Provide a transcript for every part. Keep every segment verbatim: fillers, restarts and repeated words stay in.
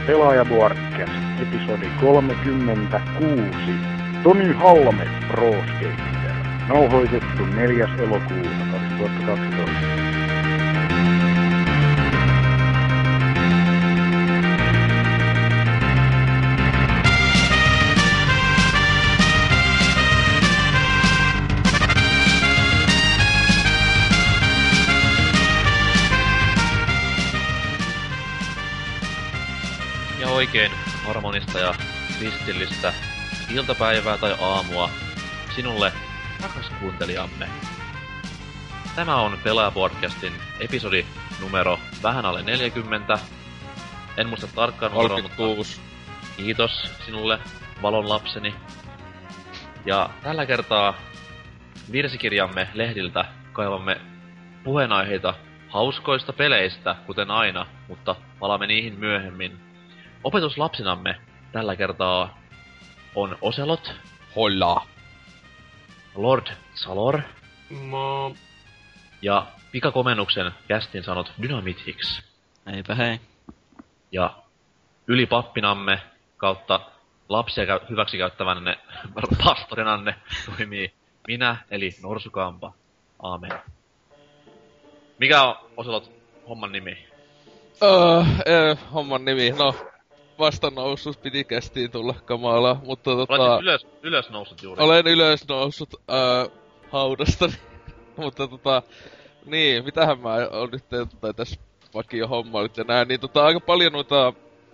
Pelaajavuorikkäs, episodi kolmekymmentäkuusi. Tony Halme, Pro Skater. Nauhoitettu neljäs elokuuta kaksituhattakaksitoista. Oikein harmonista ja kristillistä iltapäivää tai aamua sinulle, rakas kuuntelijamme. Tämä on Pelaaja-podcastin episodi numero vähän alle neljäkymmentä. En muista tarkkaan numeroa, mutta kiitos sinulle, valon lapseni. Ja tällä kertaa virsikirjamme lehdiltä kaivamme puheenaiheita hauskoista peleistä, kuten aina, mutta palaamme niihin myöhemmin. Opetuslapsinamme tällä kertaa on Ocelot. Holla. Lord Salor. Mo. Ja pikakomennuksen kästin sanot Dynamitix. Eipä hei. Ja ylipappinamme kautta lapsia hyväksikäyttävänne pastorinanne toimii minä, eli Norsukampa. Aamen. Mikä on Ocelot homman nimi? Öö, äh, homman nimi, no... Vasta noussut piti kästiin tulla kamalaa, mutta tota... Olet ylös, ylös noussut juuri. Olen ylös noussut äh, haudasta, mutta tota... Niin, mitähän mä oon nyt tota, tässä vakio hommailut ja näin, niin tota aika paljon noita...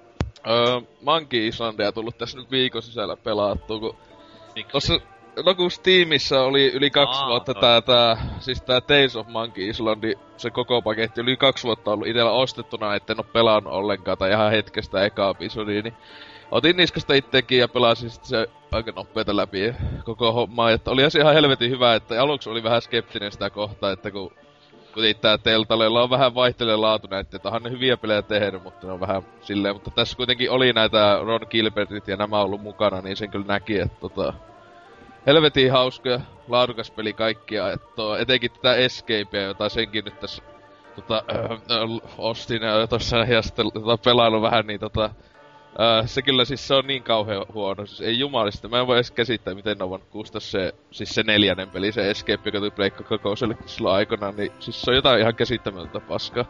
Äh, Monkey Islandia tullut tässä nyt viikon sisällä pelattua, kun... Miksi? Tossa, no kun Steamissa oli yli kaksi Aa, vuotta no. tää, tää, siis tää Tales of Monkey Islandi, se koko paketti, yli kaksi vuotta ollut itellä ostettuna, etten oo pelannut ollenkaan, tai ihan hetkestä ekaa episodiin, niin otin niskasta ittekin ja pelasin sit se aika nopeeta läpi koko hommaa, että oli ihan helvetin hyvä, että aluksi oli vähän skeptinen sitä kohtaa, että kun kun tää Telltalella on vähän vaihtelee laatu näitä, että onhan ne hyviä pelejä tehnyt, mutta ne on vähän silleen, mutta tässä kuitenkin oli näitä Ron Gilbertit ja nämä ollut mukana, niin sen kyllä näki, että tota... Helvetin hauska ja laadukas peli kaikkia, että etenkin tätä Escapea, jota senkin nyt tässä tota, äh, ostin ja tossa ja sitten tota, pelailu vähän, niin tota... Äh, se kyllä siis se on niin kauhean huono, siis ei jumalista, mä en voi edes käsittää miten ne on voinut kuustaa se, siis se neljännen peli, se Escape, joka tuli Pleikka Kokosellekin silloin aikanaan, niin siis se on jotain ihan käsittämätöntä paskaa.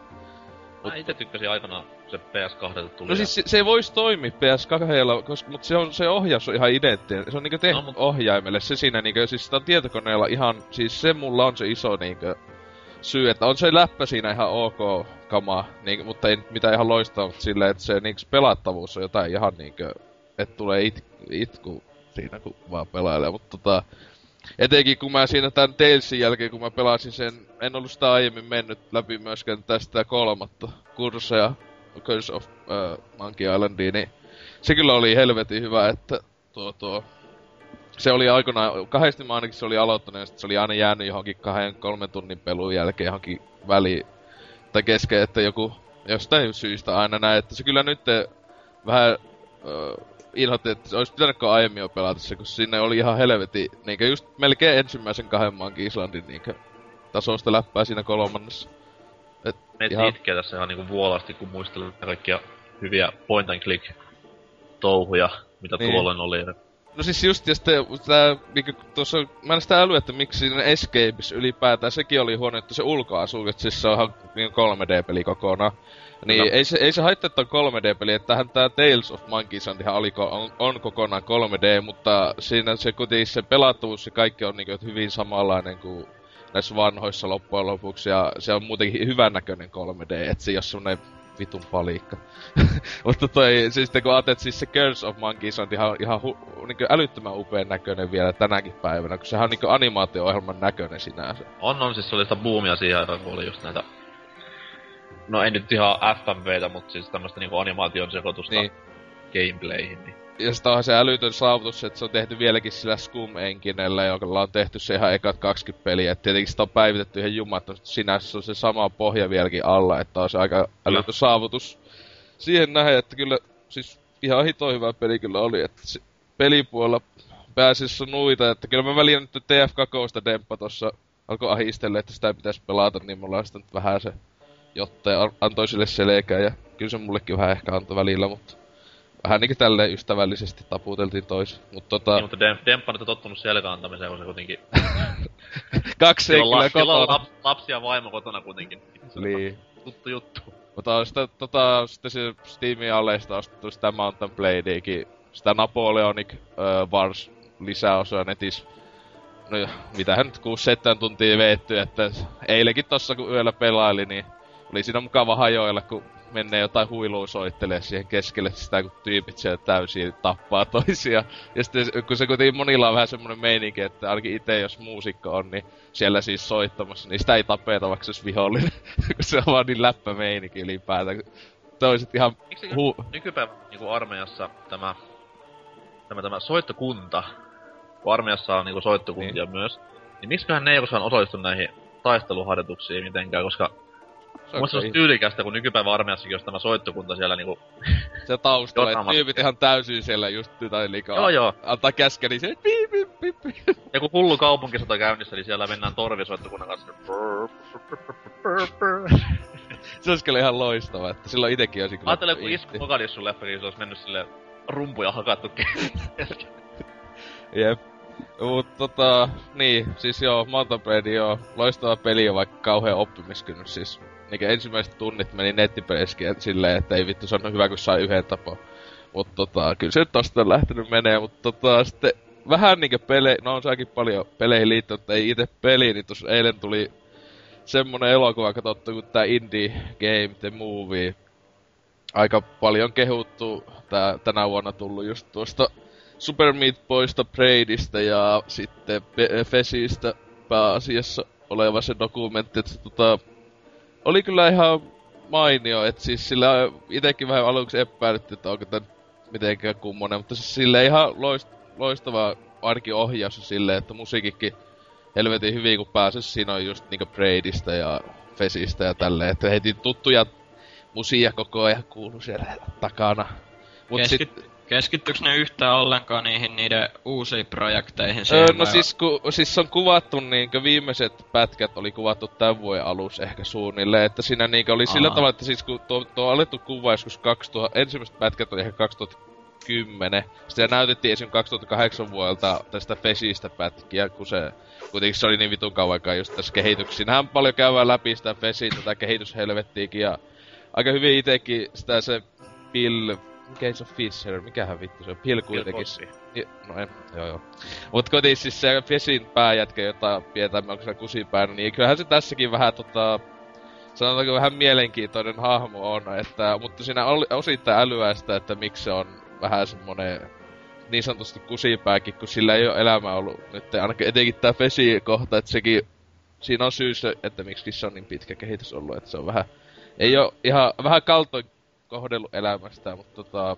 Mä ite tykkäsin aikanaan se P S kaksi tuli. No siis se, se ei vois toimia P S kahdella, koska, mut se, on, se ohjaus on ihan identtinen. Se on niinku tehty no, mut... ohjaimelle. Se siinä niinku, siis sitä on tietokoneella ihan, siis se mulla on se iso niinku syy, että on se läppä siinä ihan ok kamaa, niinku, mutta ei mitään ihan loistavaa, mutta silleen, että se niinku pelattavuus on jotain ihan niinku, että tulee it, itku siinä kun vaan pelailee, mutta tota... Etenkin kun mä siinä tän Talesin jälkeen, kun mä pelasin sen, en ollut sitä aiemmin mennyt läpi myöskään tästä kolmatta kursseja, Curse of uh, Monkey Islandia, niin se kyllä oli helvetin hyvä, että tuo tuo... Se oli aikanaan, kahdesti mä ainakin se oli aloittanut ja sit se oli aina jäänyt johonkin kahden, kolmen tunnin pelun jälkeen johonkin väliin, tai kesken, että joku jostain syystä aina näin, että se kyllä nyt vähän... Uh, inhotti, että olisi pitänytkö aiemmin jo pelata se, kun sinne oli ihan helvetin, niinkö just melkein ensimmäisen kahden Monkey Islandin niinkö tasosta läppää siinä kolmannessa. Et Meitä ihan... itkee tässä ihan niinku vuolasti, kun muistelen kaikkia hyviä point and click touhuja, mitä niin. Tuolloin oli. No siis just, ja sitten tää, niinku tuossa, mä en sitä älyä, että miksi siinä Escapes ylipäätään, sekin oli huono, että se ulkoasu, että siis se on ihan niin kolme D-peli kokonaan. Niin no. ei se, ei se haittaa, että on kolme D-peli, että tähän tää Tales of Monkey Islandihan oli, on, on kokonaan kolme D, mutta siinä se kuitenkin se pelattavuus ja kaikki on niinku hyvin samanlainen kuin näissä vanhoissa loppujen lopuksi, ja se on muutenkin hyvännäköinen kolme D, et se ei oo semmonen vitun palikka. Mutta toi, siis kun ajattelet, siis se Curse of Monkey Island ihan, ihan hu, niinku älyttömän upean näköinen vielä tänäkin päivänä, kun sehän on niinku animaatio-ohjelman näköinen sinänsä. On, on, siis se oli sitä boomia siihen aikaan, kun oli just näitä... No ei nyt ihan F M V:tä, mutta siis tämmöstä niinku animaation sekoitusta niin. Gameplayhin, niin... Ja sitä onhan se älytön saavutus, että se on tehty vieläkin sillä Scum-enginellä, jolla on tehty se ihan ekat kaksikymmentä peliä. Et tietenkin sitä on päivitetty ihan jumattomasti. Sinänsä on se sama pohja vieläkin alla, että on se aika älytön no. saavutus. Siihen nähden, että kyllä siis ihan hito hyvä peli kyllä oli, että pelipuolella pääsissä nuita, että kyllä mä väliin nyt T F kaksi demppa tossa alkoi ahistella, että sitä pitäisi pelata, niin mulla on sitä nyt vähän se jotta antoi sille selkää ja kyllä se mullekin vähän ehkä antoi välillä, mutta vähän niinku tälleen ystävällisesti taputeltiin tois. Mut tota... Niin, mutta Dem- Demppa nyt on tottunut selkäantamiseen, kun se kuitenkin... Kaksi henkilöä kotona. Lap, lapsi ja vaimo kotona kuitenkin. Niin. Tuttu juttu. Mutta on sitä, tota, sitten se Steamin alleista ostettu sitä Mountain Bladeakin. Sitä Napoleonic uh, Wars lisäosaa netis. No mitähän nyt kuusi seitsemän tuntia veetty, että eilenkin tossa kun yöllä pelaili, niin oli siinä mukava hajoilla, kun menee jotain huilua soittelee siihen keskelle sitä, kun tyypit siellä täysin tappaa toisia. Ja sitten kun se kuitenkin monilla on vähän semmonen meininki, että ainakin ite jos muusikko on, niin siellä siis soittamassa, niin sitä ei tapeta, vaikka se olisi vihollinen. Kun se on vaan niin läppä meininki ylipäätään. Toiset ihan huu... Nykypäivän niinku armeijassa tämä, tämä, tämä soittokunta, kun armeijassa on niinku soittokuntia niin. myös, niin miksiköhän ne ei koskaan osallistu näihin taisteluharjoituksiin mitenkään, koska mun se olisi tyylikästä, kun nykypäivän armeijassakin olisi tämä soittokunta siellä niinku... Se taustalla, että tyypit ihan täysin siellä just tai liikaa. Joo joo. Antaa käskeä, niin se pii pii pii pii. Ja kun hullu kaupunkisota käynnissä, niin siellä mennään torvisoittokunnan kanssa. Se olisi kyllä ihan loistava, että silloin itekin olisi kyllä... Ajattelen, kun Isku Mogadissun leffakin se olisi mennyt silleen rumpuja hakattu kesken. Jep. Mut tota, niin, siis joo, Mountain Blade joo, loistava peli, vaikka kauhea oppimiskynnys siis. Niinkä ensimmäiset tunnit meni nettipeliskin silleen, että ei vittu sanonut hyvä, kun sai yhden tapon. Mut tota, kyllä se nyt tosta on lähtenyt menee, mut tota, sitten vähän niinkö pelejä, no on saakin paljon peleihin liittynyt, mutta ei ite peli, niin tossa eilen tuli semmonen elokuva katsottu kuin tää Indie Game The Movie. Aika paljon kehuttu, tää tänä vuonna tullut just tuosta Super Meat Boysta, Braidista ja sitten Fesistä pääasiassa oleva se dokumentti, että tota, oli kyllä ihan mainio, että siis sillä itekin vähän aluksi epäilytti, että onko tän mitenkään kummonen, mutta siis sille ihan loist, loistava ainakin ohjaus silleen, että musiikkikin helvetin hyvin kun pääsis, siinä on just niinku Braidista ja Fesistä ja tälleen, että heti tuttuja musia koko ajan kuuluu siellä takana. Mut Keskit- sit... Keskittyks ne yhtään ollenkaan niihin niiden uusiin projekteihin? Öö, no siis, ku, siis on kuvattu niinkö viimeiset pätkät oli kuvattu tämän vuoden alussa ehkä suunnilleen, että siinä niinkö oli Aha. sillä tavalla, että siis kun tuo, tuo alettu kuva joskus kaksituhatta, ensimmäiset pätkät oli ehkä kaksituhattakymmenen, sitten näytettiin esim. kaksituhattakahdeksan vuodelta tästä Fesistä pätkiä, kun se kuitenkin se oli niin vitun kauan aikaa just tässä kehityksessä. Siinähän paljon käydään läpi sitä Fesiä, tätä kehityshelvettiikin ja aika hyvin itekin sitä se Bill... Mikä se on Fisher? Mikähän vittu se on? Bill kuitenkin. No en, joo joo. Mut kuitenkin siis se Fesin pääjätkä, jota pidetään melkoisena kusipäänä, niin kyllähän se tässäkin vähän tota... Sanotaanko vähän mielenkiintoinen hahmo on, että... Mutta siinä oli osittain älyäistä, että miksi se on vähän semmonen... Niin sanotusti kusipääkin, kun sillä ei oo elämä ollut nyt ainakin etenkin tää Fesi-kohta, että sekin... Siinä on syy se, että miksi se on niin pitkä kehitys ollut, että se on vähän... Ei oo ihan... Vähän kaltoin kohdellut elämästä, mutta tota...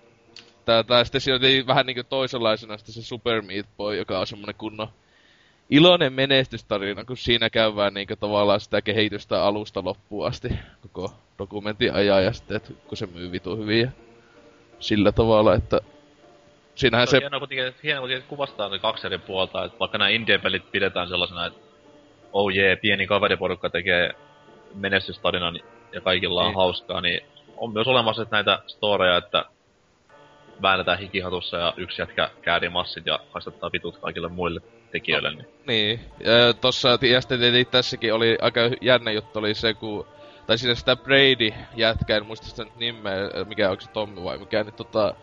Tää, tää sitten siinä on vähän niinku toisenlaisena sitten se Super Meat Boy, joka on semmonen kunnon iloinen menestystarina, kun siinä käydään niinku tavallaan sitä kehitystä alusta loppuun asti koko dokumentin ajan ja sitten, et kun se myy vitu hyvin ja sillä tavalla, että siinähän se... Hienoa kuitenkin, hienoa kuitenkin kuvastaa ne kaksi eri puolta, että vaikka nämä indie-pelit pidetään sellaisena, että oh jee, pieni kaveriporukka tekee menestystarinan ja kaikilla on niin hauskaa, niin on myös olemassa näitä storeja, että väännetään hikihatussa ja yksi jätkä käärii massit ja haistattaa vitut kaikille muille tekijöille. Niin, niin. Ja tossa ja sitten tässäkin oli aika jännä juttu oli se, kun... Tai siinä sitä Brady-jätkää, en muista sitä nyt nimeä, mikä onko se Tommi vai mikä, niin tota...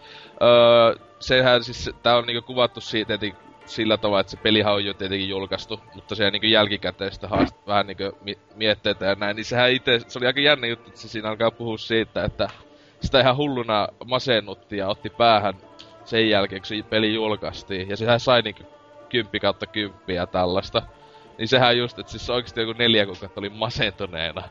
Öö, sehän siis, tää on niinku kuvattu siitä, että sillä tavalla, että se pelihän on jo tietenkin julkaistu, mutta se niinku jälkikäteen sitä haast, vähän niinku mi- mietteitä ja näin, niin sehän ite, se oli aika jännä juttu, että se siinä alkaa puhua siitä, että sitä ihan hulluna masennutti ja otti päähän sen jälkeen, kun se peli julkaistiin, ja sehän sai niinku kymppi kautta kymppiä tällaista. Niin sehän just, että siis oikeesti joku neljä kuukautta oli masentuneena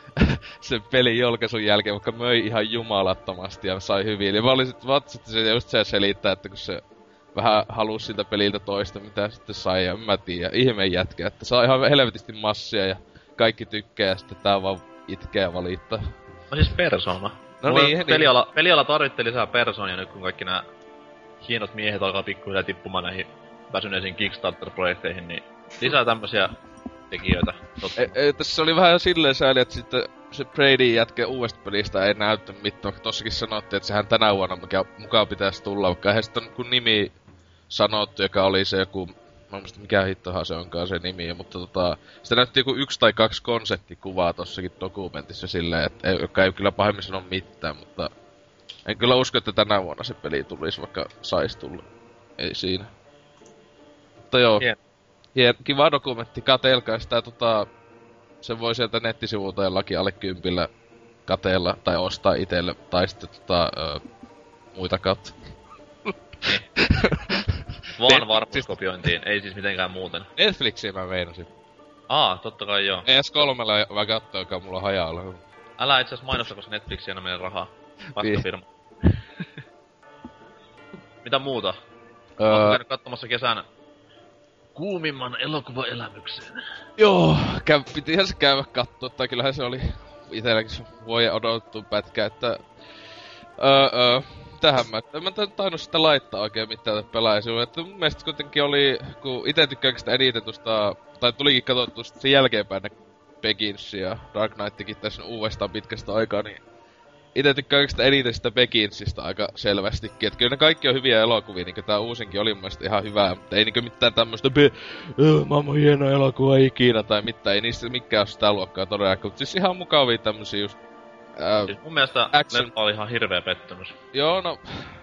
sen pelin julkaisun jälkeen, vaikka möi ihan jumalattomasti ja sai hyvin. Eli mä olin sit vatsat, se just se selittää, että kun se vähän halusi siltä peliltä toista, mitä sitten sai, ja mä tiedän, ihmeen jätkä, että saa ihan helvetisti massia ja kaikki tykkää, ja sitten tää vaan itkee ja valittaa. No siis Persona. No Mulla niin, peliala, niin. Peliala tarvitti lisää Personia nyt, kun kaikki nää hienot miehet alkaa pikkuhiljaa tippumaan näihin väsyneisiin Kickstarter-projekteihin, niin lisää tämmösiä tekijöitä. E, e, tässä oli vähän silleen sääli, että sitten se Bradyn jätke uudesta pelistä ei näyttä mitään, vaikka tossakin sanottiin, että sehän tänä vuonna mukaan pitäisi tulla, vaikka eihän sitten kun nimi sanottu, joka oli se joku, mä muista mikä hittohan se onkaan se nimi, mutta tota, sitä näytti joku yksi tai kaksi konseptikuvaa tossakin dokumentissa silleen, että ei, joka ei kyllä pahemmin sano mitään, mutta en kyllä usko, että tänä vuonna se peli tulisi, vaikka sais tulla. Ei siinä. Mutta joo, yeah. Hien, kiva dokumentti, katelkaa sitä tota, sen voi sieltä nettisivulta jollakin alle kympillä kateella tai ostaa itelle, tai sitten tota, ö, muita kautta. Vaan varmuuskopiointiin, ei siis mitenkään muuten. Netflixiä mä meinasin. Aa, totta kai joo. E S kolmella mä kattoo, joka mulla on hajalla. Älä itse asiassa mainosta, koska Netflixiä aina menee rahaa. Vastafirma. Mitä muuta? Öö... Oletko käynyt katsomassa kesän kuumimman elokuvaelämyksen? Joo, käy, pitihän se käydä kattoo, tai kyllähän se oli itelläkin se vuoden odottu pätkä, että... Öö, öö, tähän mä, en mä tainnut sitä laittaa oikein mitään pelaajia, että mun mielestä kuitenkin oli, kun ite tykkään sitä eniten tuosta, tai tulikin katsottu sen jälkeenpäin ne Begins ja Dark Knightikin tässä uudestaan pitkästä aikaa, niin ite tykkään sitä eniten sitä Beginsistä aika selvästikin, että kyllä ne kaikki on hyviä elokuvia, niin tää uusinkin oli mun mielestä ihan hyvää, mutta ei niinku mitään tämmöstä be, äh, maailman hieno elokuva ikinä tai mitään, ei niistä mikään oo sitä luokkaa todellakaan, mutta siis ihan mukavia tämmösiä just. Äh, siis mun mielestä action... leffa oli ihan hirveä pettymys. Joo, no...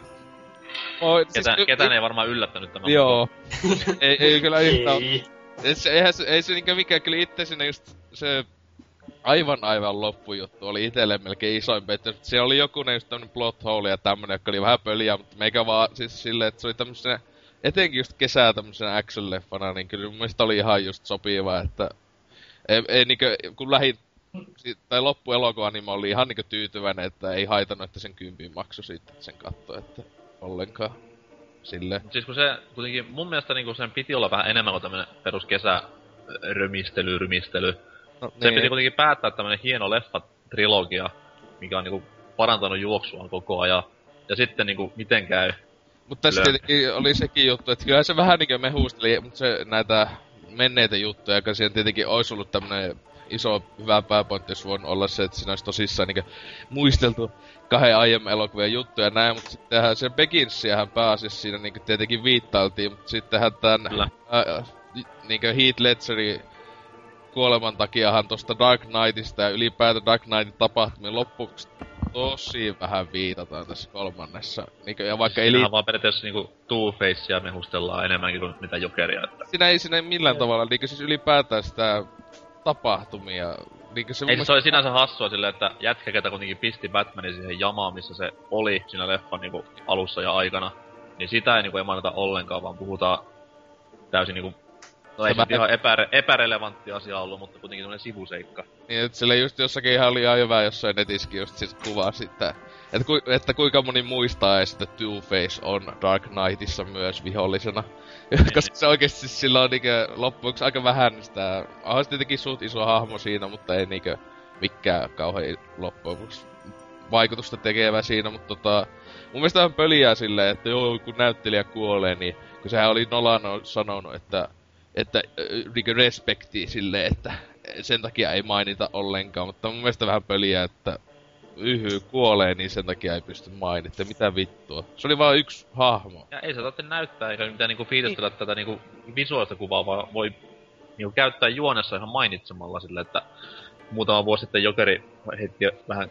Oh, Ketään, siis, ketään y- ei varmaan yllättänyt tämä. Joo. ei, ei kyllä yhtään... Ei se, eihän se, ei se niinkään mikään, kyllä itse sinne just se... Aivan aivan loppujuttu oli itelle melkein isoin pettymys. Se oli joku just tämmönen plot hole ja tämmönen, joka oli vähän pöliä, mutta meikä vaan siis silleen, että se oli tämmösenä... Etenkin just kesää tämmösenä action-leffana, niin kyllä mun mielestä oli ihan just sopiva, että... Ei, ei niinkö, kun lähin... Tai loppuelokuva, niin mä olin ihan niinku tyytyväinen, että ei haitannut, että sen kympin maksu siitä sen katto, että ollenkaan silleen. Siis kun se, kuitenkin mun mielestä niinku sen piti olla vähän enemmän kuin tämmönen perus kesärömistely, rymistely. No, sen niin. Piti kuitenkin päättää tämmönen hieno leffa-trilogia, mikä on niinku parantanut juoksuaan koko ajan. Ja sitten niinku miten käy. Mutta tässä tietenkin oli sekin juttu, että kyllä se vähän niinku mehusteli, mutta se näitä menneitä juttuja, joka siihen tietenkin olisi ollut tämmönen iso hyvä pääpointti, jos voin olla se, että siinä olisi tosissaan niinku muisteltu kahden aiemman elokuvien juttuja ja näin, mutta sittenhän sen Beginsiähän pääasiassa siinä niinku tietenkin viittailtiin, mutta sittenhän tän ää, niinku Heath Ledgerin kuoleman takiahan tosta Dark Knightista ja ylipäätään Dark Knightin tapahtumien loppuksi tosi vähän viitataan tässä kolmannessa. Niinku, ja vaikka Siinähän li- vaan periaatteessa niinku Two-Facea mehustellaan enemmänkin kuin mitä Jokeria, että... Siinä ei, siinä ei millään tavalla, niinku siis ylipäätään sitä tapahtumia. Niin se ei mun... se oli sinänsä hassua silleen, että jätkä, ketä kuitenkin pisti Batmanin siihen jamaan, missä se oli siinä leffan niinku alussa ja aikana. Niin sitä ei niinku ei mainita ollenkaan, vaan puhutaan täysin niinku... No ei se ihan epär- epärelevantti asia ollut, mutta kuitenkin semmonen sivuseikka. Niin, et sille just jossakin ihan oli ihan hyvä jossain netissäkin just siis kuvaa sitä. Että ku, et kuinka moni muistaa, että Two-Face on Dark Knightissa myös vihollisena. Koska se oikeesti siis sillä on niinkö loppuksi aika vähän sitä... Onhan se tietenkin suht iso hahmo siinä, mutta ei niinkö mikään kauhean loppuksi vaikutusta tekevä siinä, mutta tota... Mun mielestä vähän pöliää silleen, että joo, kun näyttelijä kuolee, niin... Kun sehän oli Nolan sanonut, että... Että niinkö respekti silleen, että sen takia ei mainita ollenkaan, mutta mun mielestä vähän pöliää, että... Yhy kuolee, niin sen takia ei pysty mainitsemaan. Mitä vittua? Se oli vaan yksi hahmo. Ja ei se tarvitse näyttää, eikä mitään niinku fiilistellä niin. Tätä niinku visuaalista kuvaa, vaan voi niinku käyttää juonessa ihan mainitsemalla sille, että muutama vuosi sitten Jokeri heitti vähän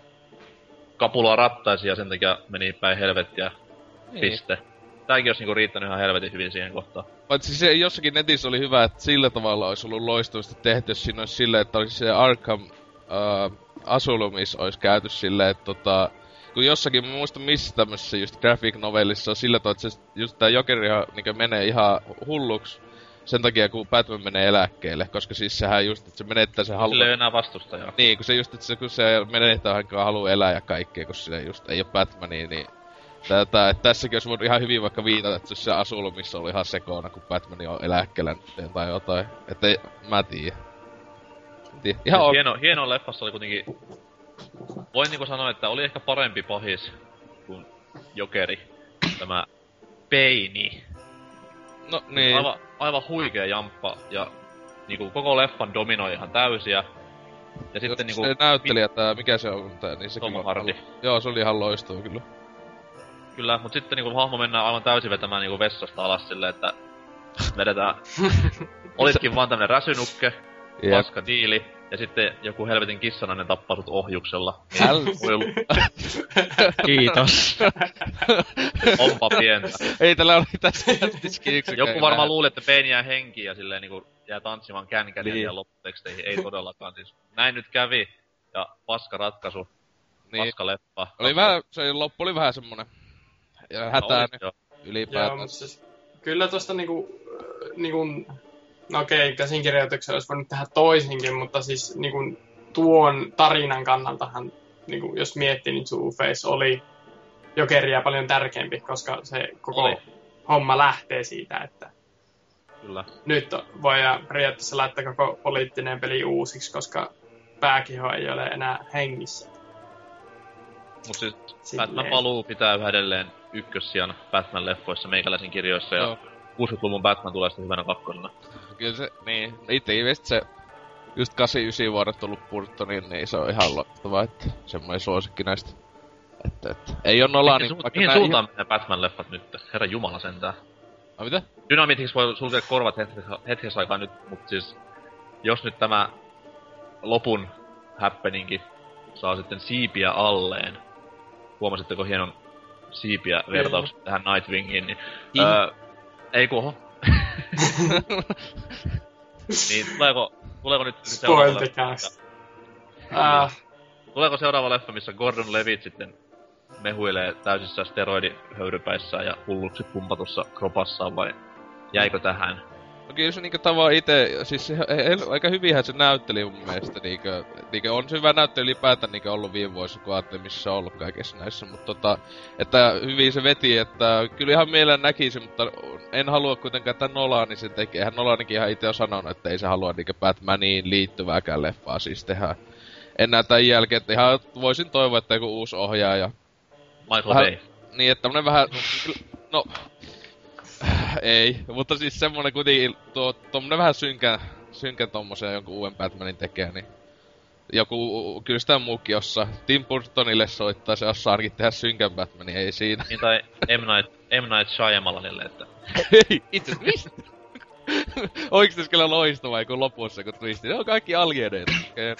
kapulaa rattaisiin ja sen takia meni päin helvettiä niin. Piste. Tääkin olisi niinku riittänyt ihan helvetin hyvin siihen kohtaan. Mutta siis se jossakin netissä oli hyvä, että sillä tavalla olisi ollut loistavasti tehty, jos siinä olisi silleen, että olisi se Arkham... Uh, Asylumissa ois käyty silleen, että tota... Kun jossakin, mä muistan missä tämmössä just graphic novellissa on sillä tavalla, että se, just tää Jokerihan niinkö menee ihan hulluks sen takia, kun Batman menee eläkkeelle, koska siis sehän just, että se menettää sen halu... Sillä ei ole enää vastustajaa. Niin, kun se just, että se, kun se menettää hankaan haluu elää ja kaikkea, kun se just ei oo Batmania, niin... Tätä, että tässäkin olisi voinut ihan hyvin vaikka viitata, että se Asylumissa oli ihan sekoona, kun Batman on eläkkeellä tai jotain. Että ei, mä tiedä. Ihan siis hieno, hieno leffassa oli kuitenkin... Voin niinku sanoa, että oli ehkä parempi pahis kuin Jokeri. Tämä Peini. No niin. Aivan, aivan huikea jamppa ja niinku koko leffan dominoi ihan täysiä. Ja sitten niinku... Se näyttelijä, tää, mikä se on, tää, niin se Tom kyllä... Hardy. Joo, se oli ihan loistava kyllä. Kyllä, mut sitten niinku hahmo mennään aivan täysin vetämään niinku vessasta alas silleen, että... Vedetään... Olitkin vaan tämmönen räsynukke, Jep. paska diili, ja sitten joku helvetin kissanainen tappaa sut ohjuksella. Äl... Kiitos. Onpa pientä. Ei tällä oli tässä jättiski yksikään. Joku varmaan luuli, että Bane jää henkiin ja silleen niinku jää tanssimaan känkäniä niin. ja lopputeksteihin. Ei todellakaan siis. Näin nyt kävi. Ja paska ratkaisu. Niin. Paska leppa. Oli vähän, se loppu oli vähän semmonen... Ja hätäinen no, ylipäätään. Joo, mutta siis, kyllä tosta niinku... niinku no okei, käsinkirjoituksen olisi voinut tehdä toisinkin, mutta siis niinku tuon tarinan kannaltahan, niinku, jos miettii, niin Two-Face oli Jokeria paljon tärkeämpi, koska se koko oli. homma lähtee siitä, että Kyllä. nyt voidaan periaatteessa laittaa koko poliittinen peli uusiksi, koska pääkiho ei ole enää hengissä. Mut siis Silleen. Batman paluu pitää yhä edelleen ykkössijan Batman-leffoissa meikäläisin kirjoissa ja Joo. kuusikymmentäluvun Batman tulee sitten hyvänä kakkosena. Kyllä se, niin, itse ilmeisesti se just kahdeksankymmentäyhdeksän vuodet tullut Burtonin, niin se on ihan loistavaa, että semmoinen suosikki näistä. Että, että ei oo nolaa, niin su- vaikka mihin nää suuntaan ihan... menee Batman-leffat nyt? Herra jumala sentään. A, mitä? Dynamitiksi voi sulkea korvat hetkessä, hetkessä aikaa nyt, mut siis... Jos nyt tämä lopun happeningi saa sitten siipiä alleen. Huomasitteko hienon siipiä vertauksen mm. tähän Nightwingiin, niin... Mm. Öö, ei kuoho. niin tuleeko, tuleeko nyt seuraava leffa? Ah. Tuleeko seuraava leffa, missä Gordon Levitt sitten mehuilee täysissä steroidihöyrypäissään ja hulluksi pumpatussa kropassaan, vai jäikö tähän? No kyllä se niinku tavallaan ite, siis se, he, he, aika hyvinhän se näytteli mun mielestä niinku, niinku on se hyvä näyttely ylipäätään niinku ollut viime vuosina, kun ajattelin missä se on ollut kaikessa näissä, mutta tota, että hyvin se veti, että kyllä ihan mielellä näkisi, mutta en halua kuitenkaan, että Nolani sen tekee. Eihän Nolanikin ihan ite on sanonut, että ei se halua niinku Batmaniin liittyvääkään leffaa siis tehdä enää tämän jälkeen, että ihan voisin toivoa, että joku uusi ohjaaja. Michael vähän, Bay. Niin, että tämmönen vähän, no... Ei, mutta siis semmonen kuitenkin, tuo, tommonen vähän synkän, synkän tommosen jonkun uuden Batmanin tekee, niin... Joku, kyllä sitä muukin jossa Tim Burtonille soittaa, se osaa ainakin tehdä synkän Batmanin, ei siinä. Niin tai M. Night, M. Night Shyamalanille, että... Ei, itse mistä? Oiks tässä kyllä loistavaa, kun lopussa, kun twisti, ne on kaikki alieneita.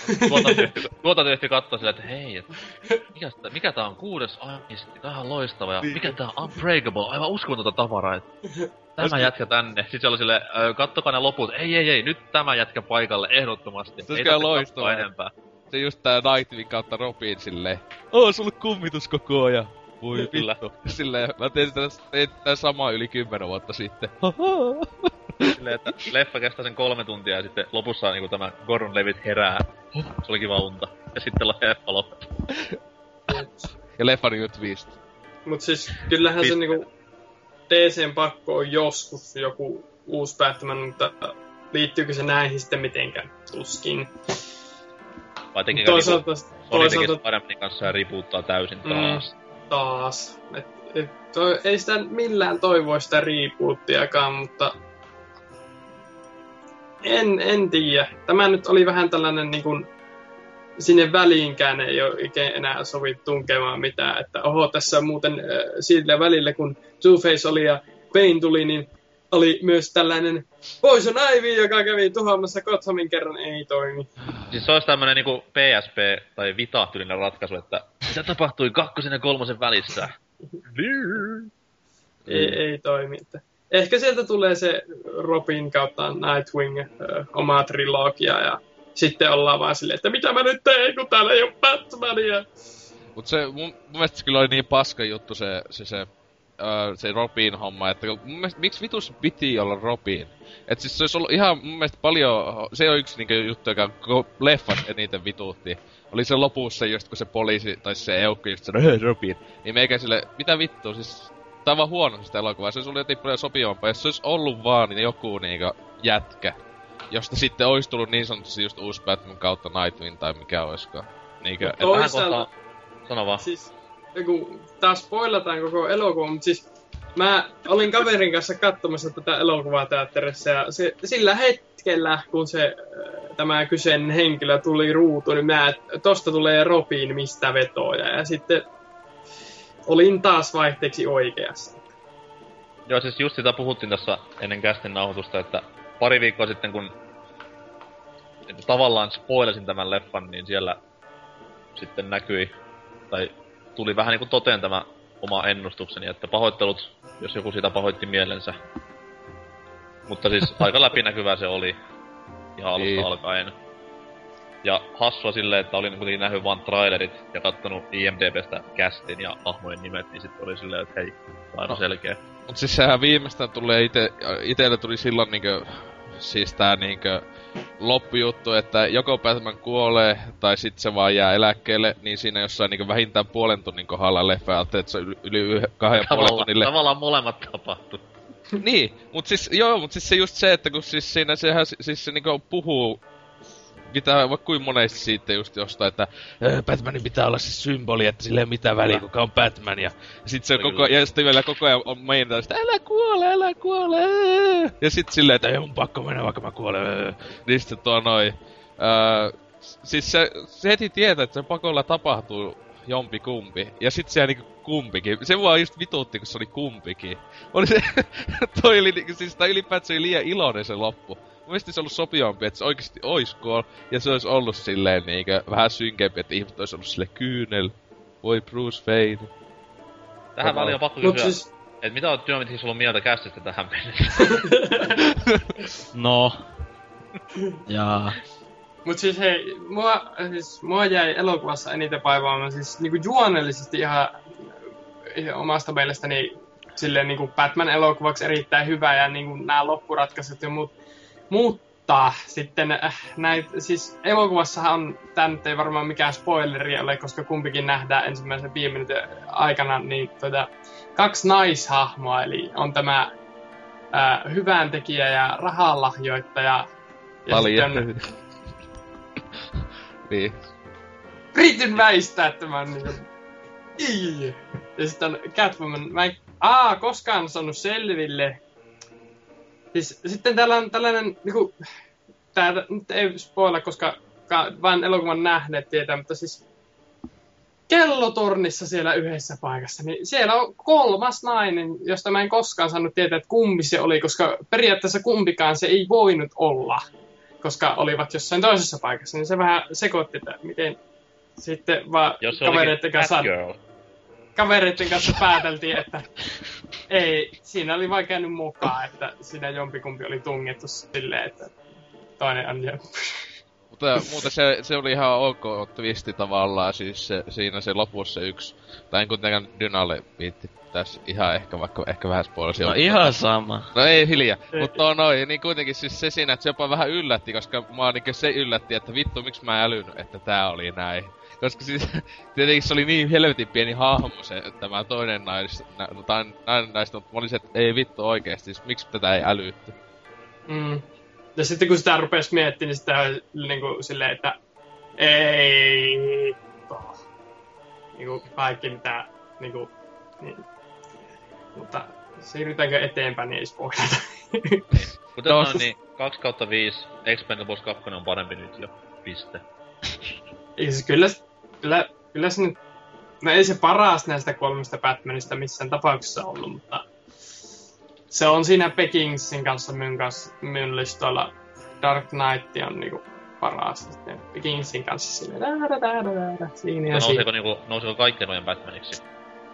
Tuota tehti kattoo silleen, että hei, et, mikä, mikä tää on kuudes aisti, tää on loistava, ja mikä tää on Unbreakable, aivan uskomatonta tavaraa, et tämä jätkä tänne. Sitten se oli silleen, kattokaa ne loput, ei ei ei, nyt tämä jätkä paikalle, ehdottomasti. Se ei kyllä loistavaa enempää. Se just tää Nightwing kautta Robin silleen, oo sulle kummitus koko ajan. Voi Kyllä. vittu. Silleen, mä tein sitä, tein sitä samaa yli kymmenen vuotta sitten. Silleen, että leffa kestää sen kolme tuntia ja sitten lopussa niinku tämä Gordon Levitt herää. Se oli kiva unta. Ja sitten leffa loppu. Ja leffa niinku twist. Mut siis kyllähän Piste. se niinku D C:n pakko on joskus joku uusi Batman, mutta liittyykö se näihin sitten mitenkään? Tuskin. Vai tekikö Toisaalta, niinku Sony toisaalta tekis paremmin kanssa ja ripuuttaa täysin taas. Mm, taas. Et, et, toi, ei sitä millään toivoa sitä rebootiakaan, mutta en, en tiedä. Tämä nyt oli vähän tällainen niin kuin, sinne väliinkään ei ole ikään enää sovi tunkemaan mitään. Että oho, tässä muuten äh, sillä välillä, kun Two-Face oli ja Bane tuli, niin oli myös tällainen Poison Ivy, joka kävi tuhoamassa Gothamin kerran, ei toimi. Siis se olisi tämmönen niinku P S P tai Vita-tyylinen ratkaisu, että mitä tapahtui kakkosen ja kolmosen välissä? Ei, ei toimi. Että ehkä sieltä tulee se Robin kautta Nightwing äh, oma trilogia ja sitten ollaan vaan silleen, että mitä mä nyt teen, kun täällä ei oo Batmania. Mut se, mun, mun mielestä se kyllä oli niin paska juttu se, se, se, öö, se Robin-homma, että mun mielestä, miksi vitus piti olla Robin? Et siis se olisi ollut ihan mun mielestä paljon, se on yksi niinku juttu, joka leffas eniten vituutti. Oli se lopussa just kun se poliisi, tai se eukko just sanoi, Robin. Niin meikä sille, mitä vittua, siis tää on vaan huono sitä elokuvaa, se olisi ollut jotenkin paljon sopivampaa, jos se olisi ollut vaan niin joku niinku jätkä. Josta sitten ois tullut niin sanotusti just uusi Batman kautta Nightwing tai mikä oiskaan. Niinkö? Mut Et vähän toisaalta- kohtaa... Sano vaan. Siis, kun taas spoilataan koko elokuva, mutta siis mä olin kaverin kanssa katsomassa tätä elokuvaa teatterissa ja se, sillä hetkellä, kun se tämä kyseinen henkilö tuli ruutuun, niin mä, tosta tulee Robin mistä vetoja ja sitten olin taas vaihteeksi oikeassa. Joo, siis just sitä puhuttiin tässä ennen kästin nauhoitusta, että pari viikkoa sitten kun että tavallaan spoilasin tämän leffan, niin siellä sitten näkyi, tai tuli vähän niinku toteen tämä oma ennustukseni, että pahoittelut, jos joku siitä pahoitti mielensä. Mutta siis aika läpinäkyvää se oli ihan alusta niin alkaen. Ja hassua silleen, että olin kuitenkin nähnyt vaan trailerit ja kattonut I M D B:stä castin ja hahmojen nimet, niin sitten oli silleen, että hei, aina no, selkeä. Mut siis sehän viimeistään tulee ite, itelle tuli silloin niinkö, siis tää niinkö loppujuttu, että joko Batman kuolee tai sit se vaan jää eläkkeelle, niin siinä jossain niinkö vähintään puolen tunnin kohdalla leffa, että se yli, yli yh, kahden ja puolen tunnille. Tavallaan molemmat tapahtuu. Niin, mut siis, joo, mut siis se just se, että kun siis siinä sehän, siis se niinkö puhuu pitää vaikka kuin monesti siitä just jostain, että Batmanin pitää olla se symboli, että sillä ei ole mitään väliä, kuka on Batman. Ja sit se koko, ja sitten vielä koko ajan on meinataan sitä, älä kuole, älä kuole. Ja sit silleen, että ei mun pakko mennä, vaikka mä kuolen. Niin sitten tuo noin. Öö, siis se, se heti tietää, että se pakolla tapahtuu jompi kumpi. Ja sit se niinku kumpikin. Se mua just vituutti, kun se oli kumpikin. Oli se, toi oli niinku, siis tää ylipäätään oli liian iloinen se loppu. Mielestäni se olisi sopivampi, että se oikeesti ois kuollut, ja se olisi ollut silleen niinkö vähän synkempi, että ihmiset olisi ollut silleen kyynel. Voi Bruce Wayne. Tähän väliin on pakko kysyä, siis et mitä oot Dynamitis ollut mieltä kästistä tähän mennessä? No. Jaa. Mut siis hei, mua, siis, mua jäi elokuvassa eniten vaivaamaan siis niinku juonellisesti ihan, ihan omasta mielestäni silleen niinku Batman-elokuvaksi erittäin hyvä ja niinku nää loppuratkaisut ja muut. Mutta sitten äh, näit, siis elokuvassahan on, tää nyt ei varmaan mikään spoileri ole, koska kumpikin nähdään ensimmäisen viime minuutin aikana, niin tuota, kaksi naishahmoa, eli on tämä äh, hyväntekijä ja rahanlahjoittaja. Ja Paljon. sitten niin. Yritin väistää tämän niinku. Ii. Ja sitten on Catwoman. Mä en aa, koskaan saanut selville. Siis, sitten täällä on tällainen, niinku, tää nyt ei spoila, koska ka, vain elokuvan nähneet tietää, mutta siis kellotornissa siellä yhdessä paikassa, niin siellä on kolmas nainen, josta mä en koskaan saanut tietää, että kumpi se oli, koska periaatteessa kumpikaan se ei voinut olla, koska olivat jossain toisessa paikassa, niin se vähän sekoitti, että miten sitten vaan kavereiden kanssa, kavereiden kanssa pääteltiin, että ei, siinä oli vaan käynyt mukaan, että siinä jompikumpi oli tungettu silleen, että toinen on jo. Mutta muuten se, se oli ihan ok twisti tavallaan, siis se, siinä se lopussa yksi, tai en kuitenkaan Dynalle viitti tässä ihan ehkä, vaikka ehkä vähän spoilasi. No ihan sama. No ei hiljaa, mutta on noin, niin kuitenkin siis se siinä, että se jopa vähän yllätti, koska mua niinku se yllätti, että vittu miksi mä älynyt, että tää oli näin. Koska siis tietenkin se oli niin helvetin pieni hahmo se, tämä toinen nais, nä, nainen näistä, mutta mä olisin, että ei vittu oikeesti, siis miksi tätä ei älytty. Mm. Ja sitten kun sitä rupesi miettimään, niin sitä oli niinku silleen, että ei toh. Niinku kaikki mitä niinku, niin. Mutta siirrytäänkö eteenpäin, niin ei spoilata. Kuten no, niin kaksi kautta viisi Expendables kaksi on parempi nyt jo, piste. Ja siis kyllä, kyllä, kyllä se nyt, no ei se paras näistä kolmesta Batmanista missään tapauksessa ollut, mutta se on siinä Pekingsin kanssa minun, kanssa, minun listoilla. Dark Knight on niinku paras. Sitten Pekingsin kanssa silleen siinä ja nouseeko, niinku, nouseeko kaikkien nojen Batmaniksi?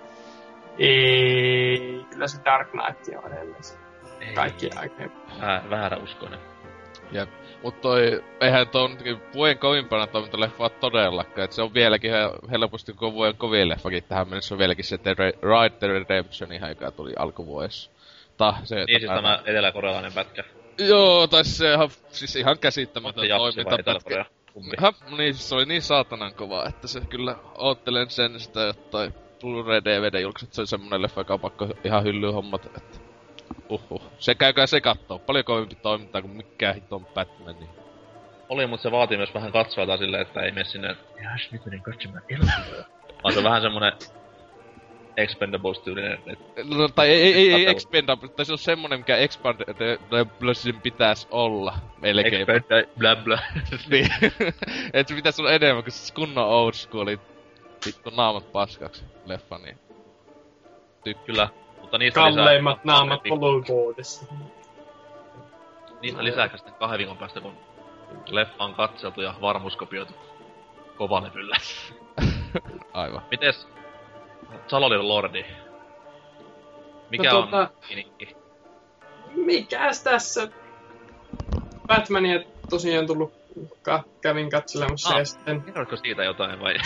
Ei, kyllä se Dark Knight on edelleen. Kaikki aikojen. Väh, väärä uskoinen. Jep. Mut toi, eihän toi on vuoden kovimpana toimintaleffa todellakaan, et se on vieläkin helposti kun vuoden kovin leffakin tähän mennessä on vieläkin se Ride the Redemption ihan, joka tuli alkuvuodessa. Ta, se, niin siis tämä eteläkorealainen pätkä. Joo, tai se ihan, siis ihan käsittämätön toimintapätkä. Häh, niin siis se oli niin saatanan kova, että se kyllä oottelen sen sitä jottain Blu-ray D V D-julkaiset, se oli semmonen leffa, joka on pakko ihan hyllyy hommat, että uhuh. Se käykää se kattoo, paljon kovempi toimintaa kuin mikään hiton Batman, niin. Oli, mutta se vaatii myös vähän katsoa silleen, että ei mene sinne Jash Mitonin katsomaan elokuvaa. Vaan se on vähän semmonen Expendables-tyylinen. No, tai ei, ei, ei Expendables, tai se on semmonen, mikä Expandablesin pitäis olla. Melkein. Expenda... Blä blä. Niin. Et se pitäis olla enemmän, kun se kunnon old schooli. Vittu naamat paskaksi leffa, niin. Tyk- Kyllä. Mutta niistä kalleimmat lisää... naamat Hollywoodissa. Niistä lisää sitten kahden viikon päästä, kun leffa on katseltu ja varmuuskopioitu kovanevyllä. Aivan. Mites Salolin Lordi? Mikä no, on tuota, inikki? Mikäs tässä? Batmania tosiaan tullut, ka- kävin katselemassa Ah, ja sitten... Kerrotko siitä jotain vai?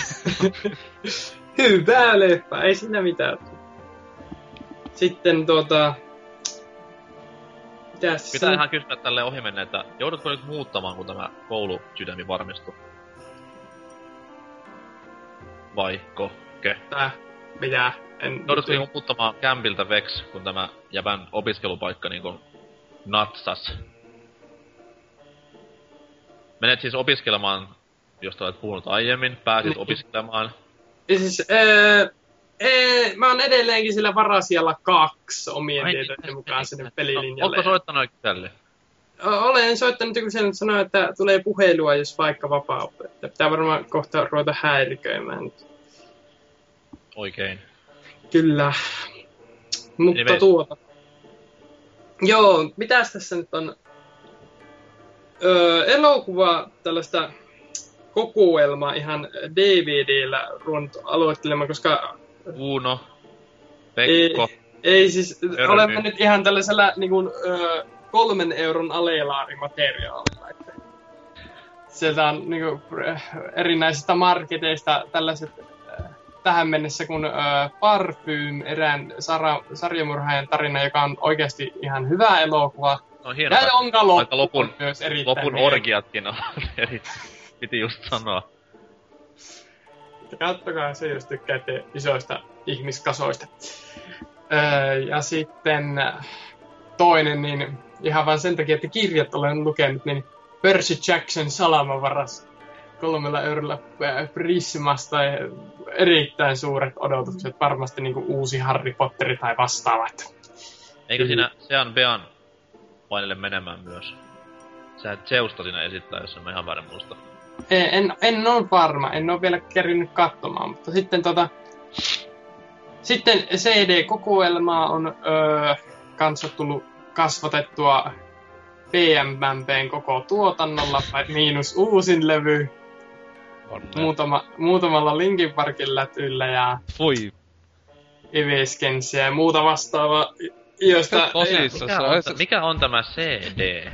Hyvää leffa, ei siinä mitään. Sitten tuota... Mitäs Pitää se... ihan kysyä tälleen ohi mennä, että joudutko nyt muuttamaan, kun tämä koulusydämi varmistuu? Vaiko? Ke? Tää, mitä? En... Joudutko niinku muuttamaan kämpiltä Vex, kun tämä jäbän opiskelupaikka niinku natsas? Menet siis opiskelemaan, josta olet puhunut aiemmin, pääsit niin. opiskelemaan. Ja siis, ee, ee, mä oon edelleenkin sillä varasijalla kaksi omien Ai, tietojeni mukaan sinne no, pelilinjalle. ootko soittanut tälle? Olen soittanut, kun se nyt sanoo, että tulee puhelua, jos vaikka vapautuu. Pitää varmaan kohta ruveta häiriköimään. Oikein. Kyllä. Mutta Anyways. tuota... Joo, mitäs tässä nyt on? Öö, elokuva tällaista kokoelmaa ihan D V D:llä ruvennut aloittelemaan, koska... Uno. Pekko. Ei, ei siis, Örmy. olemme nyt ihan tällaisella niin kuin, öö, kolmen euron alelaarimateriaalilla. Että sieltä on niin kuin, erinäisistä marketeista tällaiset äh, tähän mennessä kuin äh, Parfym, erään sara, sarjamurhaajan tarina, joka on oikeasti ihan hyvä elokuva. No hieno. Ja onka loppu Vaikka lopun, on myös erittäin lopun hieno. orgiatkin on eri. Piti just sanoa. Kattokaa se, jos tykkäätte isoista ihmiskasoista. Öö, ja sitten toinen, niin ihan vain sen takia, että kirjat olen lukenut, niin Percy Jackson Salamavaras kolmella eurolla Prismasta ja erittäin suuret odotukset. Varmasti niin kuin uusi Harry Potteri tai vastaavat. Eikö siinä Sean Bean painelle menemään myös? Sehän Zeusta siinä esittää, jos en mä ihan väärin muista. En, en ole varma, en ole vielä kerinyt katsomaan, mutta sitten tota... Sitten C D-kokoelmaa on öö, kanssa tullut kasvatettua P M M P:n koko tuotannolla, miinus uusin levy. Muutama, muutamalla Linkin Parkin lätyllä ja Voi. Evanescenceä ja muuta vastaavaa, josta... Tosissaan. Mikä on, t- mikä on tämä C D?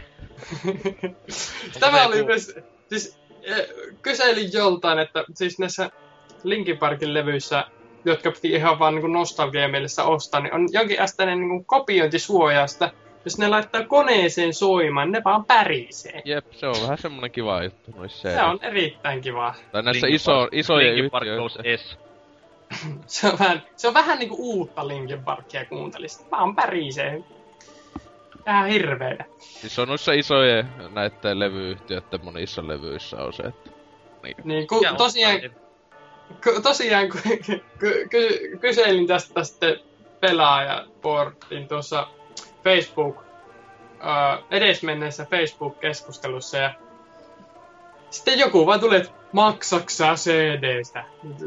Tämä oli myös... Siis, kyselin joltain, että siis näissä Linkin Parkin levyissä, jotka piti ihan vaan niin nostalgia-mielessä ostaa, niin on jonkin asteinen niin kopiointisuojasta. Jos ne laittaa koneeseen soimaan, ne vaan pärisee. Jep, se on vähän semmonen kiva juttu noissa. Se on erittäin kiva. Tai näissä Linkin iso, Park, isojen Linkin Park yhtiöissä. goes S. Se on vähän, se on vähän niinku uutta Linkin Parkia kuuntelisit. Vaan pärisee. Ihan hirveetä. Siis on noissa isojen näitten levyyhtiöiden monissa levyissä on se, että... Niin. Niin, ku, tosiaan, ku, tosiaan ku, ky, ky, kyselin tästä sitten pelaajaportin tuossa Facebook, uh, edesmenneessä Facebook-keskustelussa ja sitten joku vaan tuli, että maksaksaa C D:stä?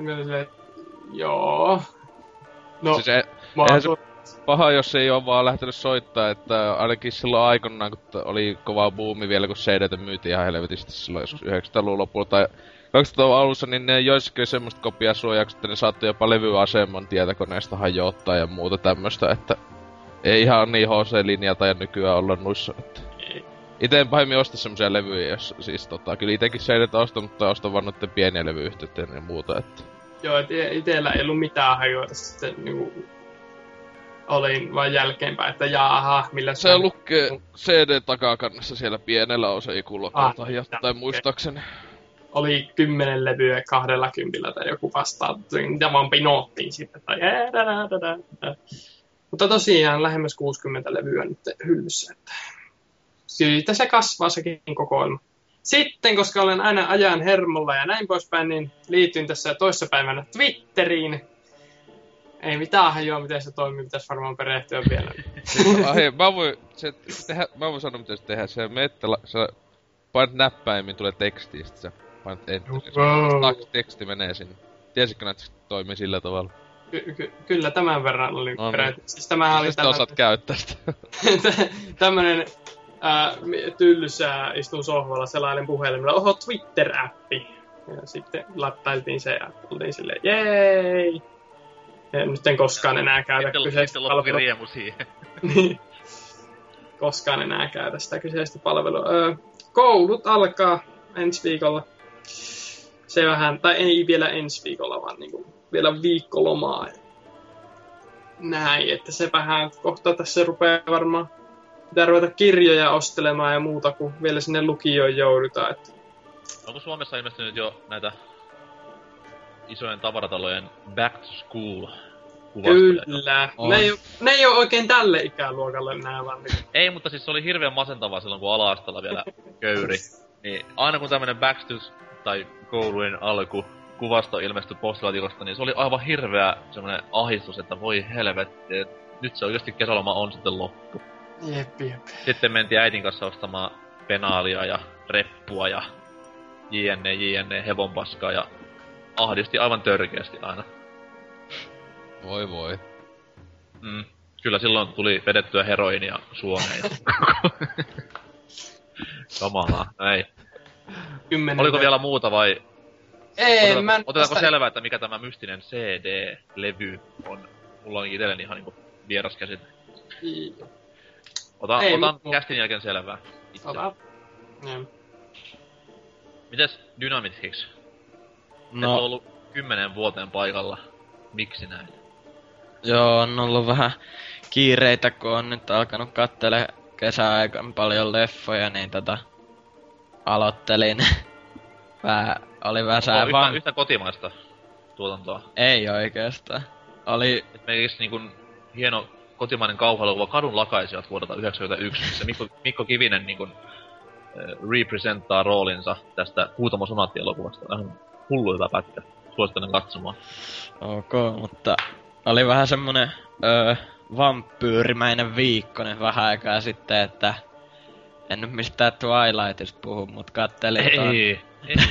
Joo. No, Siis e, mä eihän se oon paha, jos ei oo vaan lähtenyt soittaa, että ainakin silloin aikanaan, kun oli kova buumi vielä, kun C D:tä myytiin ihan helvetisti silloin joskus yhdeksänkymmentäluvun lopulla tai kaksituhattaluvun alussa, niin ne joissakin semmoista kopiasuojaksi, että ne saattoi jopa levyaseman tietokoneesta hajottaa ja muuta tämmöstä, että ei ihan niin H C-linjata ja nykyään olla nuissa, että... Ite en pahemmin osta semmosia levyjä, jos siis tota, kyllä itekin C D:tä ostan, mutta ostan vaan noitten pieniä levyyhtiöitä ja muuta, että... Joo, et itellä ei ollut mitään hajoita sitten niinku... Olin vaan jälkeenpäin, että jaaha, millä se lukee C D-takakannessa siellä pienellä osaikuluokalta Ah, jottain muistaakseni. Oli kymmenen levyä kahdella kympillä tai joku vastaan. Ja vaan pinoottiin sitten. Tai mutta tosiaan lähemmäs kuusikymmentä levyä nyt hyllyssä. Että siitä se kasvaa sekin kokoelma. Sitten, koska olen aina ajan hermolla ja näin poispäin, niin liityin tässä toissapäivänä Twitteriin. Ei mitään hajua, miten se toimii, pitäis varmaan perehtyä vielä. ah, hei, mä voin, se, tehdä, mä voin sanoa, miten se tehdään. Se meette, sä painat näppäimin, tulee tekstiä, sit sä painat enterin. Wow. Teksti menee sinne. Tiesitkö, että se toimii sillä tavalla? Ky- ky- kyllä tämän verran oli no, perehtyä. Siis tämähän oli tämmönen... osaat käyttää sitä. tämmönen ää, tyllysää istun sohvalla, selailen puhelimella. Oho, Twitter-appi. Ja sitten lattailtiin se ja oltiin silleen, jei! Ja nyt en koskaan enää käytä kyseistä palvelua. Riemu siihen. Niin. Koskaan enää käytä sitä kyseistä palvelua. Öö, koulut alkaa ensi viikolla. Se vähän, tai ei vielä ensi viikolla, vaan niinku vielä viikkolomaa. Näin, että se vähän kohta tässä rupeaa varmaan pitää ruveta kirjoja ostelemaan ja muuta, kun vielä sinne lukioon joudutaan. Että... Onko Suomessa ilmestynyt jo näitä isojen tavaratalojen back to school kuvastoja? Kyllä. Ne ei, ne ei ole oikein tälle ikäluokalle nää vaan. Ei, mutta siis se oli hirveän masentavaa silloin, kun ala-asteella vielä köyri. Niin aina kun tämmönen back to tai koulujen alku kuvasto ilmestyi postilaatikosta, niin se oli aivan hirveä semmonen ahdistus, että voi helvetti, nyt se oikeesti kesäloma on sitten loppu. Jep, jep. Sitten mentiin äitin kanssa ostamaan penaalia ja reppua ja jne, jne, hevonpaskaa ja ahdisti aivan törkeästi aina. Voi voi. Mm, kyllä silloin tuli vedettyä heroinia Suomeen. Kamalaa, ei. Kymmenen Oliko vielä muuta vai... Ei, Oteta, mä en otetaanko vasta... selvää, että mikä tämä mystinen C D-levy on? Mulla on itselleni ihan niinku vieras käsite. Ota, Ei, otan mu- kästin jälkeen selvää. Itse. Ota. Mm. Mites Dynamit Hicks? No. Et ole ollut kymmenen vuoteen paikalla. Miksi näin? Joo, on ollut vähän kiireitä, kun on nyt alkanut kattele kesäaikaan paljon leffoja, niin tota... Aloittelin. Vähän, oli vähän sää yhtä, vaan... yhtä kotimaista tuotantoa. Ei oikeastaan. Oli... Esimerkiksi niinku hieno kotimainen kauhuelokuva Kadun lakaisijat vuodelta yhdeksänkymmentäyksi, missä Mikko, Mikko Kivinen niinku äh, representtaa roolinsa tästä Kuutamo Sonaatti-elokuvasta. Vähän hullu hyvä pätkä. Suosittelen katsomaan. Ok, mutta oli vähän semmonen öö, vampyyrimäinen viikkonen vähän aikaa sitten, että en nyt mistään Twilightista puhu, mut kattelin Ei, tuon... ei,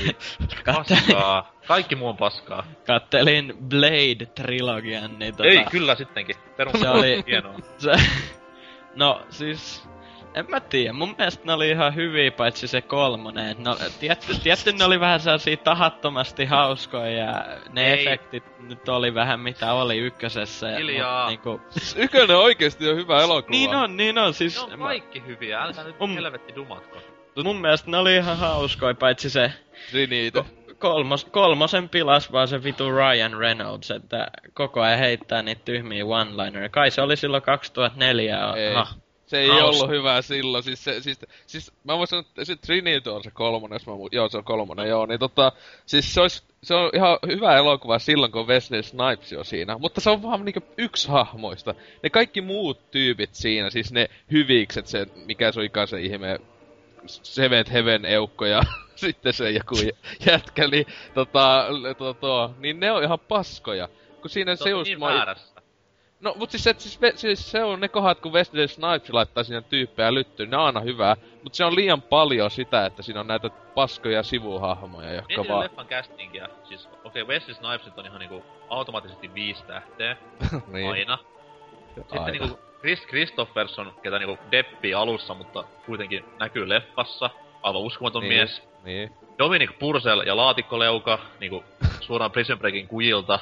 paskaa. Kaikki muu on paskaa. Kattelin Blade-trilogian, niin tota... Ei, kyllä sittenkin. Perus Se oli... hienoa. Se... No, siis... En mä tiedä, mun mielestä ne oli ihan hyviä, paitsi se kolmonen. No, tietty, tietty ne oli vähän sellaisia tahattomasti hauskoja, ja ne Ei. efektit nyt oli vähän mitä oli ykkösessä. Hiljaa. Niinku... Siis ykkönen oikeesti on hyvä elokuva. Niin on, niin on, siis... Ne on kaikki hyviä, älkää nyt Um. helvetti dumatko. Mun mielestä ne oli ihan hauskoja, paitsi se... Trinity. Kolmos, kolmosen pilas vaan se vitu Ryan Reynolds, että koko ajan heittää niitä tyhmiä one-lineria. Kai se oli silloin kaksituhattaneljä. Ei. Ha. Se ei Hauska. ollut hyvä silloin, siis se, siis, siis mä voin sanoa, että se Trinity on se kolmonen, jos mä mu- joo se on kolmonen, joo, niin tota, siis se ois, se on ihan hyvä elokuva silloin, kun Wesley Snipes on siinä, mutta se on vaan niinku yksi hahmoista. Ne kaikki muut tyypit siinä, siis ne hyvikset, se, mikä se on se ihme, Seventh Heaven eukko ja sitten se joku jätkä, niin tota, tota, niin ne on ihan paskoja. Kun siinä se just... niin mä... väärässä. No, mut siis, et, siis, ve, siis se on ne kohdat, kun Wesley Snipes laittaa sinne tyyppejä lyttyyn, ne on aina hyvää. Mut se on liian paljon sitä, että siinä on näitä paskoja sivuhahmoja, jotka Mietin vaan... leffan castingia. Siis, okei, okay, Wesley Snipes on ihan niinku automaattisesti viisi tähteä. niin. Aina. Sitten Aina. niinku Chris Christopherson, ketä niinku deppii alussa, mutta kuitenkin näkyy leffassa. Aivan uskomaton niin. mies. Niin. Dominic Purcell ja Laatikkoleuka, niinku suoraan Prison Breakin kujilta.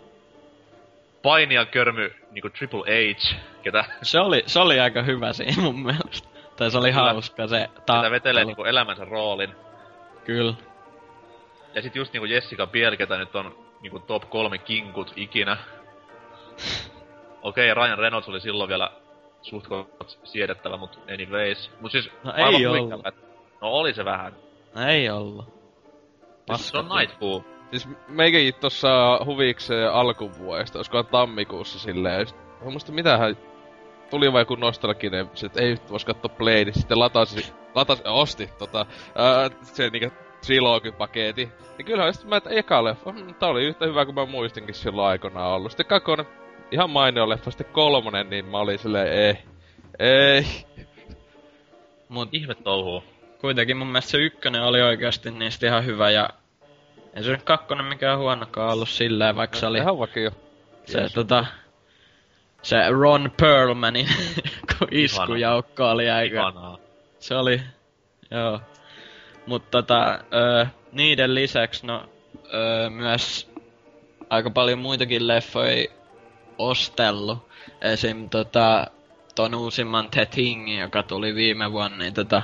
Painija körmy, niinku Triple H, ketä... Se oli, se oli aika hyvä siinä mun mielestä. Tai se oli Kyllä. hauska se Ketä tappelu. vetelee niinku elämänsä roolin. Kyllä. Ja sit just niinku Jessica Biel, ketä nyt on niinku top kolme kinkut ikinä. Okei, okay, Ryan Reynolds oli silloin vielä suht siedettävä, mut anyways. Mut siis No aivan ei ollut. huikea. No oli se vähän. No ei ollut. Siis se on Nightfall. Siis meikäkin tossa huvikseen alkuvuodesta, olisikohan tammikuussa silleen, just, muista mitähän tuli vai kun nostalginen, se, että ei nyt vois katsoa Blade, sitten latasi, latasi, osti tota, ää, se niinku trilogipaketin. Niin kyllähän sit mä, että eka leffa, hm, tää oli yhtä hyvä kuin mä muistinkin silloin aikanaan ollut. Sitten kakkonen, ihan mainio leffa. Sitten kolmonen, niin mä olin silleen, ei. Ei. Mut ihme touhuu. Kuitenkin mun mielestä se ykkönen oli oikeasti niistä ihan hyvä ja... Ei se nyt kakkonen mikään huonokaan ollut silleen, vaikka se oli... Ihan vakio. Se yes. tota... Se Ron Perlmanin iskujoukko oli aika... Ihanaa. Se oli... Joo. Mut tota... Öö, niiden lisäksi no... Öö, myös... Aika paljon muitakin leffoja ostellut. Esim. tota... Ton uusimman The Thingin, joka tuli viime vuonna, niin tota...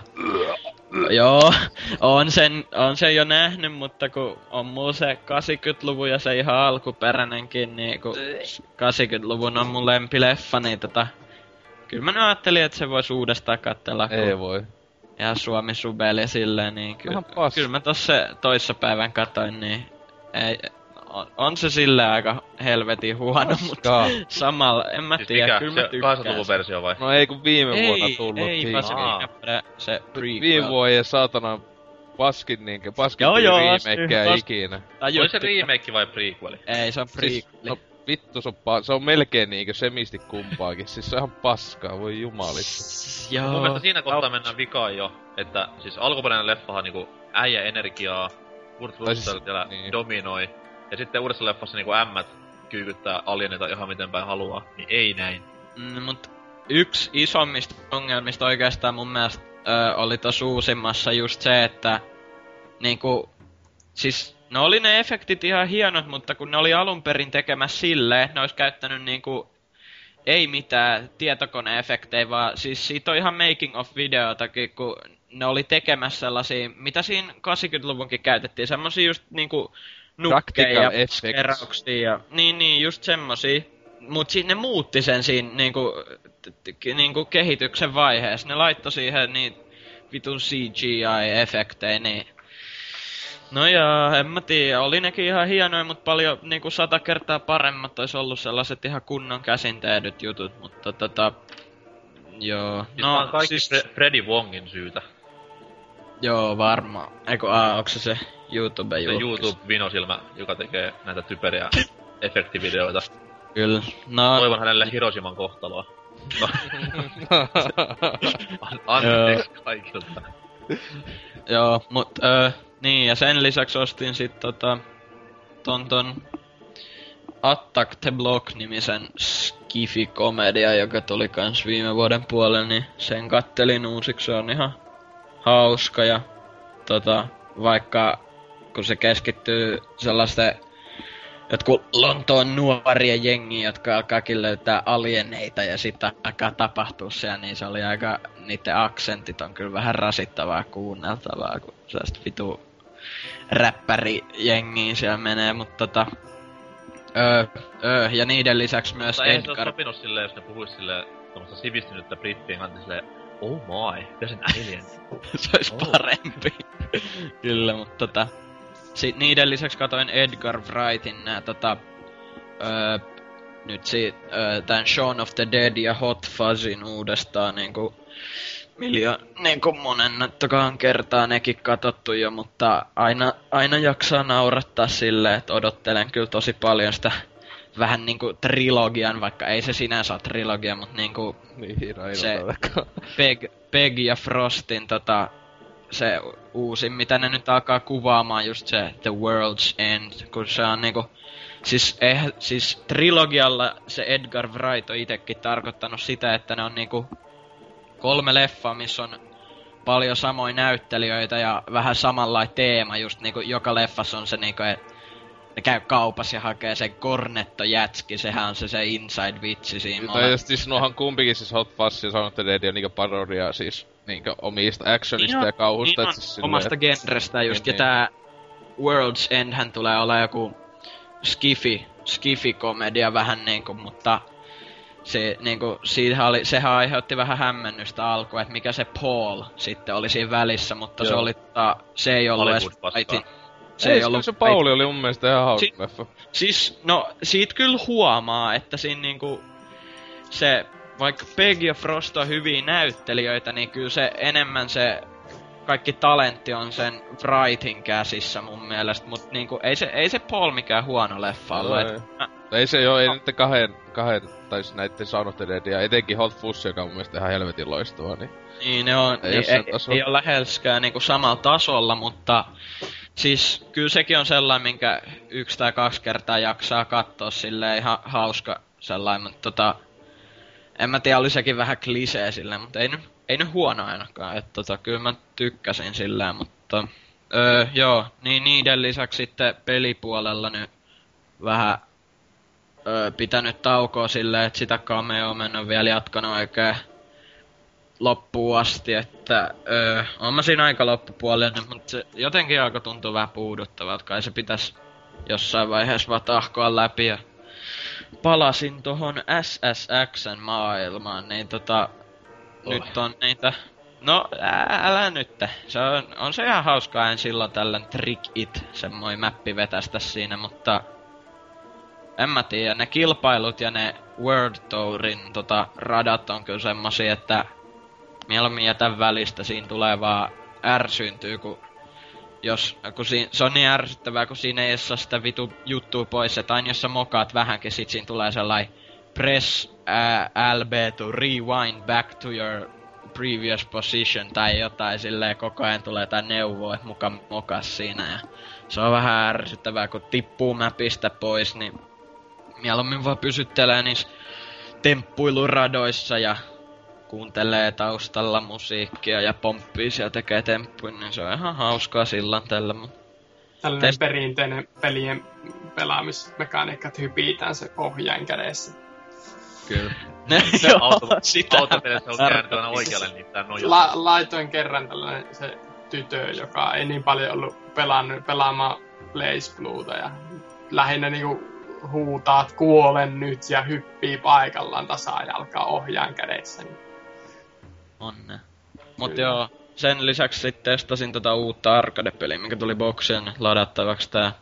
Joo, on sen, on sen jo nähnyt, mutta kun on mulla se kahdeksankymmentäluvun ja se ihan alkuperäinenkin, niin kun kahdeksankymmentäluvun on mun lempileffa, niin tota... Kyllä mä nyt ajattelin, että se vois uudestaan katsella, kun... Ei voi. Ihan Suomi-subeli ja silleen, niin kyllä... Kyllä Kyllä mä tossa toissapäivän katoin, niin... Ei, on, on se silleen aika helvetin huono, Paskaa. mutta samalla, en mä Siis tiedä, mikä? kyllä mä Se tykkään. kahdeksankymmentäluvun versio vai? No ei kun viime ei, vuonna tullut. Ei, ei, se, Aa. pre, se prequel. Viime vuoden saatana paskin niinkö, paskin Joo, joo, remakeä tos- ikinä. Oli se remake vai prequeli? Ei, se on Siis, prequeli. no vittu, se on, pa- se on melkein niinkö semisti kumpaakin. Siis se on ihan paskaa, voi jumalista. Joo. Mun mielestä siinä kohtaa mennään vikaan jo, että siis alkuperäinen leffahan niinku äijä energiaa, Kurt Tai siis- Russell siellä niin. dominoi, ja sitten uudessa leffassa niinku ämmät kyykyttää alieneita ihan miten päin haluaa, niin ei näin. Mm, mut yksi isommista ongelmista oikeastaan mun mielestä ö, oli tossa uusimmassa just se, että niinku, siis ne oli ne efektit ihan hienot, mutta kun ne oli alun perin tekemässä silleen, ne ois käyttänyt niinku ei mitään tietokoneefektejä, vaan siis siitä on ihan making of videotakin, kun ne oli tekemässä sellaisia, mitä siinä kahdeksankymmentäluvunkin käytettiin, semmosia just niinku nukkeja ja skeраuksia ja niin, niin, just semmosia. Mut sit ne muutti sen siinä niinku, t- t- niinku kehityksen vaiheessa. Ne laittoi siihen niin vitun C G I-efektejä, niin... No ja, en mä tiedä, oli nekin ihan hienoja, mut paljon niinku sata kertaa paremmat ois ollut sellaiset ihan kunnon käsin tehdyt jutut, mutta tota... Joo, Siis no, on kaikki siis... Fre- Freddy Wongin syytä. Joo, varmaan. Eiku, aa, onks se se Se YouTube-julkis? YouTube-vinosilmä, joka tekee näitä typeriä efektivideoita. Kyllä. No... Toivon hänelle Hiroshiman kohtaloa. No. An- Anteeksi kaikilta. Joo, mut öö, niin, ja sen lisäksi ostin sit tota... Ton ton... Attack the Block-nimisen skifi-komedia, joka tuli kans viime vuoden puolella, niin sen kattelin uusiksi, se on ihan hauska ja tota, vaikka kun se keskittyy sellaisten jotkut Lontoon nuoria jengiä, jotka alkaakin löytää alieneita ja sitten alkaa tapahtua siellä, niin se oli aika, niiden aksentit on kyllä vähän rasittavaa kuunneltavaa, kun sellaista vitu räppärijengiä siellä menee, mutta tota, öö, öö, ja niiden lisäksi myös Mutta eihän se Edgar... oo sopinut silleen, jos ne puhuis silleen tommoista sivistynyttä brittien kanssa silleen oh my, there's an alien. Se ois Oh. parempi. Kyllä, mutta tota... Sit niiden lisäksi katoin Edgar Wrightin nää tota... Öö, nyt si... Öö, tän Shaun of the Dead ja Hot Fuzzin uudestaan niinku... Miljo... Niinku monennattakaan kertaa nekin katottu jo, mutta aina, aina jaksaa naurattaa silleen, että odottelen kyllä tosi paljon sitä... Vähän niinku trilogian, vaikka ei se sinänsä oo trilogia, mut niinku... Niin, se Peg, Peg ja Frostin tota, se uusin, mitä ne nyt alkaa kuvaamaan, just se The World's End, kun se on niinku... Siis, eh, siis trilogialla se Edgar Wright on itekin tarkoittanut sitä, että ne on niinku kolme leffaa, missä on paljon samoja näyttelijöitä ja vähän samanlainen teema, just niinku joka leffassa on se niinku, et ne käy kaupassa ja hakee sen Cornetto-jätski, sehän on se se inside-vitsi siinä. Tai just siis nuohan kumpikin siis Hot Fuzz ja Shaun of the Dead on niinku parodia siis niinku omista actionista niin ja kauhusta. Niin et siis omasta silleen, genrestä just, niin, ja tää World's Endhän tulee olla joku skifi, skifi-komedia vähän niinku, mutta se niinku, siitähän oli, sehän aiheutti vähän hämmennystä alkuun, että mikä se Paul sitten oli siinä välissä, mutta Joo. se oli, ta, se ei ollut edes Hollywood-paskaa. Wrightin. Se ei ollut... Se Pauli oli mun mielestä ihan hauska Si- leffa. Siis, no, siitä kyllä huomaa, että siinä niinku, se, vaikka Peg ja Frost on hyviä näyttelijöitä, niin kyllä se enemmän se kaikki talentti on sen Wrightin käsissä mun mielestä, mut niinku, ei se, ei se Paul mikään huono leffa ollut. No Et ei. mä, Ei se oo, ei nyt kahden, kahden, tai siis näitten Sound of the Dead ja etenkin Hot Fuzz, joka on mun mielestä ihan helvetin loistava, niin... Niin, ne on, ei, ei, ei oo läheskään niinku samalla tasolla, mutta... Siis, kyllä sekin on sellainen, minkä yksi tai kaksi kertaa jaksaa kattoo silleen ihan hauska sellainen, mutta tota... En mä tiedä, oli sekin vähän klisee silleen, mutta ei nyt, ei nyt huono ainakaan, että tota, kyllä mä tykkäsin silleen, mutta... Öö, joo, niin niiden lisäksi sitten pelipuolella nyt vähän öö, pitänyt taukoa silleen, että sitä cameo mä en oo vielä jatkanut oikein loppuun asti, että öö, oon mä siinä aika loppupuolella, mutta se jotenkin alkoi tuntua vähän puuduttavalta, kai se pitäisi jossain vaiheessa vaan tahkoa läpi ja palasin tohon S S X:n maailmaan, niin tota, oh. Nyt on niitä... No, älä nyt. Se on, on se ihan hauskaa en silloin tällän Trick It, semmoinen mäppi vetästä siinä, mutta... En mä tiedä, ne kilpailut ja ne World Tourin tota, radat on kyllä semmosia, että... Mieluummin jätän välistä, siinä tulee vaan ärsyntyy, kun... Jos, kun siinä, se on niin ärsyttävää, kun siinä ei saa sitä vitu juttua pois, että aina jos sä mokaat vähänkin, sit siinä tulee sellainen... Press ää, L B to rewind back to your... previous position tai jotain silleen koko ajan tulee jotain neuvoa, että muka mokas siinä ja se on vähän ärsyttävää, kun tippuu mäpistä pois, niin mieluummin vaan pysyttelee niissä temppuiluradoissa ja kuuntelee taustalla musiikkia ja pomppii siellä tekee temppuja, niin se on ihan hauskaa silloin tällä. Tällainen Test... perinteinen pelien pelaamismekaniikka, että hypitään se ohjain kädessä. Kyllä. Se auto, autopelissä on käännettävänä oikealle niittää nojaa. La, laitoin kerran tällainen se tytö, joka ei niin paljon ollut pelannut, pelaamaan Blaze Blueta ja lähinnä niinku huutaa, että kuolen nyt ja hyppii paikallaan tasajalkaa ohjaan kädessä. Niin. Onne. Mut Kyllä. joo, sen lisäksi sitten testasin tota uutta arcade-peliä, mikä tuli bokseen ladattavaksi tää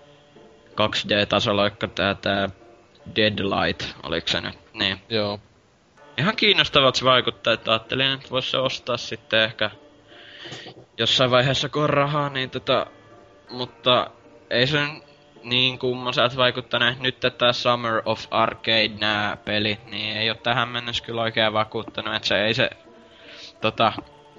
kaksi D-tasoloikka, tää tää Deadlight, oliks se nyt? Niin. Joo. Ihan kiinnostavalta se vaikuttaa, että ajattelin, että vois se ostaa sitten ehkä jossain vaiheessa kun on rahaa, niin tota... Mutta ei se niin kummoiselta vaikuttanut. Nyt tää Summer of Arcade nää pelit, niin ei oo tähän mennessä kyllä oikein vakuuttanut, että se ei se... Tota...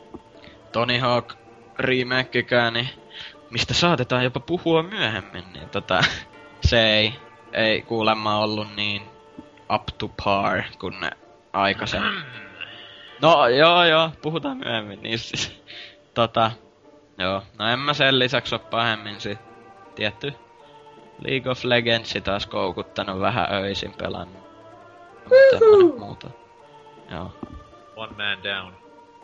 Tony Hawk remakekään, niin... Mistä saatetaan jopa puhua myöhemmin, niin tota... Se ei... Ei kuulemma ollut niin up to par kuin ne aikaisemmin. No joo joo, puhutaan myöhemmin niin siis. Tota, joo, no en mä sen lisäksi oo pahemmin sit tietty League of Legends taas koukuttanut vähän öisin pelannut. Mutta muuta. Joo. One man down.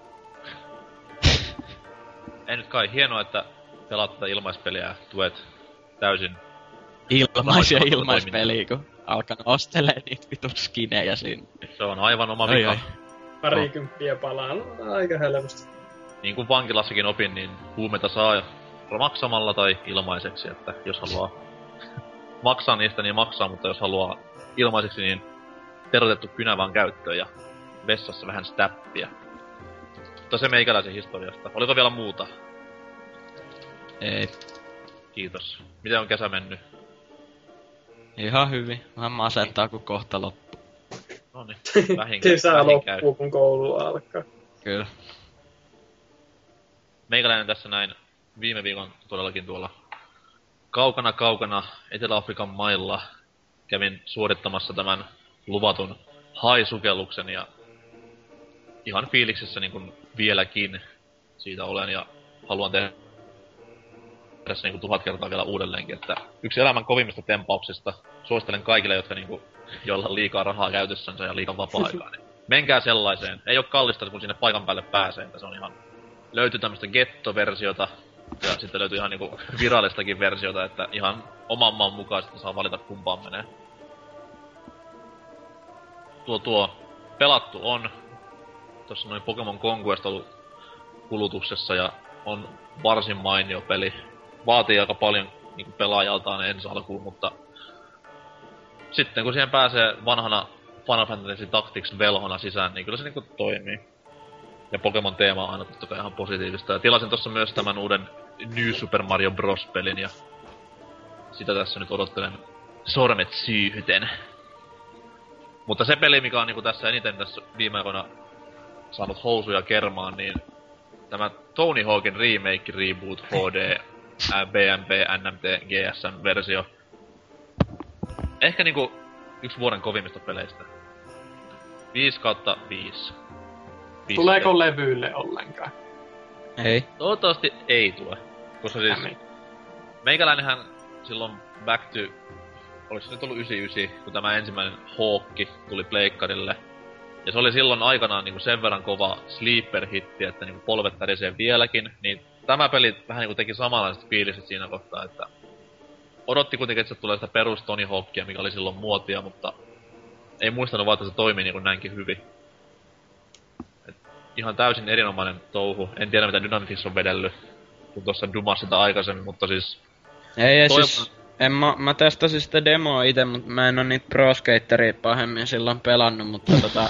Ei nyt kai hienoa, että pelaat tätä ilmaispeliä ja tuet täysin ilmaisia ilmaispeliä, kun alkanut ostelee niitä vitun skinejä siinä. Se on aivan oma vika. Parikymppiä palaa, no, aika helposti. Niin kuin vankilassakin opin, niin huumeita saa maksamalla tai ilmaiseksi, että jos haluaa maksaa niistä, niin maksaa, mutta jos haluaa ilmaiseksi, niin terotettu kynä vaan käyttöön ja vessassa vähän stäppiä. Mutta se meikäläisen historiasta. Oliko vielä muuta? Ei. Kiitos. Miten on kesä mennyt? Ihan hyvin. Vähän masentaa, kun kohta loppuu. Noniin, vähin käy. Kesä loppuu, kun koulu alkaa. Kyllä. Meikäläinen tässä näin viime viikon todellakin tuolla kaukana kaukana Etelä-Afrikan mailla kävin suorittamassa tämän luvatun haisukelluksen ja ihan fiiliksessä niin kuin vieläkin siitä olen ja haluan tehdä tässä niin kuin tuhat kertaa vielä uudelleenkin, että yksi elämän kovimmista tempauksista suosittelen kaikille, jotka niin kuin, joilla on liikaa rahaa käytössänsä ja liikaa vapaa-aikaa, niin menkää sellaiseen. Ei oo kallista, kun sinne paikan päälle pääsee, että se on ihan... Löytyy tämmöstä getto-versiota ja sitten löytyy ihan niinku virallistakin versiota, että ihan oman maan mukaan sitten saa valita kumpaan menee. Tuo tuo pelattu on. Tossa noin Pokemon Conquest ollut kulutuksessa ja on varsin mainio peli. Vaatii aika paljon niinku pelaajaltaan ensi alkuun, mutta sitten kun siihen pääsee vanhana Final Fantasy Tactics velhona sisään, niin kyllä se niinku toimii. Ja Pokemon teema on aina totta kai ihan positiivista. Ja tilasin tossa myös tämän uuden New Super Mario Bros. Pelin ja sitä tässä nyt odottelen sormet syyhyten. Mutta se peli, mikä on niinku tässä eniten tässä viime aikoina saanut housuja kermaan, niin tämä Tony Hawkin remake, reboot, H D, B M P, N M T, G S M-versio. Ehkä niinku yksi vuoden kovimmista peleistä. viisi kautta viisi. Tuleeko levyille ollenkaan? Ei. Toivottavasti ei tule. Koska siis Hämi. meikäläinenhän silloin Back to... Oliko se nyt ollut yhdeksänkymmentäyhdeksän, kun tämä ensimmäinen Hawkki tuli pleikkarille. Ja se oli silloin aikanaan niinku sen verran kova sleeper-hitti, että niinku polvet tärisee vieläkin. Niin tämä peli vähän niinku teki samanlaiset fiiliset siinä kohtaa, että... Odotti kuitenkin, että se tulee sitä perus Tony Hawkia, mikä oli silloin muotia, mutta... Ei muistanut vaan, että se toimii niinku näinkin hyvin. Et ihan täysin erinomainen touhu. En tiedä mitä Dynamix on vedellyt, kun tuossa dumasi sitä aikaisemmin, mutta siis... Ei, ei Toivon... siis... En mä, mä testasin sitä demoa ite, mutta mä en oo niitä Pro Skateria pahemmin silloin pelannut, mutta tota...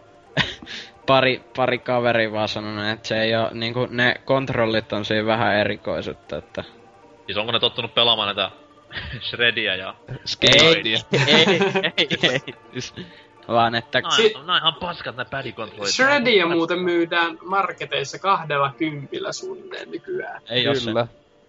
pari, pari kaveri vaan sanonut, että se ei oo, niinku, ne kontrollit on siinä vähän erikoiset, että... Siis onko ne tottunut pelaamaan näitä Shredia ja... Skatea. ei, ei, ei, siis, vaan että... Nää Si- on, nää on ihan paskat nää pädikontrollit. Shredia muuten myydään marketeissa kahdella kympillä suunnilleen nykyään. Ei oo se. Kyllä.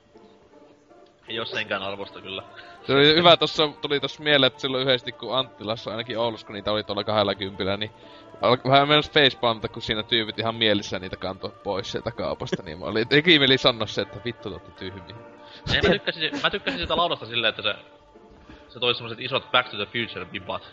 Ei oo senkään arvosta kyllä. Se oli hyvä, tossa tuli tossa mieleen, että silloin yhdesti kun Anttilassa, ainakin Oulussa, kun niitä oli tuolla kahdella kympillä, niin alkoi vähän mennä facepalmata, kun siinä tyypit ihan mielissä niitä kantoi pois sieltä kaupasta, niin mä olin, teki mieli sanoa se, että vittu totta tyhmiä. Ei, mä tykkäsin, mä tykkäsin sitä laudasta silleen, että se... Se toi semmoset isot Back to the Future-bibat.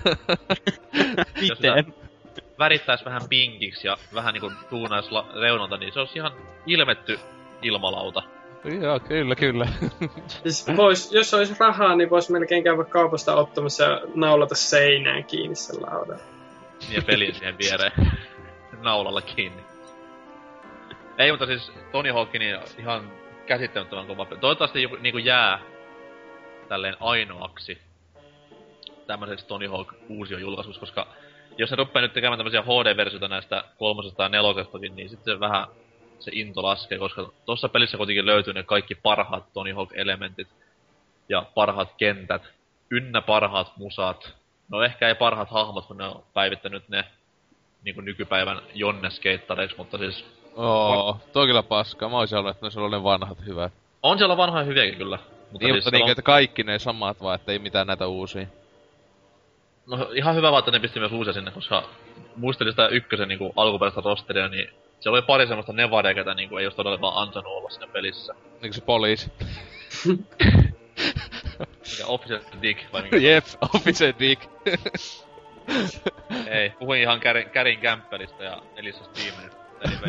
Jos sitä Miten? värittäis vähän pinkiksi ja vähän niinku tuunais la- reunalta, niin se olisi ihan ilmetty ilmalauta. Joo, kyllä, kyllä. Siis vois, jos olisi rahaa, niin vois melkein käydä kaupasta ottamassa ja naulata seinään kiinni sen laudan. Ja pelin siihen viereen. Naulalla kiinni. Ei, mutta siis Tony Hawk niin ihan käsittämättömän kova peli. Toivottavasti joku niinku jää tälleen ainoaksi tämmöiseksi Tony Hawk uusion julkaisuksi, koska jos ne ruppee nyt tekemään tämmösiä H D-versioita näistä kolmosesta ja nelosestakin, niin sitten se vähän se into laskee, koska tossa pelissä kuitenkin löytyy ne kaikki parhaat Tony Hawk-elementit ja parhaat kentät, ynnä parhaat musat. No ehkä ei parhaat hahmot, kun ne on päivittänyt ne niinku nykypäivän Jonne-skeittareiksi, mutta siis... Oo, toi kyllä paskaa. Mä oisin halunnut, että ne olisi ollut ne vanhat hyvät. On siellä vanhoja hyviäkin kyllä. Mutta Niin, siis mutta niinkö, on... että kaikki ne samat vaan, että ei mitään näitä uusia. No ihan hyvä vaan, että ne pisti myös uusia sinne, koska muistelin sitä ykkösen niinku alkuperäistä rosteria, niin siellä oli pari semmoista Nevadia, ketä niinku ei olisi todella vaan ansainnut olla siinä pelissä. Niinkö se poliisi? Mikä Officer Dick vai mikä? Jep, Officer Dick. Ei, puhuin ihan Kärin, Kärin Kämppelistä ja Elissa Stevenista.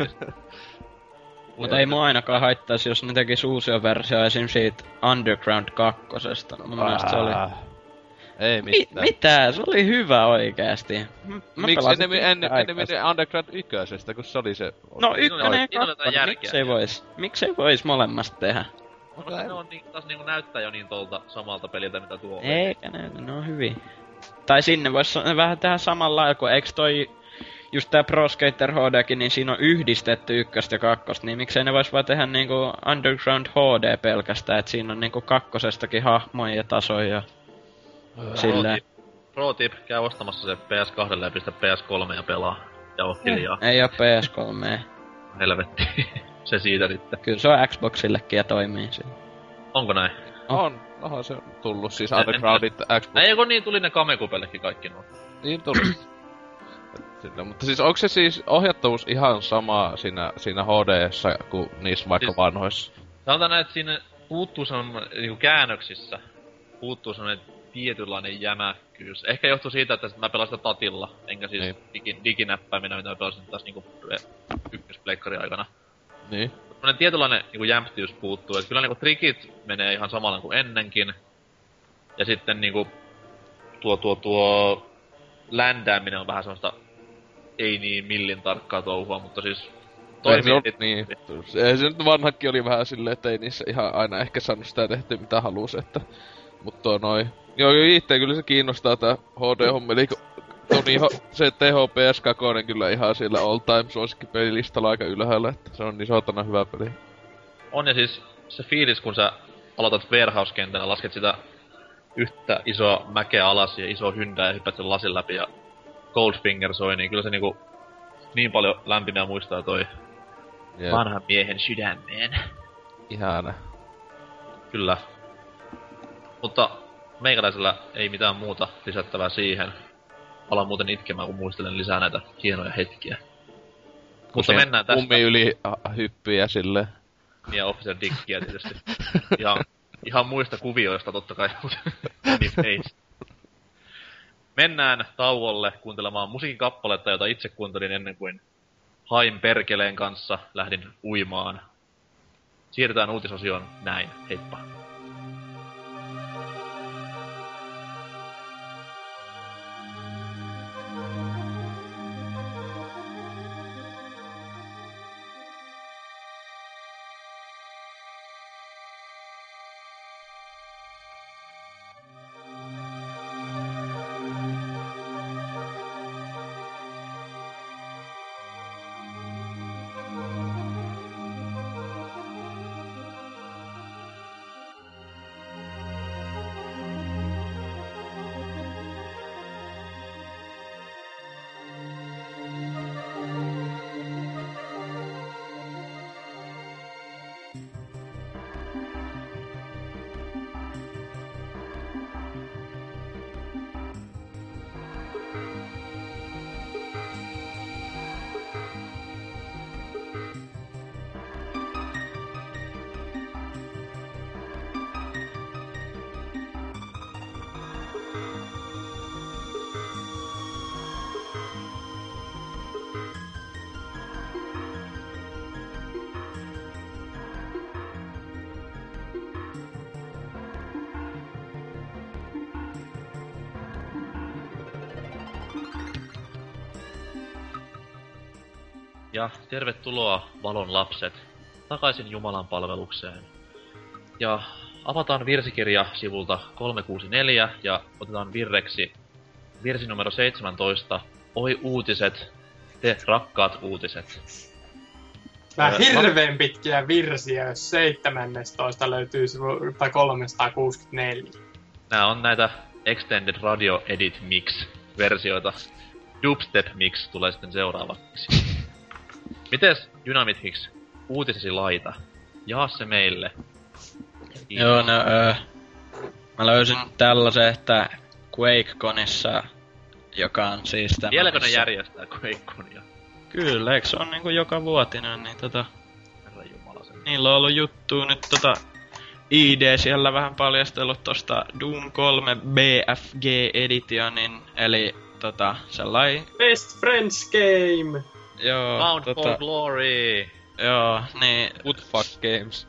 Mutta ei mua ainakaan haittaisi, jos ne tekis uusia versioita esim. Siitä Underground kakkosesta. No, mun mielestä se oli... Ei Mi- mitään. mitä? Se oli hyvä oikeesti. M- mä Miksi pelasin enemmän en, pitkän enemmän aikaa. Underground ykkösestä, kun se oli se... No ykkönen ja Siinä on jotain kakkonen, järkeä. miksei vois? Miksei vois molemmasta tehdä? Koska ne on niin, taas niinku näyttää jo niin tolta samalta peliltä, mitä tuo on. Eikä ne, ne on hyvin. Tai sinne vois vähän tehdä samalla lailla, kun eiks toi... Just tää Pro Skater H D:kin, niin siinä on yhdistetty ykköstä ja kakkosta, niin miksei ne vois vaan tehdä niinku Underground H D pelkästään, et siinä on niinku kakkosestakin hahmoja ja tasoja ja... Silleen. Pro tip, käy ostamassa se P S kaksi ja pistä P S kolme ja pelaa. Ja oo hiljaa. Ei oo P S kolme. Helvetti. Se siitä sitten. Kyllä se on Xboxillekin ja toimii siinä. Onko näin? On, onhan se tullut siis En- en- Undergroundit Xbox. Ei kun niin tuli ne Kamekupellekin kaikki nuo. Niin tuli. Sillä, mutta siis onko se siis ohjattavuus ihan sama siinä, siinä H D:ssä kuin niissä vaikka Siis- vanhoissa? Sanotaan näin, että siinä puuttuu semmonen, niinku käännöksissä, puuttuu semmonen tietynlainen jämäkkyys. Ehkä johtuu siitä, että mä pelasin sitä tatilla, enkä siis Niin. digi, diginäppäiminä, mitä mä pelasin taas niinku ykköspleikkari aikana. Niin. Semmonen tietynlainen niinku jämptiys puuttuu, et kyllä niinku trikit menee ihan samalla kuin ennenkin. Ja sitten niinku tuo tuo tuo ländääminen on vähän semmoista ei niin millin tarkkaa touhua, mutta siis Ei se toimii. on, niin. Se, se nyt vanhakin oli vähän silleen, että ei niissä ihan aina ehkä saanut sitä tehtyä mitä halusi, että... Mut tuo noi... Joo, joo, itse kyllä se kiinnostaa tää H D-hommeli, kun Toni Ho- se T H P S kaksi kyllä ihan siellä all time suosikkipelilistalla aika ylhäällä, että se on niin saatana hyvä peli. On ja siis se fiilis, kun sä aloitat warehouse-kentällä, lasket sitä yhtä iso mäkeä alas ja iso hyndää ja hypät sen lasin läpi ja Goldfinger soi, niin kyllä se niinku niin paljon lämpimiä muistaa toi yep. vanhan miehen sydämeen. Ihana. Kyllä. Mutta meikäläisellä ei mitään muuta lisättävää siihen. Alan muuten itkemään, kun muistelen lisää näitä hienoja hetkiä. Mutta Usein mennään tästä. Kummi yli hyppyjä silleen. Ja Officer Dickia tietysti. ihan, ihan muista kuvioista totta kai. Mennään tauolle kuuntelemaan musiikkikappaletta, jota itse kuuntelin ennen kuin hain perkeleen kanssa lähdin uimaan. Siirrytään uutisosioon näin. Heippa. Ja tervetuloa valon lapset takaisin Jumalan palvelukseen. Ja avataan virsikirja sivulta kolmesataakuusikymmentäneljä ja otetaan virreksi virsi numero seitsemäntoista. Oi uutiset, te rakkaat uutiset. Nää hirveen pitkiä virsiä, jos seitsemäntoista löytyy sivulta kolmesataakuusikymmentäneljä. Nää on näitä Extended Radio Edit Mix versioita. Dubstep Mix tulee sitten seuraavaksi. Mites Dynamit Hicks, uutisesi laita? Jaa se meille. Kiitos. Joo, no öö, mä löysin tällaisen, että QuakeConissa, joka on siis tämä... Vieläkö ne järjestää QuakeConia? Kyllä, eikö se on niinku joka vuotinen, niin tota... Herra jumala sen. Niillä on ollut juttuu nyt tota... I D siellä vähän paljastellut tosta Doom kolme B F G Editionin, eli tota sellai... Best Friends Game! Joo, Bound tota... for Glory! Joo, niin... Good fuck games.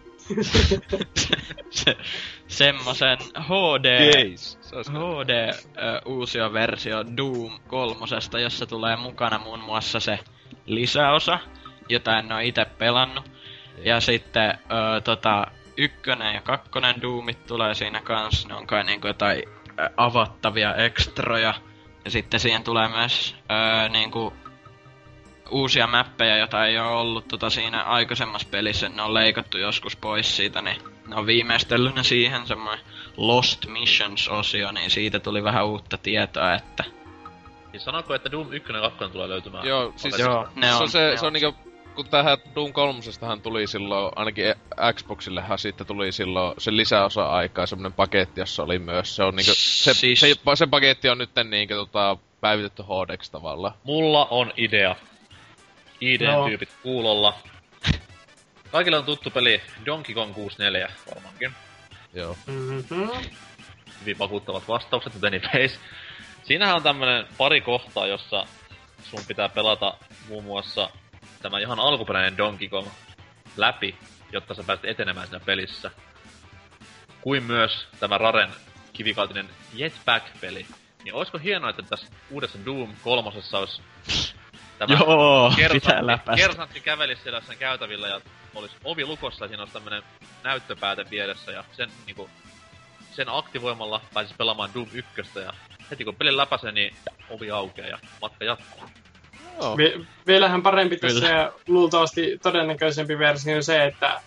se, semmosen H D... Gays. H D uh, uusia versio Doom kolmosesta, jossa tulee mukana muun muassa se lisäosa, jota en oo ite pelannut. Ja sitten uh, tota... Ykkönen ja kakkonen Doomit tulee siinä kans, ne on kai niinku jotain ä, avattavia ekstroja. Ja sitten siihen tulee myös ä, niinku uusia mäppejä, joita ei oo ollut tota siinä aikaisemmassa pelissä. Ne on leikattu joskus pois siitä, niin ne on viimeistellyt ne siihen semmoinen Lost Missions-osio, niin siitä tuli vähän uutta tietoa, että... Siis sanoko, että Doom yksi ja kaksi tulee löytymään? Joo, siis joo, ne on, se on, se, ne se on niinku... Kun tähän Doom kolmosestahan tuli silloin, ainakin Xboxillehan sitten tuli silloin sen lisäosa-aikaa semmonen paketti, jossa oli myös, se on niinku, se, siis... se, se paketti on nytten niinku tota, päivitetty H D:ksi tavallaan. Mulla on idea. I D-tyypit no. kuulolla. Kaikille on tuttu peli Donkey Kong kuusikymmentäneljä varmaankin. Joo. Mm-hmm. Hyvin vakuuttavat vastaukset, mutta anyways. Siinähän on tämmönen pari kohtaa, jossa sun pitää pelata muun muassa tämä ihan alkuperäinen Donkey Kong läpi, jotta sä pääset etenemään siinä pelissä. Kuin myös tämä Raren kivikautinen Jetpack-peli. Niin oisko hienoa, että tässä uudessa Doom kolmosessa olisi tämä Joo, kersantti, kersantti kävelisi siellä sen käytävillä ja olisi ovi lukossa ja siinä olisi tämmönen näyttöpääte vieressä ja sen niinku sen aktivoimalla pääsis pelaamaan Doom ykköstä ja heti kun pelin läpäisee, niin ovi aukeaa ja matka jatkuu. Oh. Vi- vielähän parempi tässä ja luultavasti todennäköisempi versio on se, että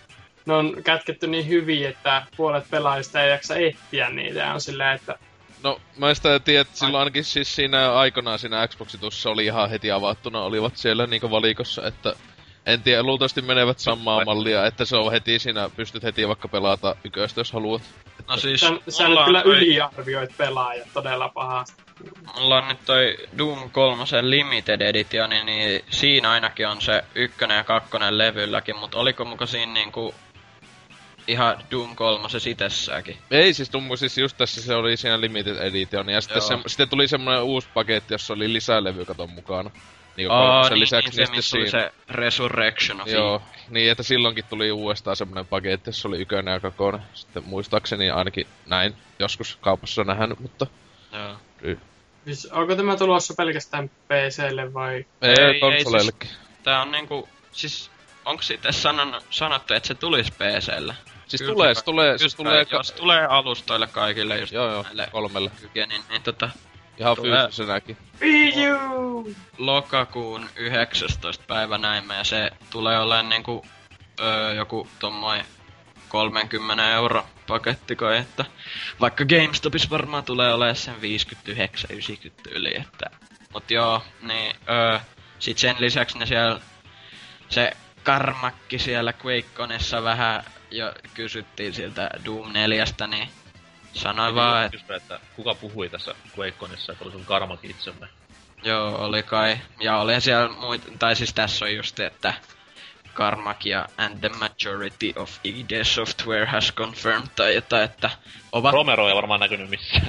ne on kätketty niin hyvin, että puolet pelaajista ei jaksa etsiä niitä. Ja on sillä, että... No, mä sitä tiedän, että silloin ainakin siis siinä aikanaan siinä Xboxitussa oli ihan heti avattuna, olivat siellä niinku valikossa, että en tiedä, luultavasti menevät samaa mallia, että se on heti siinä, pystyt heti vaikka pelata yköistä, jos haluat. No siis, sä, sä nyt kyllä toi... yliarvioit pelaajat todella pahasti. Mulla on nyt toi Doom kolme Limited Editioni, niin siinä ainakin on se ykkönen ja kakkonen levylläkin, mut oliko muka siinä niinku ihan Doom kolme itsessäänkin? Ei siis Doom, siis just tässä se oli siinä Limited Edition, ja sitten, se, sitten tuli semmonen uusi paketti, jossa oli lisälevy katon mukana. Niin Aa, niin, lisäksi, niin, se missä oli se Resurrection of Joo, niin että silloinkin tuli uudestaan semmonen paketti, jossa oli ykönen ja kakonen. Sitten muistaakseni ainakin näin joskus kaupassa nähnyt, mutta... Joo. Y- siis onko tämä tulossa pelkästään P C:lle vai? Ei, ei konsoleillekin. Siis, tää on niinku, siis onko siitä sanonut, sanottu, että se tulisi P C:lle? Siis kyllä tulee, se tulee, siis tulee... Jos ka- tulee alustoille kaikille just joo, joo, kolmelle. Kyke, niin, niin tota... Ihan fyysisenäkin. Wii U! Lokakuun yhdeksästoista päivä näimme, ja se tulee olemaan niinku öö, joku tommoinen kolmekymmentä euro paketti kai, että vaikka GameStopissa varmaan tulee olemaan sen viisikymmentäyhdeksän yhdeksänkymmentä yli, että mut joo, niin öö, sit sen lisäksi ne siellä se Karmakki siellä QuakeConissa vähän jo kysyttiin siltä Doom neljästä, niin sanoin vaan, että... Kysymä, että kuka puhui tässä QuakeConissa, että oli sun Karmakki itsemme? Joo, oli kai. Ja oli siellä muita, tai siis tässä on just, että Carmack ja and the majority of I D Software has confirmed, tai jotain, että ovat... Romero ei varmaan näkynyt missään.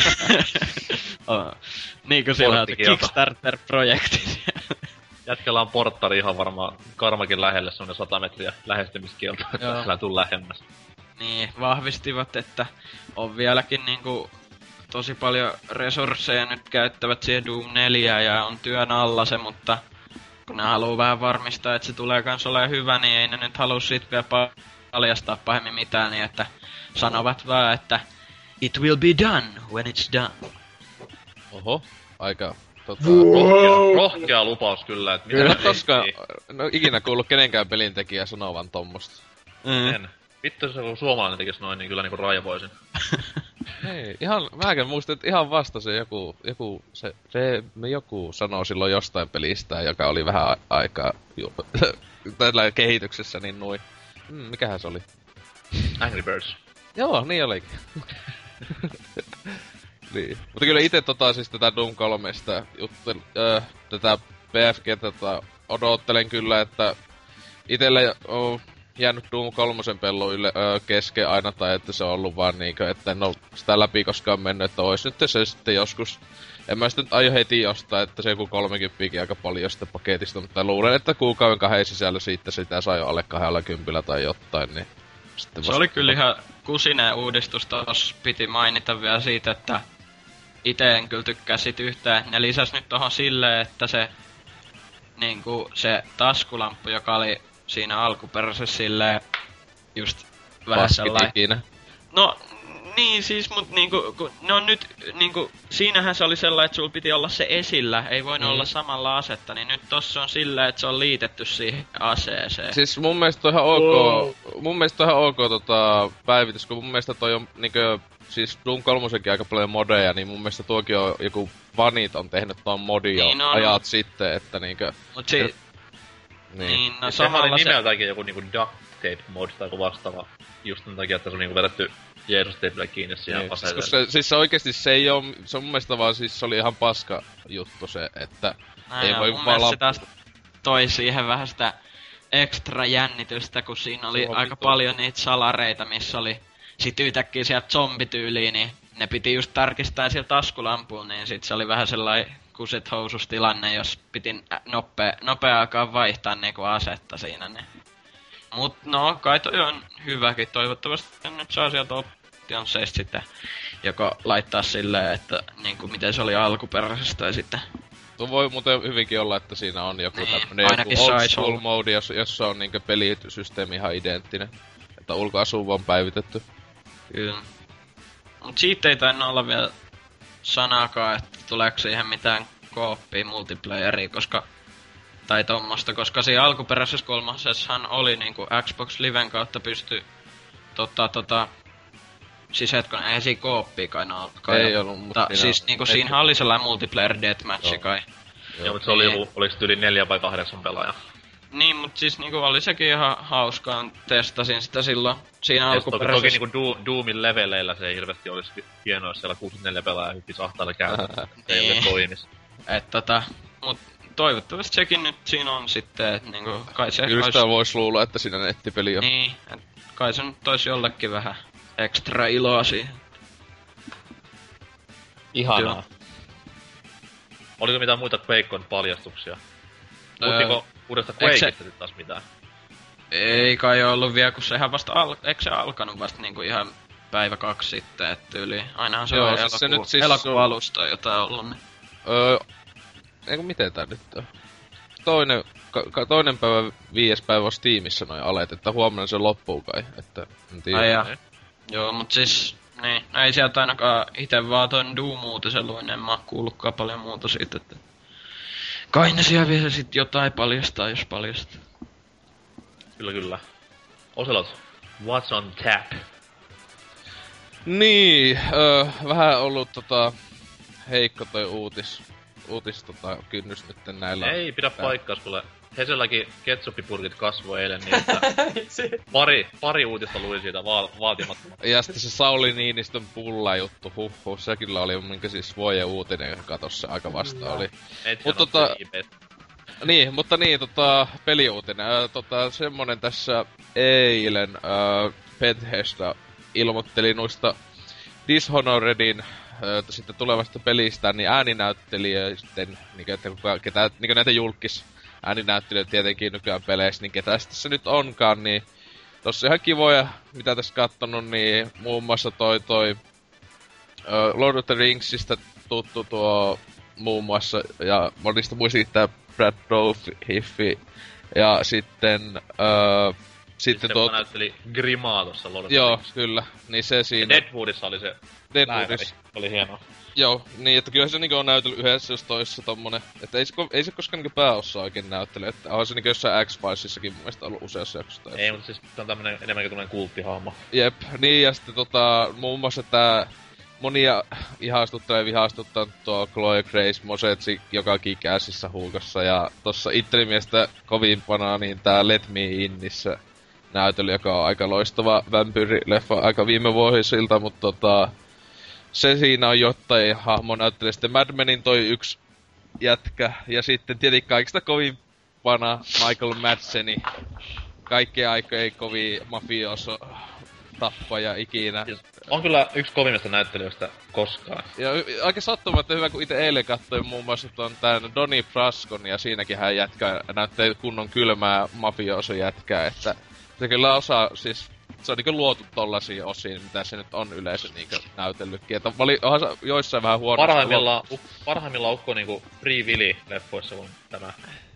oh. Niin kuin sillä on Kickstarter-projekti. Jätkällä on porttari ihan varmaan Karmakin lähelle, semmonen sata metriä lähestymiskielto, että sillä tuu lähemmäs. Niin, vahvistivat, että on vieläkin niinku tosi paljon resursseja nyt käyttävät siihen Doom neljä ja on työn alla se, mutta kun ne haluu vähän varmistaa, että se tulee kans olemaan hyvä, niin ei ne nyt halua siitä vielä paljastaa pahemmin mitään, niin että sanovat vaan, että it will be done when it's done. Oho, aika tota... Rohkea, rohkea lupaus kyllä, että mitä koskaan, no ikinä kuullut kenenkään pelintekijä sanovan tommosta. Mm. En. Vittu se kun suomalainen tekis noin, niin kyllä niinku raivoisin. Ei, ihan, mäkään muistin, että ihan vasta se joku, joku, se, se, me joku sanoo silloin jostain pelistä, joka oli vähän a- aikaa ju, tällä kehityksessä, niin nui. Mm, mikähän se oli? Angry Birds. Joo, niin olikin. Niin. Mutta kyllä ite tota siis tätä Doom kolmesta juttel, äh, tätä P F G tota odottelen kyllä, että itelle on jäänyt Doom kolmosen pello yle, öö, kesken aina, tai että se on ollut vaan niinkö, että en oo sitä läpi koskaan mennyt, että ois nyt se sitten joskus. En mä sitten aio heti jostain, että se joku kolmekymmentäkin aika paljon sitä paketista, mutta luulen, että kuukauden kahden sisällä siitä sitä sai jo alle kaksikymmentä tai jotain, niin... Sitten se oli kyllä ihan kusineen uudistus, tos piti mainita vielä siitä, että ite en kyllä tykkää sit yhtään. Ne lisäs nyt tohon silleen, että se niinku se taskulamppu, joka oli siinä alkuperäisessä silleen just vähän sellainen... No niin siis, mut niinku, kun ne on nyt niinku, siinähän se oli sellainen, että sulla piti olla se esillä, ei voinut mm. olla samalla asetta, niin nyt tossa on silleen, että se on liitetty siihen aseeseen. Siis mun mielestä on ihan ok, oh. mun mielestä on ihan ok tota päivitys, kun mun mielestä toi on niinkö, siis Doom kolmosenkin aika paljon modeja, niin mun mielestä tuokin on joku Vanit on tehnyt tuon modin jo niin on, ajat no. sitten, että niinkö... Mut si... Niin, niin no samalla oli nimeltäänkin se... joku niinku duct tape mod tai joku vastaava, just sen takia, että se on niinku vedetty Jeesus teipillä kiinni siihen niin, aseeseen. Siis, se, siis se oikeesti se ei oo, se on mun mielestä vaan siis se oli ihan paska juttu se, että Näin, ei voi mun vaan se taas toi siihen vähän sitä ekstra jännitystä, kun siinä oli aika vittu. Paljon niitä salareita, missä oli sit yhtäkkiä sieltä zombityyliin, niin ne piti just tarkistaa sieltä taskulampuun, niin sit se oli vähän sellainen kusit housustilanne, jos piti nopea, nopea aikaan vaihtaa niinku asetta siinä, niin. Mut no, kai toi on hyväkin. Toivottavasti nyt saa sieltä optionseista sitten joko laittaa silleen, että niinku miten se oli alkuperäisessä tai sitten... Tuo voi muuten hyvinkin olla, että siinä on joku niin, tämmönen joku old school mode, jossa on niinku pelisysteemi ihan identtinen. Että ulkoasu on päivitetty. Kyllä. Mut siitä ei tainnut olla vielä sanaakaan, että tuleeko siihen mitään kooppia multiplayeria, koska tai tommosta, koska siinä alkuperäisessä kolmosessahan oli niinku Xbox Liven kautta pysty tota tota... Siis hetkonen, eihän siinä kooppia kai naakaan. Ei ollut, mutta siinä... Siis niinku siinähän oli sellainen multiplayer deathmatchi kai. Joo, mutta se oli joku, oliks yli neljä vai kahdeksan pelaajaa? Niin, mut siis niinku oli sekin ihan hauskaa, testasin sitä silloin siinä alkuperäisessä. Toki niinku Do- Doomin leveleillä se ei hirveesti olisi hienoa, jos siellä kuusikymmentäneljä pelaajaa hyppis ahtailla käydä. Se ei ole toimis. Et tota, mut toivottavasti sekin nyt siinä on sitten, et niinku kai se... Kyllä sitä vois luulla, että siinä nettipeli on. Niin, et kai se nyt tois jollekin vähän ekstra iloa siihen. Ihanaa. Oliko mitään muita Quakeen paljastuksia? Puhuttiinko öö, uudesta Quakeista se... nyt taas mitään? Ei kai ollut vielä, kun sehän vasta al... Eikö se alkanut vasta niinku ihan päivä kaksi sitten, että yli... Ainahan se Joo, on siis elokuun, se nyt siis elokuun alusta jotain ollut, niin... Öö... Eiku miten tää nyt on? Toinen, ka, toinen päivä, viides päivä on Steamissa noin alet, että huomenna se loppuu kai, että en tiedä. Ai jaa. Joo, mut siis... Niin, no ei sieltä ainakaan ite vaan toinen Doom-uutisen luin, en mä oo kuullutkaan paljon muuta siitä, että... Kai ne siellä vielä sit jotain paljastaa, jos paljastaa. Kyllä, kyllä. Oselot, what's on tap? Niin, öö, vähän ollut tota... heikko toi uutis... Uutis tota kynnys nytten näillä... Ei pidä paikkaas, kuule. Heselläkin ketsuppipurkit kasvoi eilen niin, että pari, pari uutista luin siitä va- vaatimattomasti. Ja sitten se Sauli Niinistön pulla juttu, huhhuh, se kyllä oli minkä siis voje uutinen, joka katossa aika vasta oli. Mut tota... Niin, mutta niin, tota, peliuutinen. Ää, tota, semmonen tässä eilen ää, Bethesda ilmoitteli noista Dishonoredin ää, sitten tulevasta pelistä, niin ääninäyttelijöiden, niin että ketä, niin näitä julkis ääninäyttelijöitä tietenkin nykyään peleissä, niin ketä tässä nyt onkaan, niin tossa ihan kivoja, mitä tässä kattonut, niin muun muassa toi toi uh, Lord of the Ringsista tuttu tuo muun muassa, ja monista muista Brad Dourif, ja sitten uh, sitten tuo... näytteli Grimaa tossa Lord of the Joo, Rings. kyllä, niin se siinä... Ja Deadwoodissa oli se Deadwoodissa. Oli hienoa. Joo, niin että kyllä se niinku on näytellyt yhdessä jos toisessa tommonen, että ei se, ei se koskaan niinku pääossa oikein näyttele, että onhan se niinku jossain X-Filesissakin mun mielestä ollut useassa jaksossa. Ei, mutta siis tää on tämmönen enemmänkin tämmönen kulttihahmo. Jep, niin ja sitten tota, muun muassa tää monia ihastuttaa ja vihastuttaa tuo Chloe Grace Mosetsi joka Kick-Assissa huukossa, ja tossa itteni mielestä kovimpana niin tää Let Me Innissä näytely, joka on aika loistava vampyyrileffa aika viime vuosilta, mutta tota... Se siinä on jotain hahmo näyttelee sitten Mad Menin toi yksi jätkä, ja sitten tietenkin kaikista kovimpana Michael Madseni. Kaikkien aikojen kovin mafioso tappaja ikinä. On kyllä yksi kovimmista näyttelijöistä koskaan. Ja aika sattumatta hyvä, kun itse eilen katsoin muun muassa ton tän Donnie Brascon, ja siinäkin hän jätkä näyttää kunnon kylmää mafioso jätkää, että se kyllä osaa siis... Se on niinku luotu tollasia osiin, mitä se nyt on yleensä niinku näytellytkin. Että oli, onhan se joissain vähän huonosti. Parhaimmillaan, u, parhaimmillaan ukko niinku Free Willy-leffoissa on tämä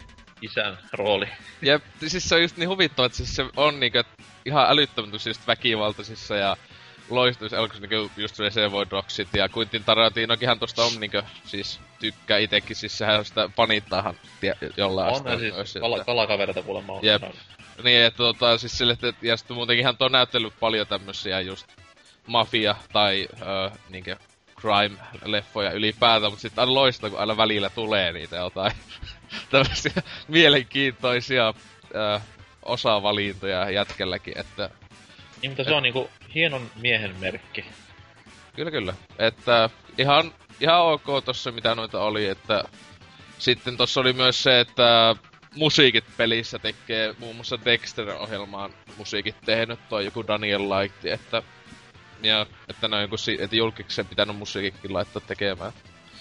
isän rooli. Jep, siis se on just niin huvittava, että siis se on niinku ihan älyttömän siis väkivaltaisissa ja loistuissa elokuvissa niinku just Reservoir Dogsit ja Quentin Tarantinokinhan tosta on niinku siis tykkää itekin, siis sehän sitä panittaahan jollain asteella. On ne siis kala, kalakaverita kuulemma on. Jep. Niin, että tota, siis sille, että, ja sitten muutenkinhan on näytellyt paljon tämmösiä just mafia- tai öö, niinkö crime-leffoja ylipäätään, mutta sitten on loista, kun aina välillä tulee niitä jotain tämmösiä mielenkiintoisia öö, osavalintoja jätkälläkin, että... Niin, mutta se et, on niinku hienon miehen merkki. Kyllä, kyllä. Että ihan, ihan ok tossa, mitä noita oli, että... Sitten tossa oli myös se, että... Musiikit pelissä tekee muun muassa Dexter-ohjelmaan musiikit tehnyt toi joku Daniel Light, että ja että ne on joku si- että julkiksen pitänyt musiikitkin laittaa tekemään.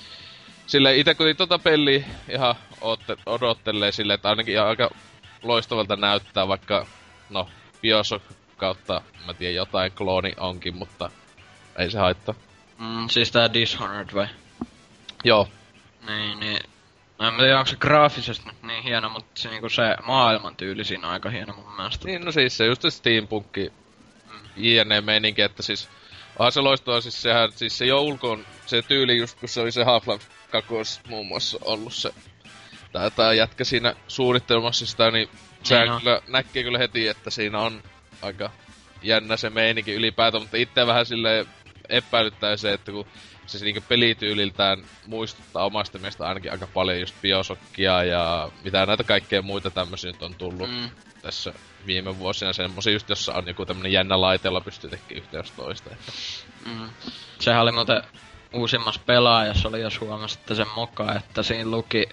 Sille ite kun tota peliä ihan ootte, odottelee sille, että ainakin aika loistavalta näyttää, vaikka no Bioshock kautta mä tiedän jotain klooni onkin, mutta ei se haittaa. Mm, siis tää Dishonored vai? Joo. Niin, niin. No en tiedä, onko se graafisesti nyt niin hieno, mutta se, niinku se maailman tyyli siinä on aika hieno mun mielestä. Niin, no siis se just se steampunkki mm. jne-meininki, että siis... Onhan se loistava, siis sehän, siis se jo ulkoon, se tyyli just kun se oli se Half-Life kaksi muun muassa ollut se... tää, tää jätkä siinä suunnittelemassa sitä, niin sehän Niin on. kyllä näkee kyllä heti, että siinä on aika jännä se meininki ylipäätään, mutta itse vähän silleen epäilyttää se, että kun se niinku pelityyliltään muistuttaa omasta mielestä ainakin aika paljon just Bioshockia ja mitä näitä kaikkea muita tämmösiä nyt on tullut Mm. tässä viime vuosina, semmosia just jossa on joku tämmönen jännä laite, jolla pystyy tekemään yhteys toista. Mm. Sehän oli muuten uusimmassa pelaajassa oli jos huomasitte sen moka, että siinä luki,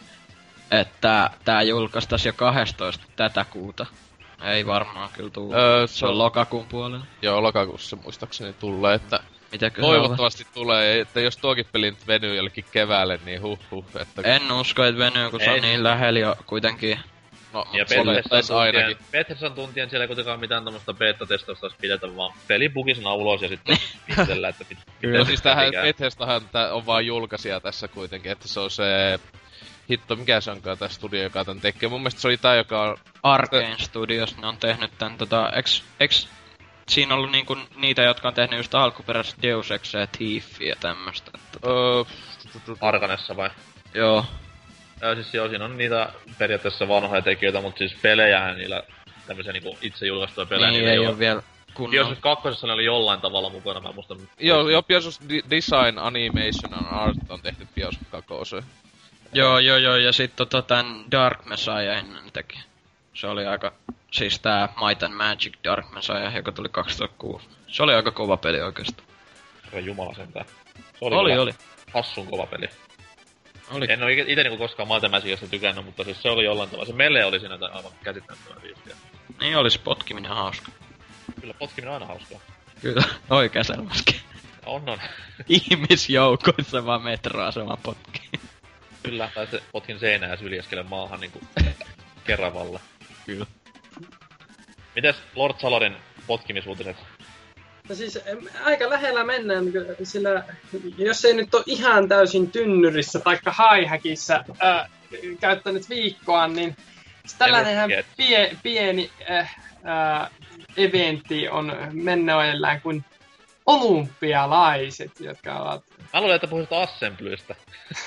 että tää julkaistais jo kahdestoista tätä kuuta. Ei varmaan kyllä tullut. Öö, se on lokakuun puolella. Joo, lokakuussa muistaakseni tulee, että Mitäkö toivottavasti tulee, että jos tuokin peli nyt venyy jollekin keväälle, niin huh huh. Että... En usko, että venyy, kun se on niin lähellä jo kuitenkin. No, Ja Bethesdan ainakin. Bethesdan tuntien siellä ei kuitenkaan mitään tämmöstä beta-testausta pidetä, vaan peli bukisena ulos ja sitten pitellä, että pit, Kyllä, no siis tähän Bethesdahan tää on vaan julkaisija tässä kuitenkin, että se on se... Hitto, mikä se onkaan tää studio, joka tän tekee. Mun mielestä se oli tää, joka on... Arkane Studios, ne on tehnyt tän tota... Eks, eks siinä ollut niinku niitä, jotka on tehnyt just alkuperäiset Deus Ex ja Thiefia ja tämmöstä. Että... Öö... Arkanessa vai? Joo. Ja siis joo, siinä on niitä periaatteessa vanhoja tekijöitä, mutta siis pelejähän niillä tämmöisiä niinku itse julkaistuja pelejä. Niin, ei oo vielä kunnon. Bioshock kakkosessa ne oli jollain tavalla mukana, mä muistan. Joo, joo, Bioshock Design, Animation and Art on tehty Bioshock kakkoseen. Joo, joo, joo, ja sit tota tän Dark Messiah ennen teki. Se oli aika, siis tää Might and Magic Dark Messiah, joka tuli kaksituhattakuusi. Se oli aika kova peli oikeastaan. Herra jumala sentään. Se oli, oli, oli. Hassun kova peli. Oli. En oo ite niinku koskaan Might and Magicista tykännyt, mutta siis se oli jollain tavalla. Se Mele oli siinä aivan käsittämättömän viistiä. Niin olis potkiminen hauska. Kyllä potkiminen on aina hauskaa. Kyllä, oikeaselmaskin. On on. Ihmisjoukoissa vaan metroasema potkii. Kyllä, tai se potkin seinää ja syljeskelen maahan niinku Keravalla. Kyllä. Mites Lord Salorin potkimisuutiset? No siis aika lähellä mennään, sillä jos ei nyt ole ihan täysin tynnyrissä taikka haihäkissä äh, käyttänyt viikkoa, niin tällainenhän pie, pieni äh, äh, eventti on menneillään kuin olympialaiset, jotka ovat... Mä luulen, että puhutaan Assemblystä.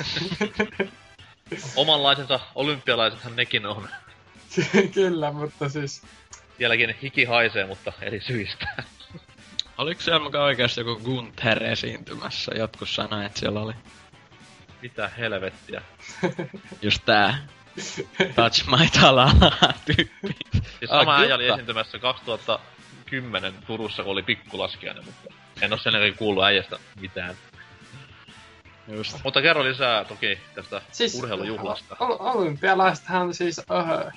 Omanlaisensa olympialaisethan nekin on. Kyllä, mutta siis... Sielläkin hiki haisee, mutta eri syistä. Oliko siellä mukaan oikeasti joku Gunther esiintymässä? Jotkut sanoi, että siellä oli. Mitä helvettiä. Just tää Touch My Talala tyyppi. Siis sama äijä oli esiintymässä kaksituhattakymmenen Turussa, kun oli pikkulaskiainen, mutta en oo sen jälkeen kuullut äijästä mitään. Just. Mutta kerro lisää toki tästä siis, urheilujuhlasta. O- olympialaisethan siis uh,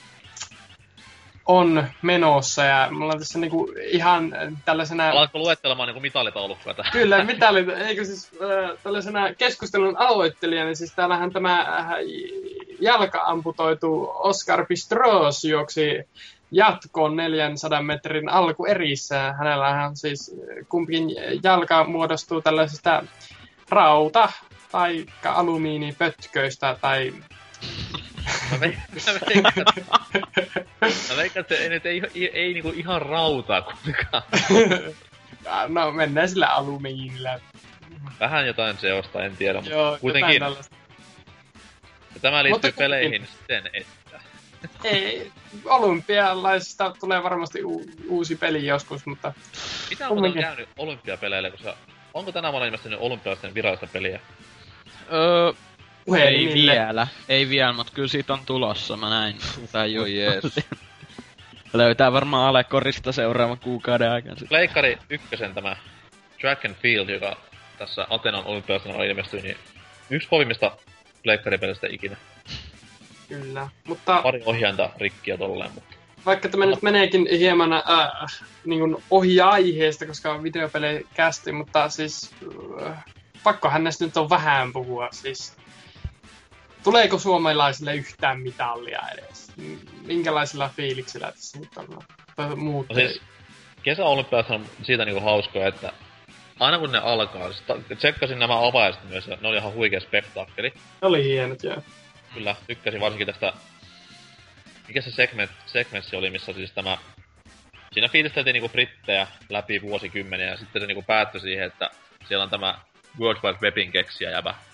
on menossa ja mulla on tässä niinku ihan tällaisena... Alatko luettelemaan niinku mitalitaulukkoa tähän? Kyllä, mitalit. Eikö siis uh, tällaisena keskustelun aloittelijana, niin siis täällähän tämä uh, jalka-amputoitu Oscar Pistorius juoksi jatkoon neljänsadan metrin alkuerissä. Hänellähän siis kumpikin jalka muodostuu tällaisesta rauta- tai alumiinipötköistä tai... Mä veikkaan, mä veikkaan, että ei, ei, ei, ei niinku ihan rautaa kuitenkaan. No mennään sillä alumiinilla. Vähän jotain seosta, en tiedä, mutta Joo, kuitenkin. Ja tämä liittyy mutta peleihin siten, että... Ei, olympialaisista tulee varmasti u- uusi peli joskus, mutta... Mitä on kumminkin käynyt olympiapeleille, koska... Onko tänä vuonna ilmestynyt olympialaisten virallista peliä? Öö... Ei vielä. Ei vielä, mutta kyllä siitä on tulossa, mä näin. Tai jo jees. Löytää varmaan Alekorista seuraavan kuukauden aikana. Pleikkari ykkösen tämä Track and Field, joka tässä Atenan olympialaisena ilmestyi, niin yksi kovimmista pleikkaripelistä ikinä. Kyllä, mutta... Pari ohjainta rikkiä tolleen, mutta... Vaikka tämä nyt meneekin hieman äh, niin kuin ohi aiheesta, koska on videopelejä kästi, mutta siis äh, pakkohan näistä nyt on vähän puhua. Siis, tuleeko suomalaisille yhtään mitallia edes? Minkälaisilla fiiliksillä tässä nyt on? Muut no siis, kesäolympialaiset on siitä niinku hauskoja, että aina kun ne alkaa, siis tsekkasin nämä avaiset myös, ne oli ihan huikea spektaakkeli. Ne oli hienot, joo. Kyllä, tykkäsin varsinkin tästä... Mikä se segment, segmentsi oli, missä siis tämä... Siinä fiilisteltiin niinku brittejä läpi vuosikymmeniä, ja sitten se niinku päättyi siihen, että siellä on tämä World Wide Webin keksijä jäbä.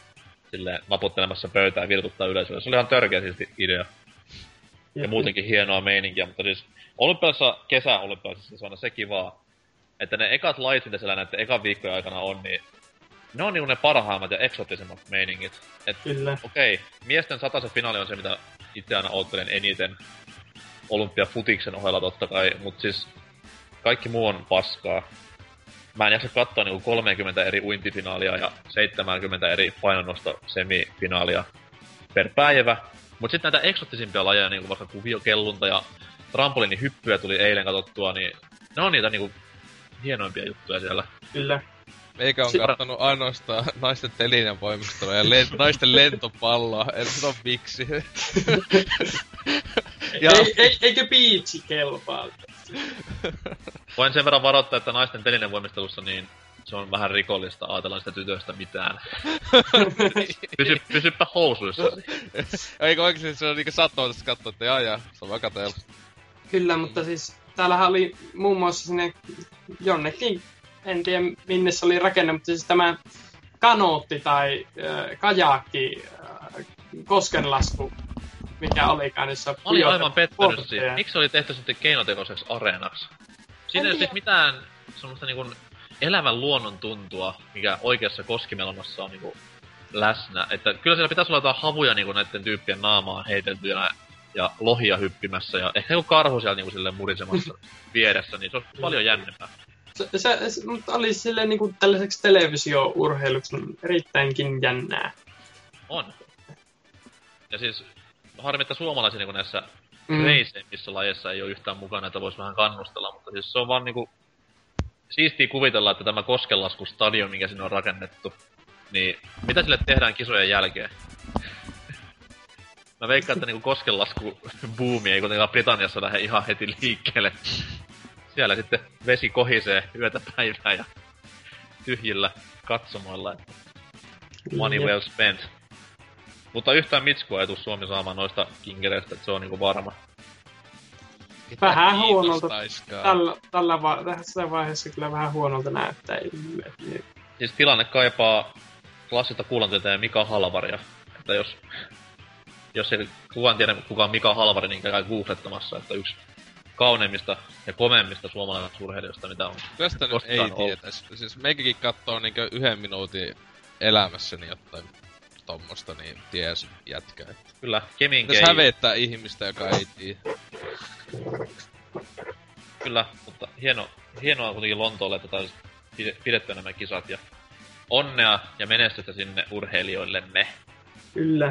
silleen naputtelemassa pöytää ja vilkuttaa yleisölle. Se oli ihan törkeä siisti idea. Ja, ja muutenkin hienoa meininkiä, mutta siis olympialaisissa, kesä-olympialaisissa se on se kivaa, että ne ekat lait, mitä siellä näiden ekan viikkojen aikana on, niin ne on niinku ne parhaimmat ja eksoottisemmat meiningit. Et, Kyllä. Okei, okay, miesten sataisen finaali on se, mitä itse aina oottelen eniten olympiafutiksen ohella totta kai, mut siis kaikki muu on paskaa. Mä en jaksa katsoa niinku kolmekymmentä eri uintifinaalia ja seitsemänkymmentä eri painonnosto semifinaalia per päivä. Mut sit näitä eksottisimpia lajeja, niinku vaikka kuviokellunta ja trampoliinihyppyä tuli eilen katsottua, niin ne on niitä niinku hienoimpia juttuja siellä. Kyllä. Eikä on si- kattonut ainoastaan naisten telinen voimistelua ja len- naisten lentopalloa, en sano miksi. ja... ei, ei, eikö biitsi kelpaa? Voin sen verran varoittaa, että naisten telinen voimistelussa niin se on vähän rikollista, ajatellaan sitä tytöstä mitään. Pysy, pysyppä housuissa. Eikö oikeesti se on niinku sattumalta katsoa, että jaa jaa, se on vaan kateella. Kyllä, mutta siis täällähän oli muun muassa sinne jonnekin, en tiedä minne se oli rakenne, mutta siis tämä kanootti tai äh, kajakki, äh, koskenlasku, mikä olikaan niissä. Mä olin aivan pettynyt siihen. Miksi se oli tehty sitten keinotekoiseksi areenaksi? Siinä ei ole siis mitään semmoista niinku elävän luonnon tuntua, mikä oikeassa koskimelonnassa on niinku läsnä. Että kyllä siellä pitäisi olla jotain havuja niinku näiden tyyppien naamaan heiteltyjä ja lohia hyppimässä ja ehkä joku karhu siellä niinku silleen murisemassa vieressä, niin se on paljon jännempää. Se, se, se mutta oli silleen niinku tällaiseksi televisio-urheiluksi erittäinkin jännää. On. Ja siis harmi, että suomalaisia niinku näissä mm. reiseimmissä lajeissa ei ole yhtään mukana, että vois vähän kannustella, mutta siis se on vaan niinku siistiä kuvitella, että tämä koskenlaskustadion, mikä sinne on rakennettu, niin mitä sille tehdään kisojen jälkeen? Mä veikkaan, että niinku koskenlasku-buumi ei kuitenkaan Britanniassa lähde ihan heti liikkeelle. Siellä sitten vesi kohisee yötä päivää ja tyhjillä katsomoilla. Money well spent. Mutta yhtään mitskua ei tuu Suomi saamaan noista kinkereistä, että se on niinku varma. Vähän huonolta. Tällä, tällä va- tässä vaiheessa kyllä vähän huonolta näyttää. Siis tilanne kaipaa klassista kuulantieteen Mika Halvaria. Että jos, jos ei kukaan tiedä kuka on Mika Halvari, niin käy googlettamassa, että yksi kauneimmista ja komeimmista suomalaisista urheilijoista, mitä on. Tästä nyt ei tietäisi. Siis meikäkin kattoo niinkö yhden minuutin elämässäni jotain tommosta, niin ties jätkää. Kyllä, Kemin Kei... hävettää ihmistä, joka ei tiedä. Kyllä, mutta hieno, hienoa kuitenkin Lontoolle, että taisi pidettyä nämä kisat ja onnea ja menestystä sinne urheilijoillemme. Kyllä.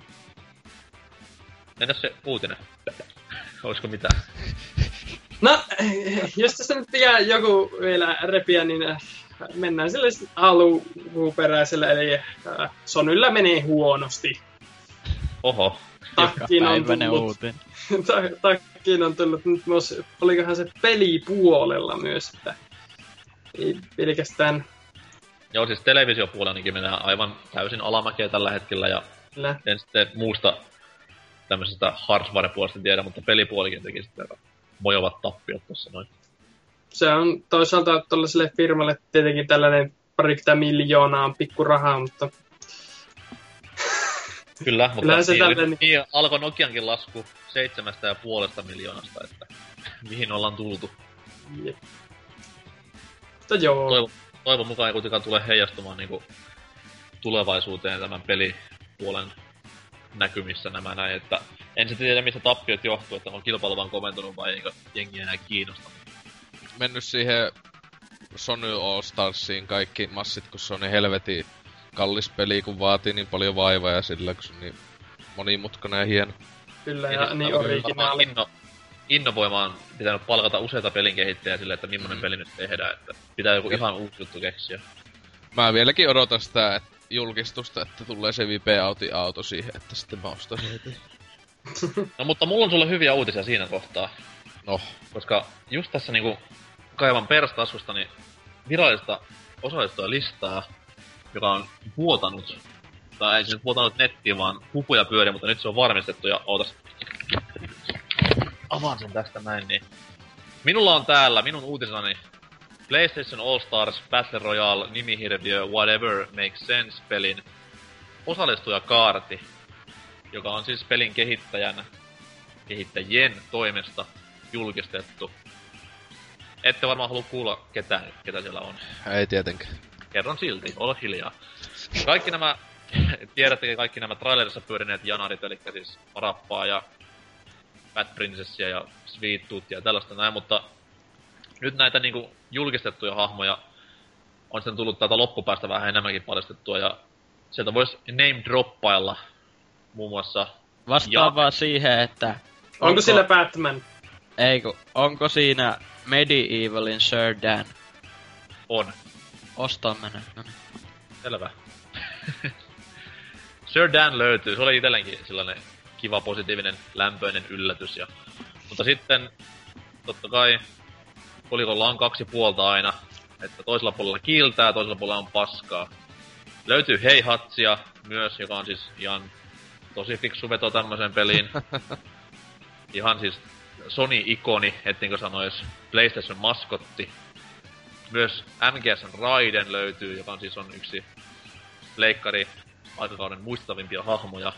Entäs se uutinen? Olisiko mitään? No, jos tässä nyt jää joku vielä repiä, niin mennään sille alkuperäiselle, eli äh, Sonylla menee huonosti. Oho. Takkiin on tullut, takkiin on tullut nyt myös, olikohan se pelipuolella myös, että ei pelkästään... Joo, siis televisiopuolellekin mennään aivan täysin alamäkeä tällä hetkellä, ja Kyllä. en sitten muusta tämmöisestä hardware-puolesta tiedä, mutta pelipuolikin teki sitten mojovat tappiot tossa noin. Se on toisaalta tuollaiselle firmalle tietenkin tällainen parikymmentä miljoonaa on pikkurahaa, mutta... Kyllä, mutta se niin, niin alkoi Nokiankin lasku seitsemästä ja puolesta miljoonasta, että mihin ollaan tultu. Jep. Mutta joo. Toivon, toivon mukaan ei kuitenkaan tule heijastumaan niinku tulevaisuuteen tämän pelipuolen näkymissä nämä näin, että en sitten tiedä mistä tappiot johtuu, että on kilpailu vaan komentunut vai eikö jengi enää kiinnosta. Mennyt siihen Sony All Starsiin kaikki massit, kun se on niin helvetin kallis peli, kun vaatii niin paljon vaivaa ja sillä, kun se on niin monimutkainen ja hieno. Kyllä, ja, ja niin originaali. Inno, innovoimaan pitänyt palkata useita pelin kehittäjiä sille, että millainen mm. peli nyt tehdään, että pitää joku ihan uusi juttu keksiä. Mä vieläkin odotan sitä että julkistusta, että tulee se Vipe-auto siihen, että sitten mä ostan heti. No mutta mulla on sulle hyviä uutisia siinä kohtaa. No. Koska just tässä niinku kaivan perstaskusta niin virallista osallistuja-listaa, joka on vuotanut, tai ei se nyt vuotanut nettiin, vaan hupuja pyörii, mutta nyt se on varmistettu ja ootas. Avaan sen tästä näin, niin. Minulla on täällä, minun uutisani, PlayStation All Stars Battle Royale nimihirviö Whatever Makes Sense -pelin osallistujakaarti, joka on siis pelin kehittäjän, kehittäjien toimesta julkistettu. Ette varmaan halua kuulla ketään, ketä siellä on. Ei tietenkään. Kerron silti, ole hiljaa. Kaikki nämä, tiedättekö kaikki nämä trailerissa pyörineet janarit, eli siis Parappaa ja Bad Princessia ja Sweet Toothia ja tällaista näin, mutta nyt näitä niinku julkistettuja hahmoja on sitten tullut täältä loppupäästä vähän enemmänkin paljastettua, ja sieltä voisi name-droppailla muun muassa... Vastaan vaan siihen, että... Onko, onko sillä Batman? Ei kun, onko siinä Medievalin Sir Dan? On. Ostaa mennä, no niin. Selvä. Sir Dan löytyy, se oli itsellenkin sellainen kiva, positiivinen, lämpöinen yllätys, ja... Mutta sitten, totta kai, kolikolla on kaksi puolta aina, että toisella puolella kiiltää, toisella puolella on paskaa. Löytyy Heihatsia myös, joka on siis ihan tosi fiksu veto tämmöiseen peliin. Ihan siis Sony-ikoni, ettinkö sanois, PlayStation-maskotti. Myös M G S:n Raiden löytyy, joka on siis on yksi leikkari aikakauden muistavimpia hahmoja.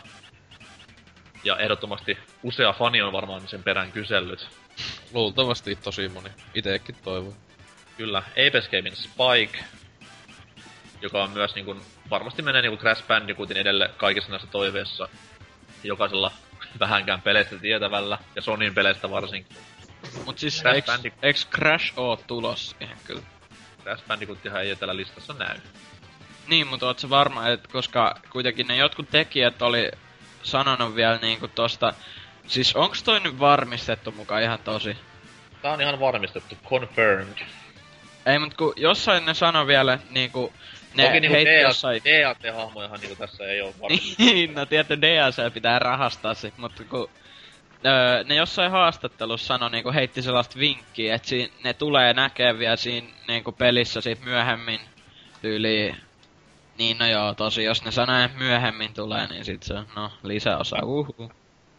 Ja ehdottomasti usea fani on varmaan sen perään kysellyt. Luultavasti tosi moni. Itekin toivon. Kyllä, Ape Escapein Spike, joka on myös niinku, varmasti menee niinku Crash Bandicootin edelle kaikissa näissä toiveissa. Jokaisella vähänkään peleistä tietävällä, ja Sonyn peleistä varsinkin. Mut siis eiks, Bandic- eiks Crash oo tulos ihan kyllä? Crash Bandicootihan ei tällä listassa näy. Niin, mutta oot sä varma, että koska kuitenkin ne jotkut tekijät oli sanonut vielä niinku tosta... Siis onks toi nyt varmistettu mukaan ihan tosi? Tää on ihan varmistettu, confirmed. Ei, mut ku jossain ne sano vielä niinku... Ne toki niinku heitti D L C, jossain... D L C-hahmojahan niinku tässä ei oo varmistettu. Niin, no tietty D L C pitää rahastaa sit, mutta ku... Öö, ne jossain haastattelussa sano niinku heitti sellaista vinkkiä, että si- ne tulee näkee vielä siinä niinku pelissä sit myöhemmin tyyliin. Niin no joo, tosi jos ne sanoo, että myöhemmin tulee, niin sit se on, no, lisäosa, uhu.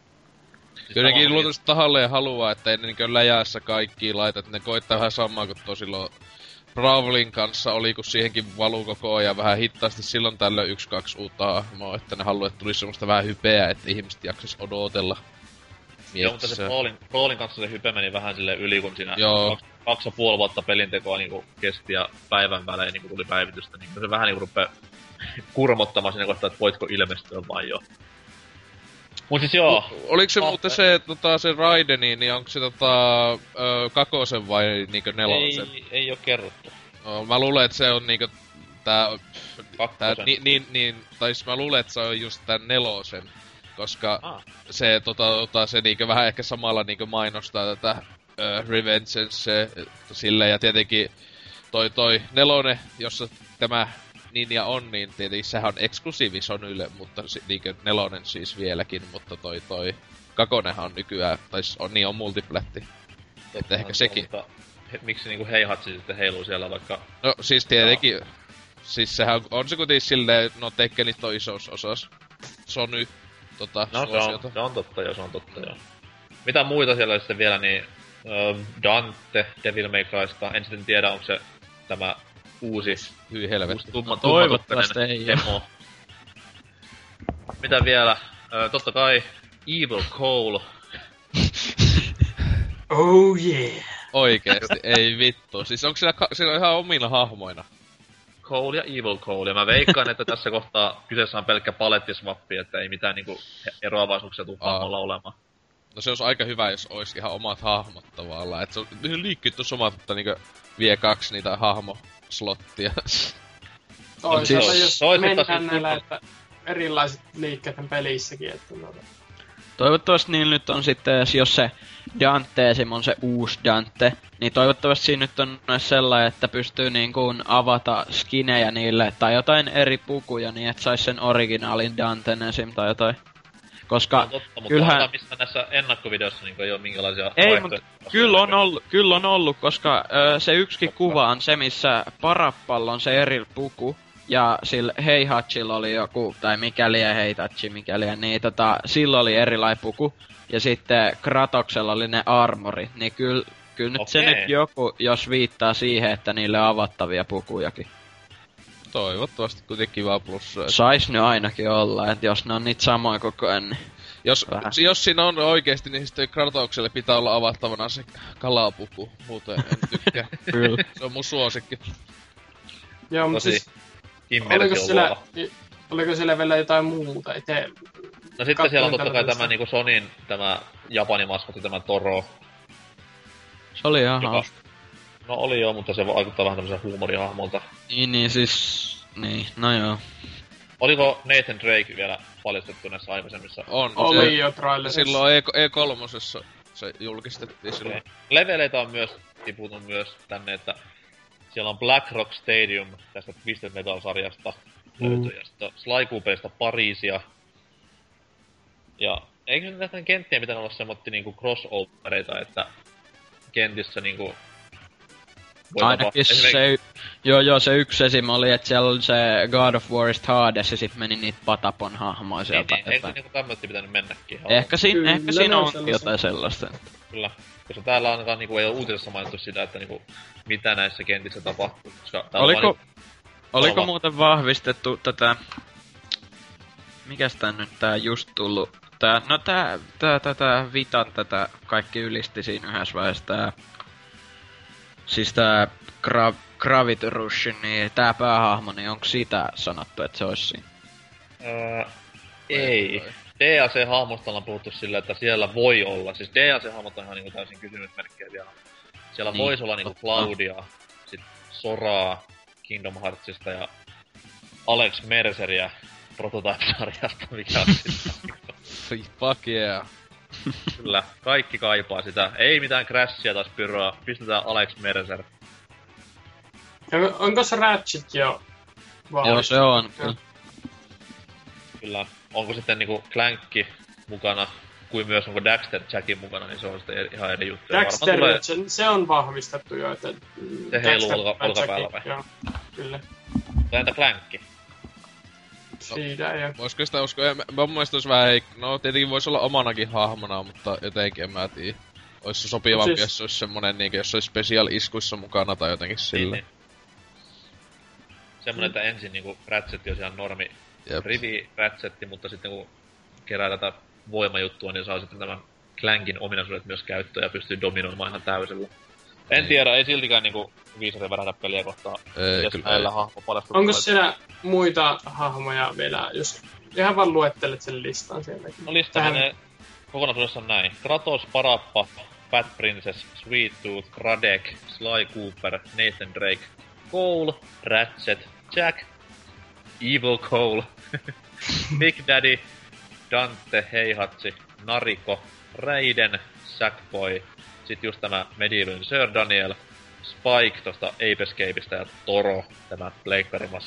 Jotenkin luultavasti tahalleen haluaa, että ei ne niinkö läjässä kaikkia laita, että ne koittaa vähän samaa kuin tosilloin Brawlin kanssa oli, kun siihenkin valuu koko ajan vähän hittaasti silloin tällöin yksi, kaksi uutta hahmoa, että ne haluaa, että tulisi semmoista vähän hypeä, että ihmiset jaksis odotella. Joo, mutta se Brawlin, Brawlin kanssa se hype meni vähän silleen yli, kun siinä Joo. kaksi, kaksi ja puoli vuotta pelintekoa niinku kesti ja päivän välein niinku tuli päivitystä, niin se vähän niinku rupee kurmottamaan siinä kohtaa, että voitko ilmestyä vai jo. Mut siis joo. O, oliks se ah, muuten se, tota, se Raideni, niin onko se tota, ö, kakosen vai niinkö nelosen? Ei, ei oo kerrottu. No, mä luulen, että se on niinkö tää... tää ni, niin, niin, tai siis mä luulen, että se on just tän nelosen. Koska ah. se, tota, tota, se niinkö vähän ehkä samalla niinkö mainostaa tätä ö, Revengeance silleen, ja tietenkin toi toi nelonen, jossa tämä Ninja on, niin tietenkin sehän on eksklusiivi Sonylle, mutta si, niinkö nelonen siis vieläkin, mutta toi toi kakonenhan on nykyään, tai on niin on multiplätti. Että ehkä sekin. Mutta he, miksi niinku Heihatsi sitten heiluu siellä vaikka... No siis tietenkin, no. Siis sehän on, on se kuitenkin silleen, no Tekkenit on isos osas Sony tota no, suosiota. Se on, se on totta joo, se on totta joo. Mitä muita siellä sitten vielä, niin... Uh, Dante Devil May Crysta, en sitten tiedä onko se tämä uusi... Hyi helvetti. Tumma, toivottavasti ei demo. Mitä vielä? Ö, totta kai Evil Cole. Oh yeah. Oikeesti, ei vittu. Siis onko siellä, siellä ihan omilla hahmoina? Cole ja Evil Cole. Ja mä veikkaan, että tässä kohtaa kyseessä on pelkkä palettiswappi, että ei mitään niinku eroavaisuuksia tuu hahmolla olemaan. No se olisi aika hyvä, jos olisi ihan omat hahmot tavallaan. Et se on liikkeet tuossa omat, mutta niinku vie kaksi niitä hahmoslottia. Toisaalta siis, jos mennään näillä, että erilaiset liikkeet pelissäkin, että no... Toivottavasti niin nyt on sitten, jos se Dante esim. On se uusi Dante, niin toivottavasti siinä nyt on sellainen, että pystyy niin kuin avata skinejä niille, tai jotain eri pukuja, niin että sais sen originaalin Danten esim. Tai jotain. Koska no, totta, mutta kyllähän... missä näissä ennakkovideoissa niin ei ole minkälaisia ei, mutta kyllä on, ollut, kyllä on ollut, koska ö, se yksikin totta. Kuva on se, missä Parappalla on se eri puku, ja sillä Heihatsilla oli joku, tai mikäli ja Heihachi, mikäli ja niin, tota, sillä oli erilainen puku, ja sitten Kratoksella oli ne armori, niin kyllä, kyllä nyt okay. Se nyt joku, jos viittaa siihen, että niille avattavia pukujakin. toivottavasti kuitenkin kiva plussaa. Sais ne ainakin olla, että jos ne on niitä samoja koko ajan, niin... Jos, jos siinä on oikeesti, niin sitten Kratokselle pitää olla avattavana se kalapuku. Muuten en tykkää. Kyllä. Se on mun suosikki. Joo, mutta siis... Oliko siellä, oliko siellä vielä jotain muuta itse? No sitten siellä on totta kai tämä niinku Sonyn, tämä Japanin maskotti, tämä Toro. Se oli ihan joka... hauska. No oli joo, mutta se vaikuttaa vähän tämmösen huumorihahmolta. Niin, niin siis... Niin, no joo. Oliko Nathan Drake vielä paljastettu näissä aikaisemmissa? On. Oli se, jo trailerissa. Silloin E kolme se julkistettiin silloin. Okay. Leveleitä on myös tiputunut myös tänne, että siellä on Black Rock Stadium tästä Twisted Metal-sarjasta mm. löytyy, ja sitten Sly Cooperista Pariisia. Ja eikö nyt näistä kenttien pitänyt olla semmotti niinku crossovereita, että kentissä niinku... Ainakin esimerkiksi... se, joo joo, se yksi esim. Oli, että siellä oli se God of Warista Hades ja sit meni niitä Patapon hahmoja sieltä. Niin, niin. Eikö niinku tämmötti pitänyt mennäkin? Ehkä, si- ehkä siinä on sellaisen. Jotain sellaista. Kyllä. Koska täällä ainakaan niinku ei oo uutisessa mainittu sitä, että niinku mitä näissä kentissä tapahtuu. Koska oliko, on niinku... oliko Olva. muuten vahvistettu tätä... Mikäs tää nyt tää just tullu? Tää, no tää, tää, tätä Vitan tätä kaikki ylisti siinä yhdessä vaiheessa tää... Siis tää Gra- Gravity Rushin, niin tää päähahmo, niin onko sitä sanottu, että se ois siinä? Öö, ei. D L C-hahmosta ollaan puhuttu sillä, että siellä voi olla. Siis D L C-hahmot on ihan niinku täysin kysymysmerkkejä vielä. Siellä niin, vois olla niinku Claudia, sit Soraa Kingdom Heartsista ja Alex Merceria Prototype-sarjasta, mikä on siis... Fuck yeah. Kyllä, kaikki kaipaa sitä. Ei mitään Crashia tai Spyroa, pistetään Alex Mercer. Onko se Ratchet jo vahvistettu? Joo, se on. Kyllä. Kyllä. Onko sitten niinku Clankki mukana, kuin myös onko Daxter Jackin mukana, niin se on sitten ihan eri juttu. Daxter, tulee... se, se on vahvistettu jo, että... Se heiluu olka, olkapäällä vai? Joo, kyllä. Tai entä Clankki? Siitä ei oo. Voisiko sitä uskoa? Mä mun mielestä ois vähän heikko. No tietenkin vois olla omanakin hahmona, mutta jotenkin en mä tii. Ois se sopivampi, siis... jos se ois semmonen niinkö, jos se ois special iskuissa mukana tai jotenkin sillä. Niin, niin. Semmonen, että ensin niinku Ratchetti on ihan normi rivi Ratchetti, mutta sitten kun kerää tätä voimajuttua, niin saa sitten tämän Clankin ominaisuudet myös käyttöön ja pystyy dominoimaan ihan täysillä. En niin. tiedä, ei siltikään niinku viisasen värähdä peliä kohtaan. Ei, kyllä näillä hahmo paljastuu. Onko siellä muita hahmoja vielä, jos ihan vaan luettelet sen listan sielläkin? No lista Tähän... menee kokonaisuudessaan näin. Kratos, Parappa, Fat Princess, Sweet Tooth, Radek, Sly Cooper, Nathan Drake, Cole, Ratchet, Jack, Evil Cole, Big Daddy, Dante, Heihatsi, Nariko, Raiden, Sackboy, sit just tämä Medieval Sir Daniel, Spike tosta Ape Escapeista ja Toro, tämä pleikkarimaski.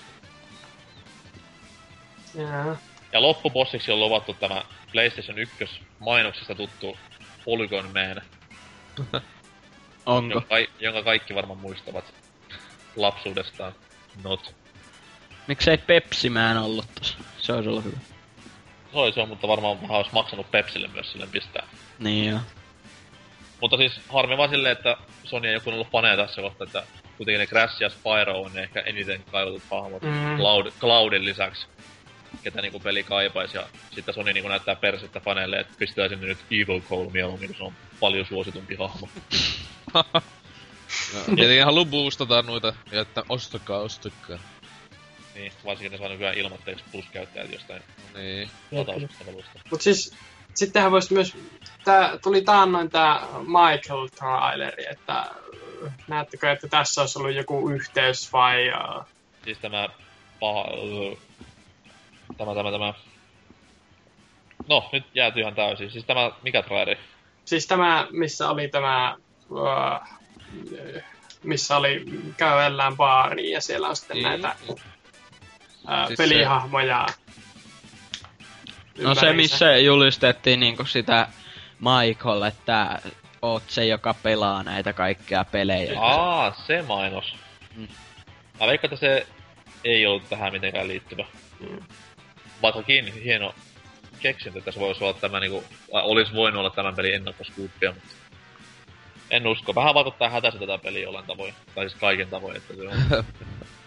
Jaa. Ja loppubossiksi on luvattu tämä PlayStation yksi mainoksista tuttu Polygon Man. Onko? Jonka, jonka kaikki varmaan muistavat lapsuudestaan. Not. Miksei Pepsi Man ollut tossa? Se olisi ollut hyvä. Se olisi on, mutta varmaan vähän olisi maksanut Pepsille myös silleen pistää. Niin joo. Mutta siis harmi vaan silleen, että Sony ei joku ollut panee tässä kohtaa, että kuitenkin ne Crash ja Spyro on ne ehkä eniten kaivatut hahmot mm. Cloud, Cloudin lisäksi, ketä niinku peli kaipaisi. Ja sitten Sony niinku näyttää persettä faneille, että pistää sinne nyt Evil Cole mieluummin, kun se on paljon suositumpi hahmo. No, tietenkin haluu boostata noita, ja että ostakaa, ostakaa. Niin, varsinkin ne saa nykyään ilmoitteeksi plus-käyttäjät jostain no niin. latauspalvelusta. Mut siis, sittenhän vois myös, tää tuli taannoin tää Michael-traileri, että näettekö, että tässä olisi ollut joku yhteys vai... Uh... Siis tämä paha... Uh, tämä, tämä, tämä... No, nyt jääty ihan täysin. Siis tämä, mikä traileri? Siis tämä, missä oli tämä... Uh, missä oli kävellään baariin ja siellä on sitten niin, näitä uh, siis pelihahmoja. Se... No se, missä julistettiin niinku sitä Michael, että oot se, joka pelaa näitä kaikkia pelejä. Aa, se mainos. Mm. Mä veikkaan, että se ei ollut tähän mitenkään liittyvä. Mm. Vaikkakin hieno keksintö, että se voisi olla tämä niinku, olisi voinut olla tämän pelin ennakkoskuuppia, mutta en usko. Vähän vaikuttaa hätäisen tätä peliä jollain tavoin. Tai siis kaiken tavoin, että se on.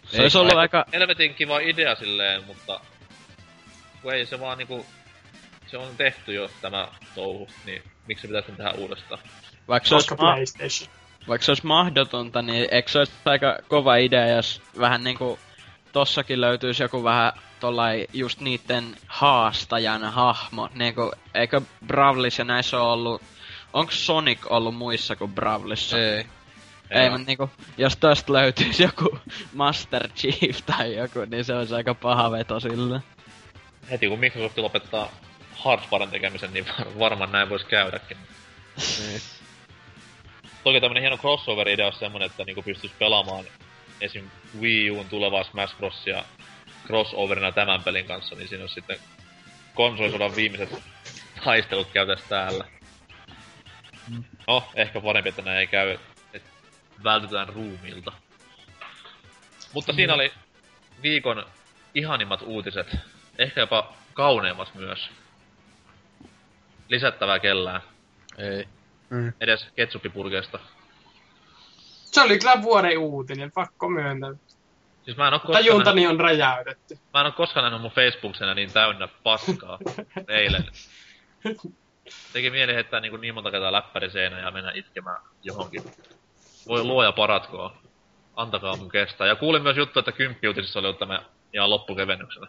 Se olisi ollut aika... Helvetin kiva idea silleen, mutta... Kun ei se vaan niinku... Se on tehty jo tämä touhu, niin miksi se pitäisi tehdä uudestaan? Vaikka se olisi ma- Vaikka se olisi mahdotonta, niin eikö se olisi aika kova idea, jos vähän niinku... Tossakin löytyisi joku vähän tollai just niitten haastajan hahmo. Niinku, eikö Bravlis ja näissä ole ollut... Onks Sonic ollut muissa kuin Bravlissa? Ei. Ei, mutta niinku, jos tosta löytyisi joku Master Chief tai joku, niin se olisi aika paha veto sillä. Heti kun Microsoft lopettaa hardwaren tekemisen, niin varmaan näin voisi käydäkin. Niin. Toki tämmönen hieno crossover-idea on semmonen, että niinku pystyis pelaamaan esim. Wii U:n tulevaa Smash Brosia crossoverina tämän pelin kanssa, niin siinä on sitten konsolisodan viimeiset taistelut käytäis täällä. No, ehkä parempi, että näin ei käy, että vältytään ruumiilta. Mutta siinä oli viikon ihanimmat uutiset. Ehkä jopa kauneimmat myös. Lisättävää kellään. Ei. Mm. Edes ketsuppipurkeesta. Se oli kyllä vuoden uutinen, pakko myöntää. Siis mä en oo koskaan... Tajuntani on räjäytetty. Mä en oo koskaan nähnyt mun Facebooksena niin täynnä paskaa eilen. Teki mieli heittää niin, niin monta kertaa läppäri seinään ja mennä itkemään johonkin. Voi luoja paratkoa. Antakaa mun kestää. Ja kuulin myös juttu, että kymppiuutisissa oli ollut tämä ihan loppukevennyksenä.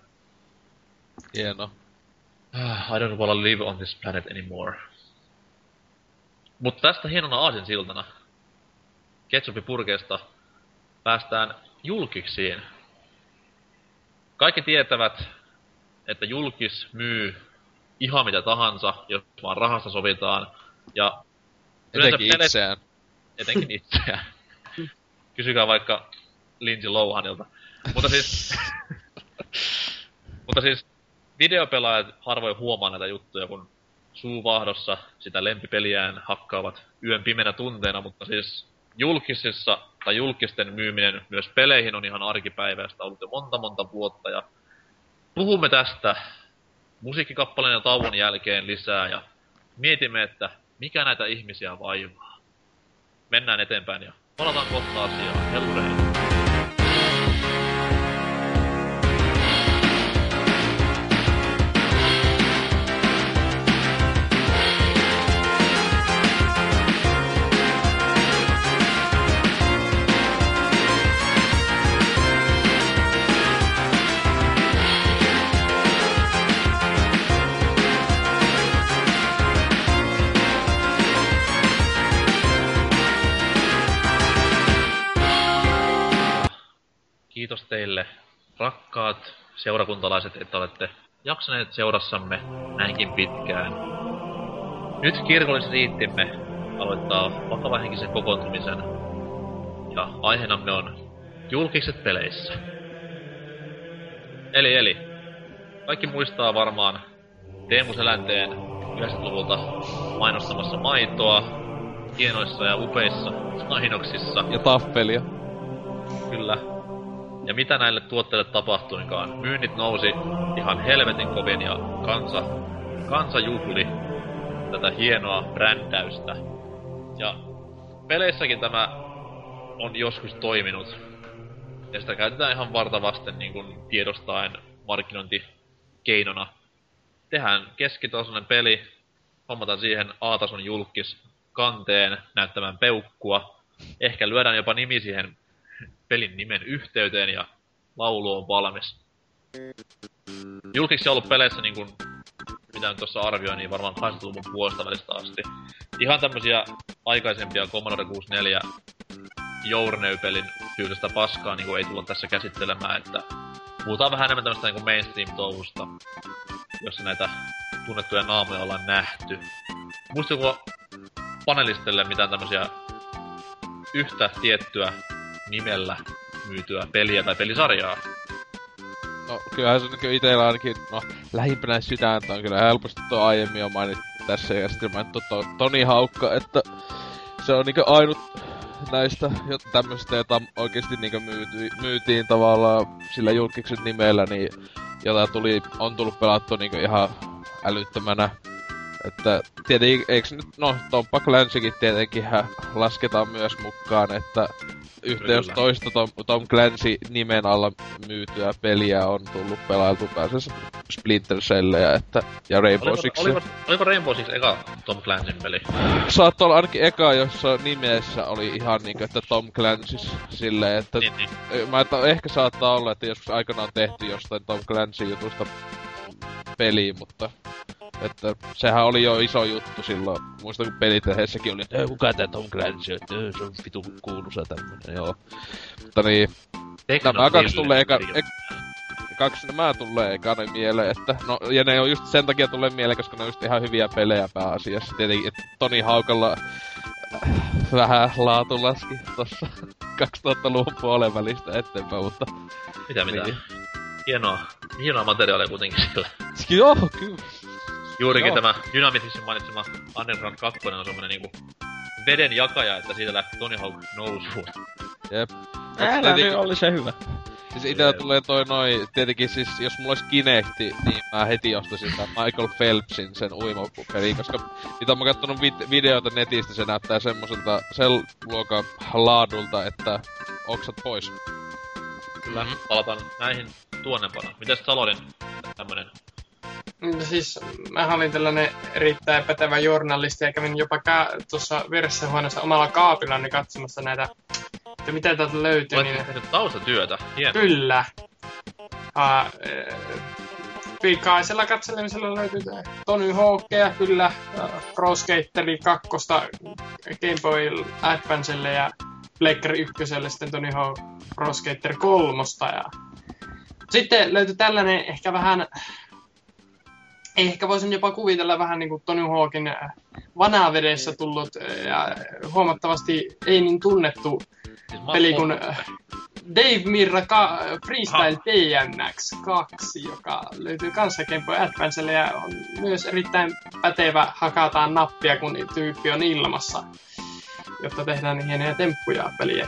Hieno. I don't wanna live on this planet anymore. Mutta tästä hienona aasinsiltana ketsuppipurkeesta päästään julkiksiin. Kaikki tietävät, että julkis myy ihan mitä tahansa, jos vaan rahasta sovitaan. Ja etenkin pelet... itseään. Etenkin itseään. Kysykää vaikka Lindsay Lohanilta. Mutta siis... Mutta siis videopelaajat harvoin huomaa näitä juttuja, kun suuvahdossa sitä lempipeliään hakkaavat yön pimeänä tunteena, mutta siis julkisissa tai julkisten myyminen myös peleihin on ihan arkipäiväistä ollut jo monta monta vuotta, ja puhumme tästä musiikkikappaleen ja tauon jälkeen lisää, ja mietimme, että mikä näitä ihmisiä vaivaa. Mennään eteenpäin ja palataan kohta asiaan. Hellurei! Kiitos teille, rakkaat seurakuntalaiset, että olette jaksaneet seurassamme näinkin pitkään. Nyt kirkollisriittimme aloittaa vakavahenkisen kokoontumisen, ja aiheenamme on julkiset peleissä. Eli eli, kaikki muistaa varmaan Teemu Selänteen yhdeksänkymmentäluvulta mainostamassa maitoa hienoissa ja upeissa mainoksissa. Ja taffelia. Kyllä. Ja mitä näille tuotteille tapahtuinkaan? Myynnit nousi ihan helvetin kovin ja kansa, kansa juhli tätä hienoa brändäystä. Ja peleissäkin tämä on joskus toiminut. Ja sitä käytetään ihan vartavasten niin kuin tiedostaen markkinointikeinona. Tehdään keskitasoinen peli, hommataan siihen A-tason julkis kanteen näyttämään peukkua. Ehkä lyödään jopa nimi siihen pelin nimen yhteyteen ja laulu on valmis. Julkiksi on ollut peleissä niin kuin, mitä nyt tuossa arvioin, niin varmaan kahdeksankymmentäluvun puolesta välistä asti. Ihan tämmösiä aikaisempia Commodore kuusikymmentäneljä Journey-pelin tyylisestä paskaa niin kuin ei tulla tässä käsittelemään, että puhutaan vähän enemmän tämmöstä niin kuin mainstream-touhusta, jossa näitä tunnettuja naamoja ollaan nähty. Muistuuko panelistelle mitään tämmösiä yhtä tiettyä nimellä myytyä peliä tai pelisarjaa? No kyllähän se on itellä ainakin, no lähimpänä sydäntä on kyllä helposti tuo aiemmin jo mainittu tässä, ja sitten mainittu to, Toni Haukka, että se on niinku ainut näistä tämmöisistä, jota oikeesti niinku myyty, myytiin tavallaan sillä julkiksen nimellä, niin jota tuli, on tullut pelattua niinku ihan älyttömänä Että tietenkin, eiks nyt, no Tom Clancykin tietenkin lasketaan myös mukaan, että yhtä jos toista Tom, Tom Clancy nimen alla myytyä peliä on tullut pelailtu pääsessä Splinter Cellejä, että, ja Rainbow Six. Oliko, oliko, oliko Rainbow Six eka Tom Clancyn peli? Saattoi olla ainakin eka, jossa nimessä oli ihan niinkö, että Tom Clancy's silleen, että niin, niin. Mä että ehkä saattaa olla, että joskus aikanaan tehty jostain Tom Clancy jutusta peliä, mutta että sehän oli jo iso juttu silloin. Muistan kun pelitehdessäkin oli, että kuka tää Tom Clancy, että se on vitu kuuluisa tämmönen, joo. Mutta niin, nämä kaksi tulee eka, ek, kaksi nämä tulee ekana mieleen, että no, ja ne on just sen takia tulee mieleen, koska ne on just ihan hyviä pelejä pääasiassa. Tietenkin, että Tony Hawkalla äh, vähän laatu laski tossa kaksituhattaluvun puolen välistä eteenpäin, mutta... Mitä mitä? Niin. Hienoa, hienoa materiaalia kuitenkin sillä. Joo, kyllä. Juurikin Joo. tämä Dynamitixin mainitsema Underground kaksi on semmonen niinku veden jakaja, että siitä lähti Tony Hawk nousuun. Jep. Älä nyt, oli se hyvä. Siis itellä tulee toi noin, tietenkin siis jos mulla olisi Kinecti, niin mä heti ostaisin tän Michael Phelpsin sen uimapeliin, koska mitä mä oon kattonut vid- videoita netistä, se näyttää semmoselta sen luokan laadulta, että oksat pois. Kyllä, mm-hmm. Palataan näihin tuonnempana. Mitäs Salodin tämmönen? No siis, mä olin tällainen erittäin pätevä journalisti ja kävin jopa ka- tuossa vieressä huoneessa omalla kaapillani katsomassa näitä, että mitä täältä löytyy. Olet niin... tehnyt taustatyötä, hieno. Kyllä. Uh, pikaisella katselemisella löytyy Tony Hawkia, kyllä, uh, Pro Skateri kakkosta Game Boy Advancelle ja Pleikkari ykköselle sitten Tony Hawk Pro Skater kolmosta. Ja... Sitten löytyi tällainen ehkä vähän... Ehkä voisin jopa kuvitella vähän niin kuin Tony Hawkin vanavedessä tullut ja huomattavasti ei niin tunnettu siis peli kuin Dave Mirra ka- Freestyle T M X kaksi, joka löytyy kanssa Game Boy Advancelle ja on myös erittäin pätevä, hakataan nappia, kun tyyppi on ilmassa, jotta tehdään niin hienoja temppuja peliä.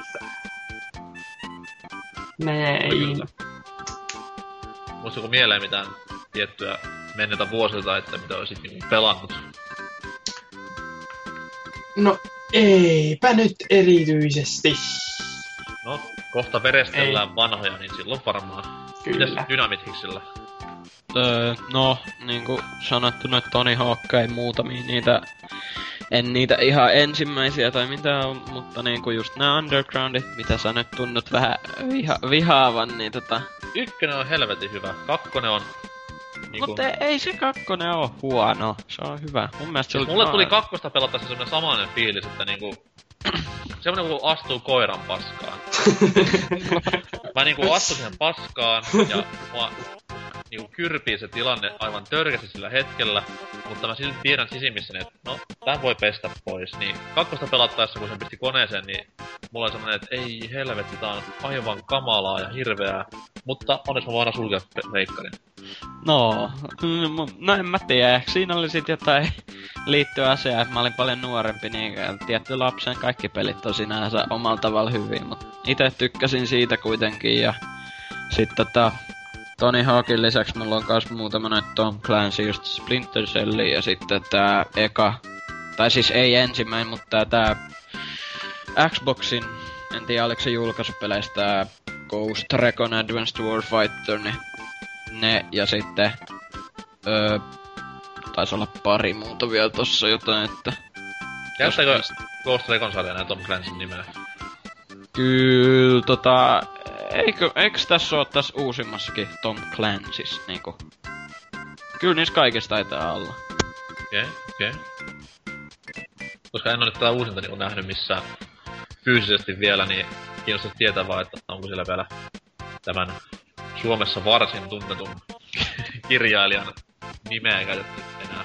Näin. Muistatko mieleen mitään tiettyä menneitä vuosilta, että mitä olisit niinku pelannut? No, eipä nyt erityisesti. No, kohta verestellään Ei. vanhoja, niin silloin varmaan. Kyllä. Mitäs Dynamitixillä? Öö, no, niinku sanottu, että Tony Hawk ei muutamia niitä... En niitä ihan ensimmäisiä tai mitään, mutta niinku just nää Undergroundit, mitä sä nyt tunnut vähän viha, vihaavan, niin tota... Ykkönen on helvetin hyvä, kakkonen on... Niinku... Mutta ei, ei se kakkonen oo huono, se on hyvä. Mun mielestä se oli... Mulle tuli kakkosta pelattaessa semmonen samainen fiilis, että niinku... Semmonen kun astuu koiran paskaan. Mä niinku astun siihen paskaan ja mua niinku kyrpii se tilanne aivan törkästi sillä hetkellä, mutta mä silti tiedän sisimmissäni, että no, tän voi pestä pois. Niin kakkosta pelattaessa, kun sen pisti koneeseen, niin mulla oli semmonen, että ei helvetti, tää on aivan kamalaa ja hirveää. Mutta onneksi mä voin aina sulkea reikkarin. No, no en mä tiedä. Siinä oli sit jotain liittyä asiaa, että mä olin paljon nuorempi, niin tietty lapsen kaikki pelit on sinänsä omalla tavalla hyvin, mutta ite tykkäsin siitä kuitenkin ja sit tota Tony Hawkin lisäksi mulla on kans muutama noita Tom Clancy, just Splinter Cell ja sitten tää eka, tai siis ei ensimmäinen, mutta tää, tää Xboxin, en tiedä oliko se julkaisupeleistä tää Ghost Recon Advanced Warfighter, niin ne ja sitten öö, taisi olla pari muuta vielä tossa jotain, että... Käyttäkö Ghost Recon-sarja näin Tom Clancy'n nimeä? Kyllä, tota... Eikö, eiks tässä oo tässä uusimmassakin Tom Clancy's, niinku? Kyllä niissä kaikissa taitaa olla. Okei, okay, okei. Okay. Koska en oo nyt tätä uusinta niin nähnyt missään fyysisesti vielä, niin kiinnostaisi tietää vaan, että onko siellä vielä tämän Suomessa varsin tunnetun kirjailijan nimeä käytetty enää.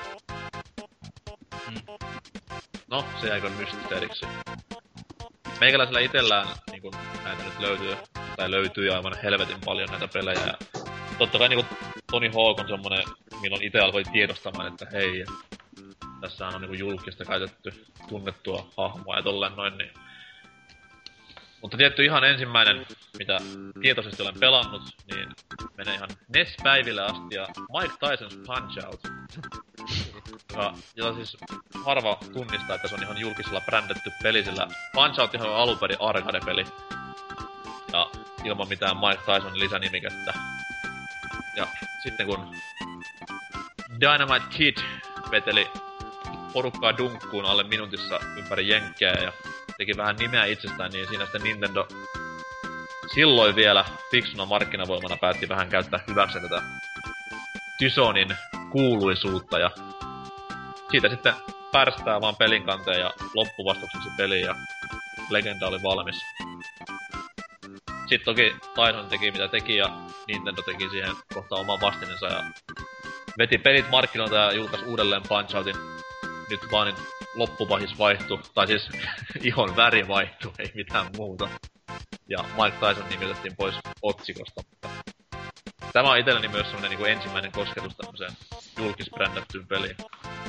No, se jäikö mysteeriksi. Meikäläisellä itellään niin kun näitä nyt löytyy, tai löytyy aivan helvetin paljon näitä pelejä. Ja totta kai niin kun Tony Hawk on semmonen, milloin ite alkoi tiedostamaan, että hei, tässähän on niin julkista käytetty tunnettua hahmoa ja tolleen noin, niin... Mutta tietty ihan ensimmäinen, mitä tietoisesti olen pelannut, niin menee ihan N E S-päiville asti ja Mike Tyson's Punch-Out. Ja, jota siis harva tunnistaa, että se on ihan julkisella brändetty peli, sillä Punch-Out on alunperin arcade-peli. Ja ilman mitään Mike Tysonin lisänimikettä. Ja sitten kun Dynamite Kid veteli porukkaa dunkkuun alle minuutissa ympäri jenkkejä ja teki vähän nimeä itsestään, niin siinä sitten Nintendo silloin vielä fiksuna markkinavoimana päätti vähän käyttää hyväksi tätä Tysonin kuuluisuutta ja siitä sitten pärstää vaan pelin kanteen ja loppuvastukseksi peliin ja legenda oli valmis. Sitten toki Tyson teki mitä teki ja Nintendo teki siihen kohtaan oman vastinensa ja veti pelit markkinoilta ja julkaisi uudelleen Punch-Outin. Nyt vaan niin loppupahis vaihtui, tai siis ihon väri vaihtui, ei mitään muuta. Ja Mike Tyson nimi otettiin pois otsikosta. Tämä on itselleni myös semmonen niin kuin ensimmäinen kosketus tämmöiseen julkisbrändättyyn peliin.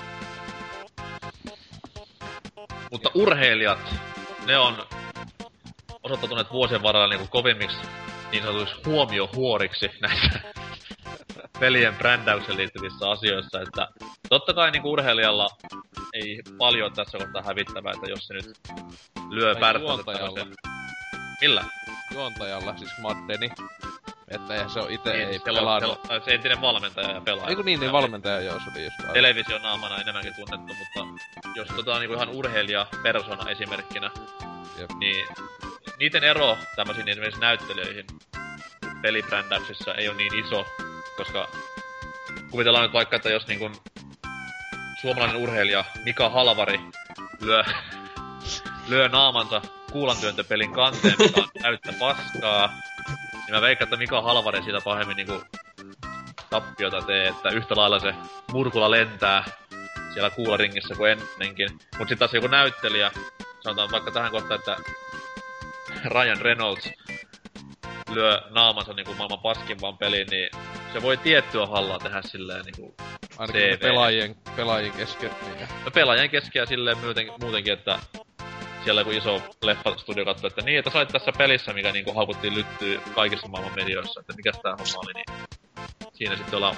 Mutta urheilijat, ne on osoittautuneet vuosien varrella niin kuin kovimmiksi niin sanotuiksi huomiohuoriksi näissä pelien brändäykseen liittyvissä asioissa, että totta kai niin kuin urheilijalla ei paljon tässä kohtaa hävittävää, että jos se nyt lyö pärstänsä tämmöisen... Millä? Juontajalla, siis Maddeni. Että eihän se oo ite niin, ei pelannut. Pela, se entinen valmentaja ja pelaaja. Eiku niin, niin valmentaja joo, se oli just aivan. Televisionaamana enemmänkin tunnettu, mutta jos tota niinku ihan urheilija-persona esimerkkinä, Jep. niin niiden ero tämmöisiin esimerkiksi näyttelijöihin pelibrändäyksissä ei oo niin iso, koska kuvitellaan nyt vaikka, että jos niinku suomalainen urheilija Mika Halvari lyö, lyö naamansa kuulantyöntöpelin kanteen, mikä on täyttä paskaa, niin mä veikkaan, että Mika Halvari siitä pahemmin niinku tappiota tee, että yhtä lailla se murkula lentää siellä kuularingissä kuin ennenkin. Mut sit taas joku näyttelijä, sanotaan vaikka tähän kohtaan, että Ryan Reynolds lyö naamansa niinku maailman paskimpaan peliin, niin se voi tiettyä hallaa tehdä silleen niinku ainakin pelaajien, pelaajien kesken. Niin. No pelaajien kesken ja silleen muutenkin, muutenkin, että siellä joku iso leffastudio katsoi, että niin, että sä olit tässä pelissä, mikä niinku haukuttiin lyttyy kaikissa maailman medioissa, että mikäs tää homma oli, niin siinä sitten ollaan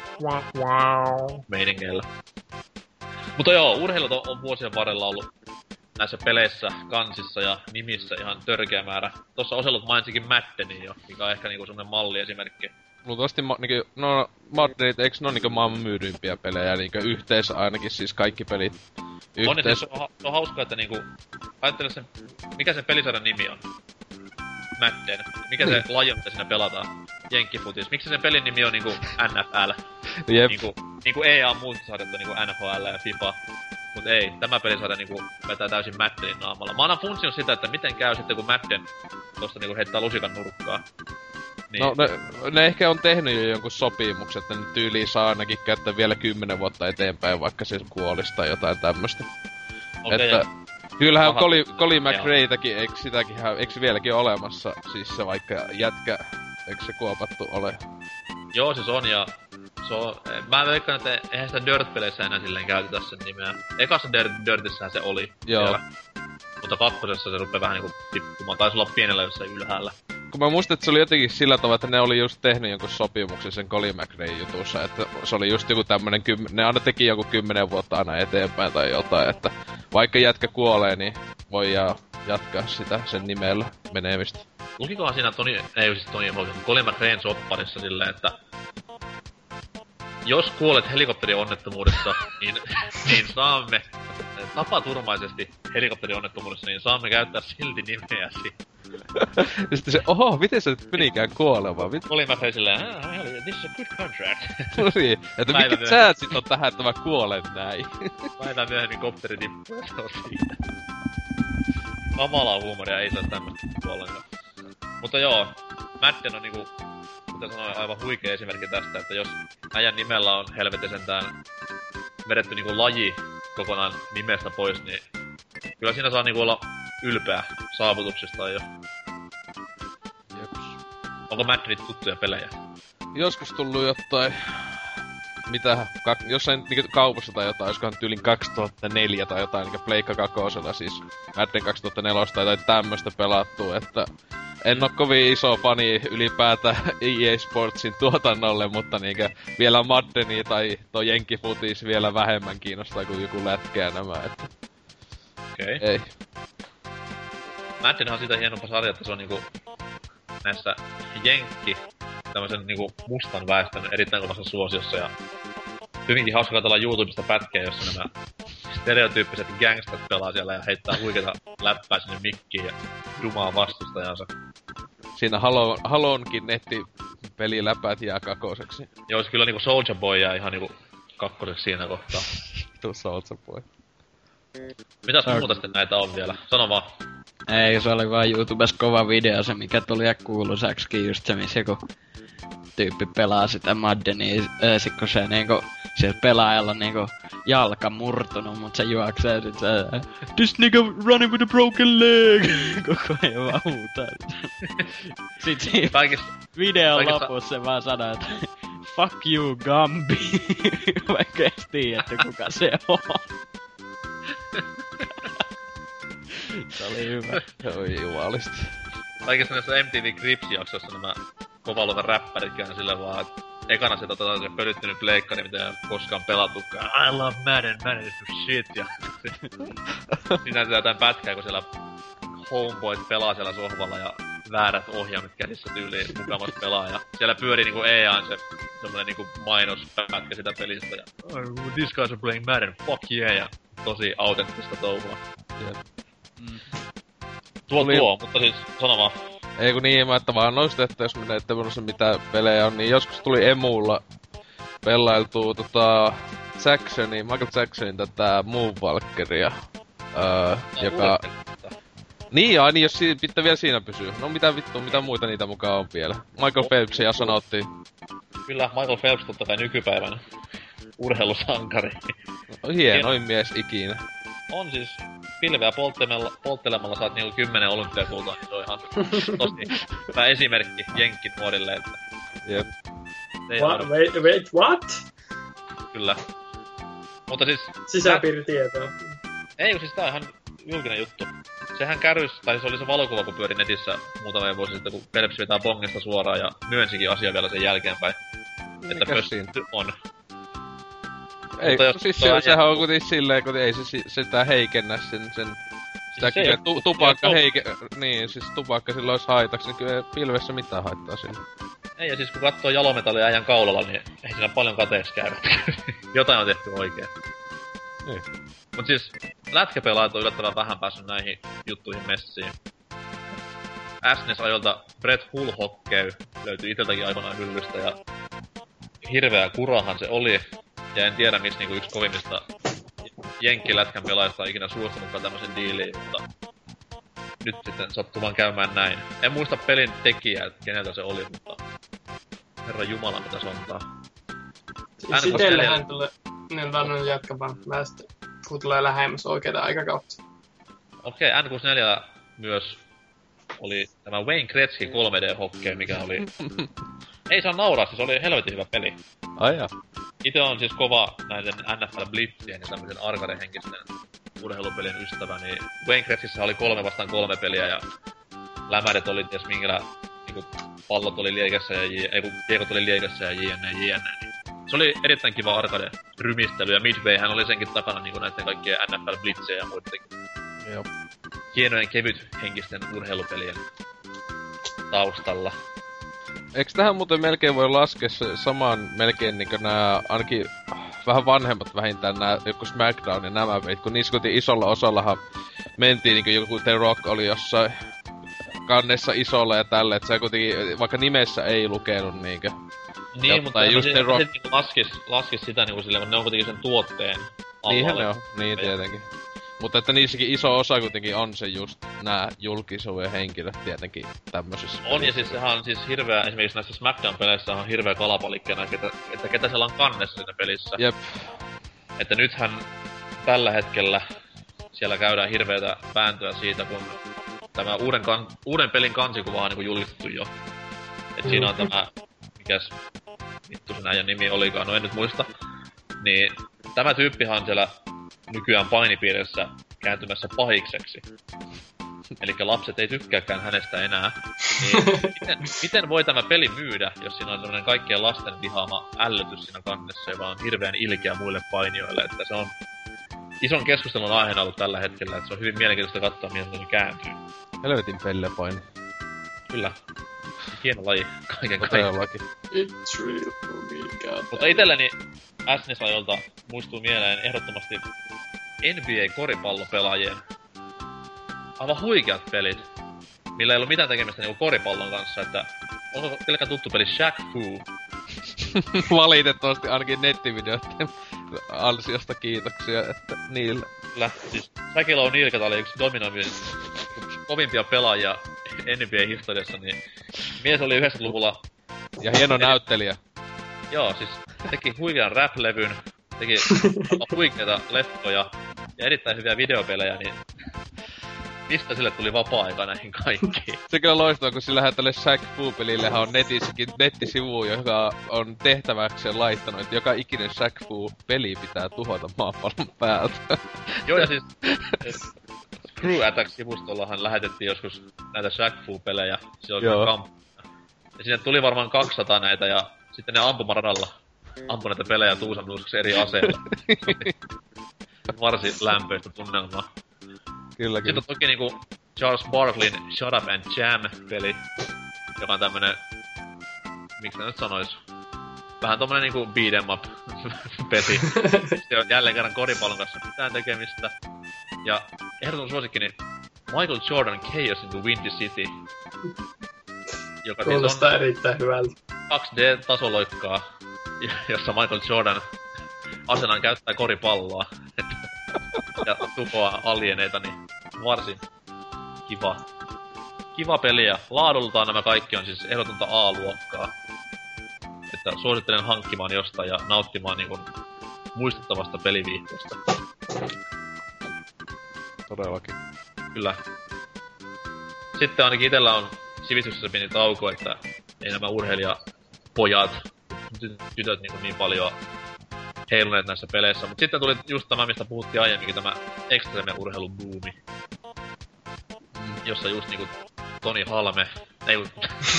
meiningeillä. Mutta joo, urheilut on, on vuosien varrella ollut näissä peleissä, kansissa ja nimissä ihan törkeä määrä. Tossa Oselot mainitsikin Maddenin jo, mikä on ehkä niinku semmonen malliesimerkki. Luultavasti ma- niinku, no Maddenit, eiks ne oo niinku maailman myydympiä pelejä, niinku yhteensä ainakin siis kaikki pelit. Yhteis... On, siis on, se on hauskaa, että niinku, ajattele sen, mikä sen pelisarjan nimi on? Madden. Mikä se laji, mitä siinä pelataan? Jenkkifutis. Miksi sen pelin nimi on niinku N F L? Jep. Niinku, niinku E A muut sarjat niinku N H L ja FIFA. Mut ei, tämä pelisarja niinku vetää täysin Maddenin naamalla. Mä oon funtsinut sitä, että miten käy sitten, kun Madden tosta niinku heittää lusikan nurkkaa. Niin. No, ne, ne ehkä on tehnyt jo jonkun sopimuksen, että ne tyyliin saa ainakin käyttää vielä kymmenen vuotta eteenpäin, vaikka se kuolisi tai jotain tämmöstä. Okay, että, ja... kyllähän Colin, Colin McRaetäkin, eikö sitäkin, eikö se vieläkin olemassa, siis se vaikka jätkä, eikö se kuopattu ole? Joo, siis on, ja se on, mä veikkaan, että eihän sitä Dirt-peleissä enää silleen käytetä sen nimeä. Ekassa Dirtissähän se oli. Joo. Siellä. Mutta kakkosessa se rupeaa vähän niinku tippumaan, taisi olla pienellä jossain ylhäällä. Kun mä muistan, että se oli jotenkin sillä tavalla, että ne oli just tehnyt jonkun sopimuksen sen Colin McRae jutussa, että se oli just joku tämmönen, kym... ne aina teki joku kymmenen vuotta aina eteenpäin tai jotain, että vaikka jätkä kuolee, niin voi jatkaa sitä sen nimellä menemistä. Lukikohan siinä Toni, ei siis Toni Hawk, Colin McRaen sopparissa silleen, että jos kuolet helikopterionnettomuudessa, niin, niin saamme tapaturmaisesti helikopterionnettomuudessa, niin saamme käyttää silti nimeäsi. Ja sitten se, oho, miten se nyt menikään kuolemaan? Mit... Colin McRae silleen, this is a good contract. No niin, että Päivä mitkä säät sit on tähän, että mä kuolen näin. Päivän myöhemmin kopteri tippuu ja se on siitä. Kamalaa huumoria, ei saa tämmöstä ollenkaan. Mutta joo, Madden on niinku, kuten sanoin, aivan huikea esimerkki tästä, että jos äijän nimellä on helvetin sentään vedetty niinku laji kokonaan nimestä pois, niin kyllä siinä saa niinku olla ylpeä saavutuksistaan jo. Jeps. Onko Maddenit tuttuja pelejä? Joskus tullut jotain... Mitä? Kak, jossain niinku kaupassa tai jotain, olisikohan tyylin kaksituhattaneljä tai jotain, niinku Pleikka kakosella siis Madden kaksituhattaneljä tai jotain tämmöstä pelattu, että en oo kovin iso fani ylipäätään E A Sportsin tuotannolle, mutta niinkö vielä Maddeni tai toi Jenkkifutis vielä vähemmän kiinnostaa kuin joku lätkää nämä, että... Okei. Okay. Ei. Maddenhan on siitä hienompa sarja, että se on niinku näissä jenkki, tämmösen niinku mustan väestön erittäin kovassa suosiossa ja hyvinkin hauska katsella YouTubesta pätkää, jossa nämä stereotyyppiset gangstat pelaa siellä ja heittää huikeita läppää sinne mikkiin ja dumaa vastustajansa. Siinä Halo, Halonkin nettipeliläpäät jää kakoseksi. Joo, kyllä niinku Soulja Boy jää ihan niinku kakkoseksi siinä kohtaa. Tuu Soulja Boy. Mitäs muuta sitten näitä on vielä? Sano vaan. Ei, se oli vaan YouTubessa kova video se, mikä tuli ja kuuluisaksikin just se, missä joku tyyppi pelaa sitä Maddenia, sit kun se niinku, siellä pelaajalla niinku jalka murtunut, mut se juoksee sit se This nigga running with a broken leg! Koko ajan vaan huutaa. Sit siinä kaikista, videon kaikista... lopussa se vaan sanoo, että fuck you, Gambi! Vaikka ei tiedä, että kuka se on. Se oli hyvä. Oi jumalista. Kaikissa näissä M T V Cribs-jaksoissa nämä kovaluokan räppärit käyn sillä vaan, että ekana se tota se pölyttynyt pleikkari, mitä ei koskaan pelattukaan. I love Madden, Madden is the shit, ja siinä se jotain pätkää, kun siellä homeboyt pelaa siellä sohvalla ja väärät ohjaimet käsissä tyyliin mukamas pelaa, ja siellä pyörii niinku E A:n se semmonen niinku mainospätkä sitä pelistä, ja oh, these guys are playing Madden, fuck yeah, ja tosi autenttista touhua. Yep. Mm. Tuo Oli... tuo, mutta siis sano vaan. Ei kun niin, mä että vaan noista, että jos minä ette muista mitä pelejä on, niin joskus tuli emulla pelailtua tota Jacksonin, Michael Jacksonin tätä Moonwalkeria, öö, no, joka... Niin, ai niin, jos si- pitää vielä siinä pysyä. No mitä vittu, mitä muita niitä mukaan on vielä? Michael Phelpsin ja sanottiin. Kyllä, Michael Phelps totta kai nykypäivänä urheilusankari. No, hienoin mies ikinä. On siis pilveä polttelemalla, polttelemalla saat niinku kymmenen olympiakultaa, niin se on ihan tosi hyvä esimerkki jenkkin nuorille, että... Jep. What? Wait, wait, what? Kyllä. Mutta siis... Sisäpiiritietoa. Ei, siis tää on ihan julkinen juttu. Sehän kärys, tai se oli se valokuva, kun pyöri netissä muutamia vuosia sitten, kun Phelps vetää bongista suoraan ja myönsikin asiaa vielä sen jälkeenpäin. Että pösty on. Ei, siis se, sehän jättä... on kuitenkin silleen, kun ei se sitä heikennä sen, sen sitä siis kyllä tu, tupakka heike... Niin, siis tupakka silloin olisi haitaksi, niin kyllä pilvessä mitään haittaa siinä. Ei, ja siis kun katsoo jalometallia äijän kaulalla, niin ei siinä paljon kateeksi käydä. Jotain on tehty oikein. Niin. Mut siis, lätkäpelaajat on yllättävän vähän päässyt näihin juttuihin messiin. S N E S-ajolta Brett Hull Hockey löytyi iteltäkin aikanaan hyllystä, ja hirveä kurahan se oli. Ja en tiedä, missä niinku yksi kovimmista jenkkilätkän pelaajista on ikinä suostunutkaan tämmösen diiliin, mutta nyt sitten sattuu vaan käymään näin. En muista pelin tekijää, että keneltä se oli, mutta herra jumala, mitä sontaa. Sitellähän tulee, niin vannon jatka vaan väestö, kun tulee lähemmäs oikeita aikakautta. Okei, okay, N kuusikymmentäneljä myös oli tämä Wayne Gretzky kolme D-hockey, mikä oli... Ei saa nauraa, siis oli helvetin hyvä peli. Ai jaa. Ite on siis kova näiden N F L Blitzien ja tämmöisen arcade-henkisten urheilupelien ystävä, niin Wayne Gretzkyssä oli kolme vastaan kolme peliä ja lämäret oli ties minkällä niinku pallot oli liekessä ja j... ei kun kiekot oli liekessä ja jne jne. Niin se oli erittäin kiva arcade-rymistely ja Midwayhän oli senkin takana niinku näiden kaikkien N F L Blitzien ja muidenkin. Joo. Hienojen kevyt henkisten urheilupelien taustalla. Eiks tähän muuten melkein voi laskea se samaan melkein niinkö nää ainakin vähän vanhemmat vähintään nää joku SmackDown ja nämä pelit, kun niissä kuitenkin isolla osallahan mentiin niinkö joku The Rock oli jossain kannessa isolla ja tälle, et se kuitenkin vaikka nimessä ei lukenut niinkö. Niin, ja, mutta just The Rock... niinku laskis, laskis sitä niinku silleen, mutta ne on kuitenkin sen tuotteen alla. Niinhän ne on, niin tietenkin. Mutta että niissäkin iso osa kuitenkin on se just nää julkisuuden henkilöt tietenkin tämmösissä. On, pelissä. Ja siis sehän on siis hirveä, esimerkiksi näissä Smackdown-peleissä on hirveä kalapalikkena, että, että ketä siellä on kannessa siinä pelissä. Jep. Että nythän tällä hetkellä siellä käydään hirveätä vääntöä siitä, kun tämä uuden, kan, uuden pelin kansikuva on niinku julkistettu jo. Et siinä on tämä, mikäs vittu sen äijän nimi olikaan, no en nyt muista. Niin tämä tyyppihan on siellä nykyään painipiirissä kääntymässä pahikseksi. elikkä lapset ei tykkääkään hänestä enää, niin miten, miten voi tämä peli myydä, jos siinä on tämmönen kaikkien lasten vihaama ällötys siinä kannessa, joka on hirveän ilkeä muille painijoille, että se on ison keskustelun aiheena ollut tällä hetkellä, että se on hyvin mielenkiintoista katsoa, miten se kääntyy. Helvetin pellepaini. Kyllä. Hieno laji kaiken kaikkiaan. It's real for me, god. Mutta itelleni S N E S-ajolta muistuu mieleen ehdottomasti N B A-koripallopelaajien aivan huikeat pelit, millä ei ollut mitään tekemistä niinku koripallon kanssa, että onko teillekään tuttu peli Shaq Fu? Valitettavasti ainakin nettivideoiden ansiosta kiitoksia, että niillä. Kyllä, siis Shaquille O'Neal oli yksi dominoivia, kovimpia pelaajia N B A-historiassa, niin mies oli yhdeksänkymmentäluvulla... Ja hieno Eli... näyttelijä. Joo, siis teki huikean rap-levyn, teki huikeita leffoja ja erittäin hyviä videopelejä, niin mistä sille tuli vapaa-aika näihin kaikkiin? Se kyllä loistaa, kun sillähän tälle Shaq Fu-pelillehän on netissäkin nettisivu, joka on tehtäväkseen laittanut, että joka ikinen Shaq Fu-peli pitää tuhota maapallon päältä. Joo, ja siis Screw Attack-sivustollahan lähetettiin joskus näitä Shaq Fu-pelejä. Siellä oli kamp... Ja sinne tuli varmaan kaksisataa näitä, ja sitten ne ampumaradalla ampui näitä pelejä tuusan nuuskaksi eri aseilla. Varsin lämpöistä tunnelmaa. Kyllä, kyllä. Sitten on toki niinku Charles Barkleyn Shut Up and Jam-peli, joka on tämmönen, miksi mä nyt sanois, vähän tommonen niinku beat'em up peli. Se on jälleen kerran koripallon kanssa mitään tekemistä. Ja ehdoton suosikkini Michael Jordan Chaos in the Windy City. Joka siis on erittäin hyvältä. kaksi D-tasoloikkaa, jossa Michael Jordan asenaan käyttää koripalloa ja tuhoaa alieneita, niin varsin kiva. Kiva peli ja laadultaan nämä kaikki on siis ehdotonta A-luokkaa. Että suosittelen hankkimaan jostain ja nauttimaan niin kuin muistuttavasta peliviihtoista. Todellakin. Kyllä. Sitten ainakin itellä on sivistyksessä pieni tauko, että ei nämä urheilijapojat, tytöt niin, niin paljon heiluneet näissä peleissä. Mut sitten tuli just tämä, mistä puhuttiin aiemminkin, tämä extreme-urheilun buumi. Jossa just niinku Toni Halme... Ei kun...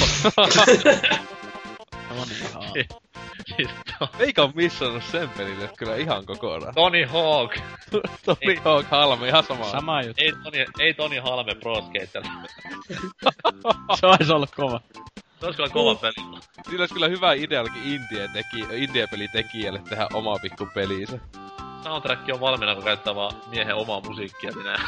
Toni Hawk. Siis to... Eikä oo missannut sen pelille kyllä ihan kokonaan. Tony Hawk! Tony Hawk Halme, ihan sama. Sama juttu. Ei Toni, ei Toni Halme Pro Skater. Se ois ollut kova. Se ois kyllä kova peli. Siinä ois kyllä hyvä ideallakin indie-teki, indie-pelitekijälle tehdä oma pikku pelinsä. Soundtrack on valmiina, kun käyttää vaan miehen omaa musiikkia sinä.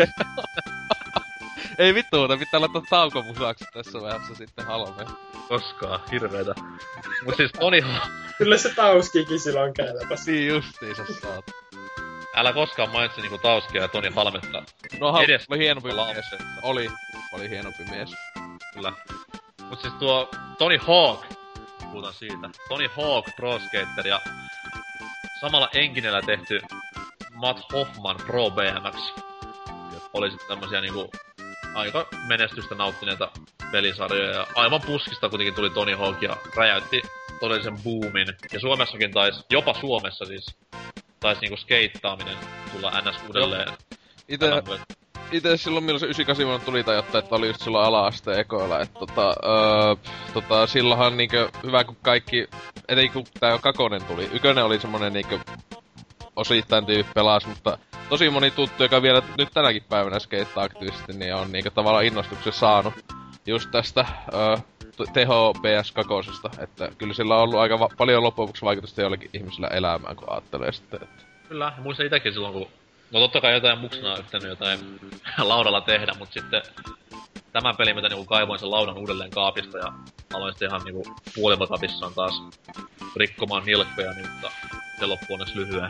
Ei vittu, mutta pitää laittaa taukomusaksi tässä vaiheessa sitten Halmeen. Koskaan, hirveetä. Mut siis Toni Hawk... Kyllä se Tauskikin silloin käytäpäs. Niin justiinsa saat. Älä koskaan mainitse niinku Tauskia ja Toni Halmetta. No ha- edes oli hienompi mies. Oli. Oli hienompi mies. Kyllä. Mut siis tuo Tony Hawk, puhutaan siitä. Tony Hawk Pro Skater ja samalla enginellä tehty Matt Hoffman Pro B M X. Oli sitten tämmösiä niinku aika menestystä nauttineita pelisarjoja ja aivan puskista kuitenkin tuli Tony Hawk ja räjäytti todellisen boomin. Ja Suomessakin tais, jopa Suomessa siis, tais niinku skeittaaminen tulla N S uudelleen. Ite, ite silloin milloin se yhdeksänkymmentäkahdeksan tuli tajuttaa, että oli just silloin ala-asteen ekoilla, että tota, öö, tota, silloinhan niinkö hyvä kun kaikki, etenkin kun tää kakonen tuli, ykönen oli semmonen niinkö osittain tyyppi pelas, mutta tosi moni tuttu, joka vielä nyt tänäkin päivänä skeittaa aktiivisesti, niin on niinkö tavallaan innostuksen saanut just tästä öö, T H P S kaksi, että kyllä sillä on ollut aika va- paljon loppujen vaikutusta jollekin ihmisillä elämään, kun ajattelee sitten, että... Kyllä, muistan itekin silloin, kun... No totta kai jotain muksena yrittänyt jotain laudalla tehdä, mut sitten... Tämän pelin, mitä niinku kaivoin sen laudan uudelleen kaapista ja aloin sitten ihan niinku puolivatapissaan taas rikkomaan nilkkoja, niin mutta se loppu on edes lyhyen.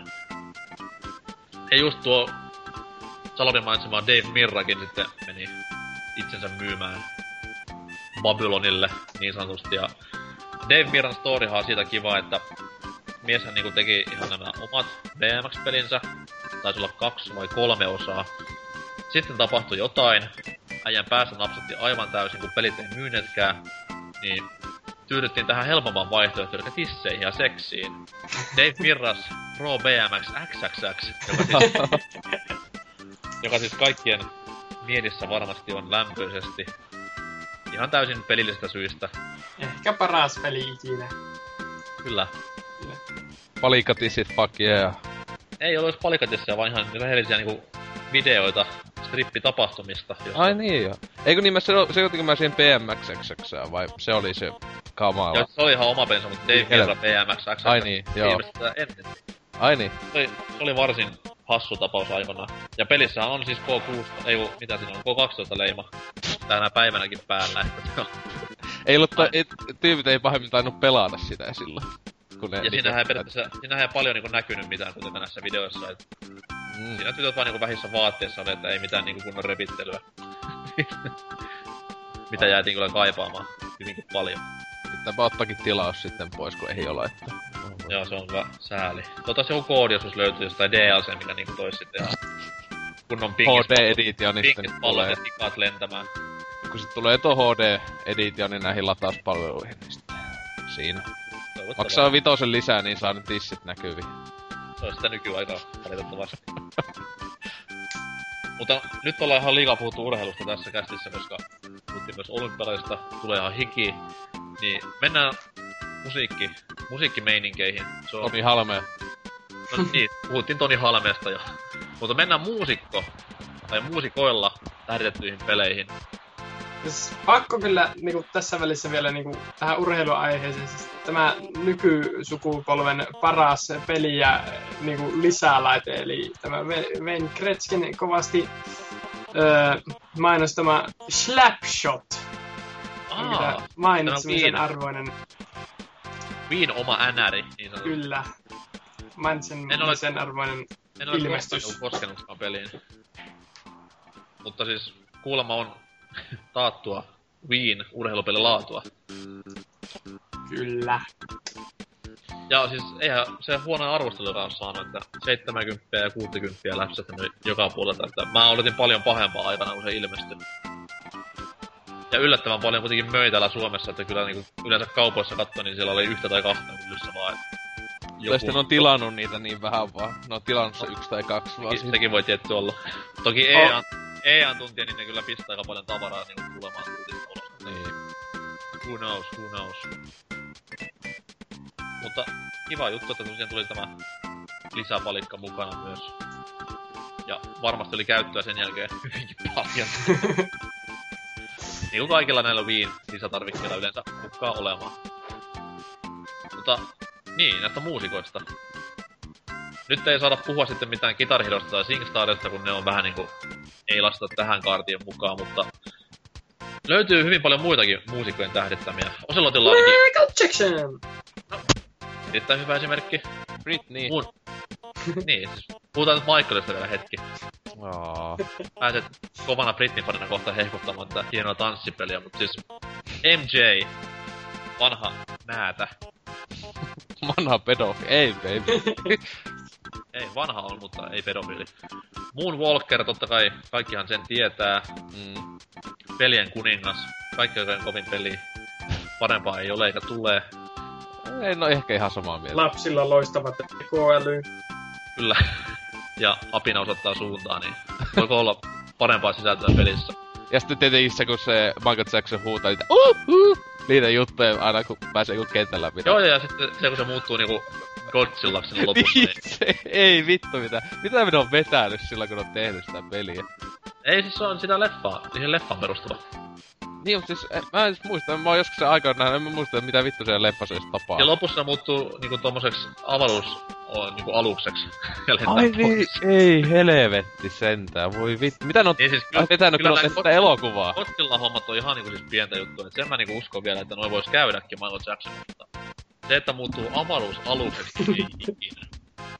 Ja just tuo Salopin mainitsema Dave Mirrakin sitten meni itsensä myymään Babylonille niin sanotusti. Ja Dave Mirran storyhan on siitä kiva, että mieshän niinku teki ihan nämä omat B M X-pelinsä. Taisi olla kaksi vai kolme osaa. Sitten tapahtui jotain. Äijän päässä napsatti aivan täysin, kun pelit ei myyneetkään. Niin tyydyttiin tähän helpomman vaihtoehtoon, eli tisseihin ja seksiin. Dave Mirras Pro B M X X X X, joka siis, joka siis kaikkien mielissä varmasti on lämpöisesti. Ihan täysin pelillisistä syistä. Ehkä paras peli ikinä. Kyllä. Kyllä. Palikatisit, fuck yeah. Ei ole edes palikatissa, vaan ihan rehellisiä niinku videoita strippitapahtumista. Ai niin joo. Eikö niin mä se, se jotenkin mä siihen P M X X vai se oli se kamala? Joo, se oli ihan oma pelinsä, mutta ei vielä P M X X. Ai niin, joo. Ennen. Ai niin. Se oli, se oli varsin hassu tapaus aikanaan. Ja pelissähän on siis K kuusi, ei mitä siinä on, K kaksitoista leima. Tänä päivänäkin päällä, että se on. Ei ollut, et, tyypit ei pahemmin tainnut pelata sitä silloin. Kun ne ja siinähän ei periaatteessa, siinähän ei paljon niinku näkynyt mitään kuten näissä videoissa, et mm. Siinä tytöt vaan niinku vähissä vaatteissa oli, että ei mitään niinku kunnon repittelyä. Mitä jäätiin kyllä kaipaamaan hyvinkin paljon. Pitääpä ottaakin tilaus sitten pois, kun ei ole laittaa. Joo, se on hyvä sääli. Toivottavasti joku koodiosuus löytyy jostain D L C, mikä niinku tois sitten ihan kunnon H D-editionista pinkit pallot ja tikat lentämään. Kun sit tulee tuo H D-editionin näihin latauspalveluihin, niin sitten siinä. Maksaa vitosen lisää, niin saa ne tissit näkyviin. Se on sitä nykyaikaa valitettavasti. Mutta nyt ollaan ihan liikaa puhuttu urheilusta tässä kästissä, koska puhuttiin myös olympialaisista, tulee ihan hiki. Niin mennään musiikki, musiikkimeininkeihin. Se on... Toni Halme. No niin, puhuttiin Toni Halmeesta jo. Mutta mennään muusikko, tai muusikoilla tähdetettyihin peleihin. Siis pakko kyllä niinku, tässä välissä vielä niinku, tähän urheiluaiheeseen. Siis tämä nykysukupolven paras peli ja niinku, lisälaite, eli tämä Wayne Gretzkin kovasti öö, mainostama Slapshot. Aa, mainitsemisen arvoinen. Wiin oma änäri, niin sanotaan. Kyllä. Mainitsemisen arvoinen en ole ilmestys. En ole koskenutkaan peliin. Mutta siis kuulemma on taattua Wiin urheilupelilaatua. Kyllä. Ja siis eihän se huonoa arvostelua on saanut, että seitsemänkymmentä ja kuusikymmentä läpsättänyt joka puolelta, että mä odotin paljon pahempaa aikana, kun se ilmestyi. Ja yllättävän paljon kuitenkin möi täällä Suomessa, että kyllä niinku yleensä kaupoissa katsoin, niin siellä oli yhtä tai kahta myllyssä vaan. Joku... Tai sitten ne on tilannut niitä niin vähän vaan. Ne on tilannut se yksi tai kaksi vaan. Sekin, sekin voi tietty olla. Toki oh. E A, E A:n tuntia, niin ne kyllä pistää aika paljon tavaraa niinku tulemaan uutista ulos. Niin. Who knows, who knows. Mutta kiva juttu, että tosiaan tuli tämä lisävalikka mukana myös. Ja varmasti oli käyttöä sen jälkeen hyvinkin paljon. Niin kuin kaikilla näillä Wiin lisätarvikkeilla yleensä hukkaa olemaan. Mutta niin, näistä muusikoista. Nyt ei saada puhua sitten mitään Guitar Herosta tai SingStarista, kun ne on vähän niinku ei lasteta tähän kaartiin mukaan, mutta löytyy hyvin paljon muitakin muusikkojen tähdittämiä. Ocelotilla ainakin... Michael Jackson! No, erittäin hyvä esimerkki. Britney. Muun... niin, siis puhutaan nyt Michaelista vielä hetki. Oh. Pääset kovana Britney-fanina kohta hehkuttamaan tätä hienoa tanssipeliä, mutta siis M J, vanha näätä. Vanha pedofiili, ei baby. Ei, vanha on, mutta ei pedofiili. Moonwalker, totta kai, kaikkihan sen tietää. Mm. Pelien kuningas, kaikki oikein kovin peli. Parempaa ei ole eikä tule. Ei, no ehkä ihan samaa mieltä. Lapsilla loistavat tekoäly. Kyllä. Ja apina osoittaa suuntaan, niin voiko olla parempaa sisältöä pelissä. Ja sitten tietenkin se, kun se Michael Jackson huutaa niitä uh, uh, niitä juttuja aina, kun pääsee joku kentän läpi. Joo, ja sitten se, kun se muuttuu niinku Godzillaksi siinä lopussa. niin, se, ei vittu mitä. Mitä minä on vetänyt silloin, kun on tehnyt sitä peliä? Ei, siis se on sitä leffaa, siihen leffaan perustuva. Niin, mutta siis, mä en siis muista, mä oon joskus sen aikaan nähnyt, en mä muista, mitä vittu siellä leffassa edes tapaa. Ja lopussa muuttuu niinku tommoseks avaruus on niinku alukseksi. Ai niin, ei helvetti sentään, voi vittu. Mitä ne on niin siis kyllä, vetänyt, kun on tehnyt sitä elokuvaa? Godzilla-hommat on ihan niinku siis pientä juttua, et sen mä niinku uskon vielä, että noin vois käydäkin Michael Jackson, mutta se, että muuttuu avaruusalukseksi, ei ikinä.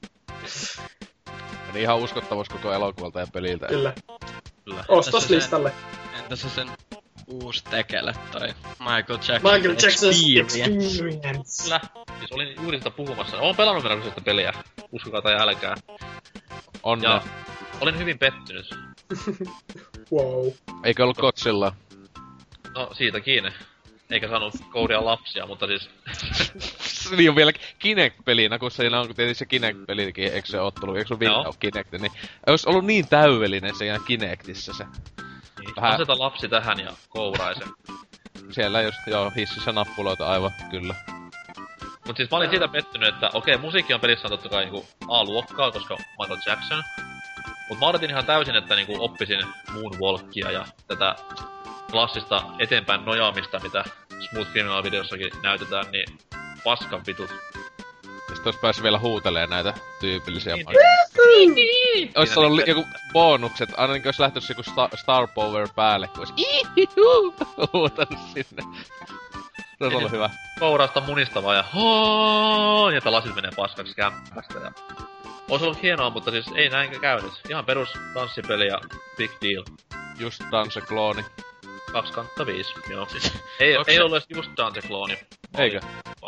Meni ihan uskottavuus koko elokuvalta ja peliltä. Kyllä. Kyllä. Ostoslistalle. Entäs se sen uusi tekele toi Michael Jackson Michael Jackson Experience? Experience. Kyllä. Siis olin juuri sitä puhumassa. Oon pelannut vielä sitä peliä. Uskokaa tai älkää. On. Ja olin hyvin pettynyt. Wow. Eikö ollut Godzilla? No siitä kiinni. Eikä saanut kouria lapsia, mutta siis... niin on vielä Kinect-pelinä, kun siinä on tietysti se Kinect-pelikin, eikö se oo tullut, eikö se ole Kinect, niin ois ollut niin täydellinen siinä Kinectissä se. Vähän... Aseta lapsi tähän ja kouraise. Siellä just, joo, hississä nappuloita, aivan, kyllä. Mut siis mä olin siitä pettynyt, että okei, okay, musiikki on pelissä on totta kai niinku A-luokkaa, koska Michael Jackson. Mut mä odotin ihan täysin, että niinku oppisin moonwalkia ja tätä klassista eteenpäin nojaamista, mitä Smooth Criminal-videossakin näytetään, niin paskan vitut. Ja sit ois päässyt vielä huutelee näitä tyypillisiä niin, paikkoja. Niin. Ois ollut li- joku bonukset, aina niinku ois lähtössä joku sta- Star Power päälle, kun ois iihihu huutanut sinne. Se ois ollut hyvä. Kourasta munistavaa ja hoo, ja lasit menee paskaksi kämpästä ja... Ois ollut hienoa, mutta siis ei näinkö käynyt. Ihan perus tanssipeli ja big deal. Just Dance Clone. kaksi kautta viisi, joo. Siis, ei, ei ollut edes just Dance Clone. Eikö?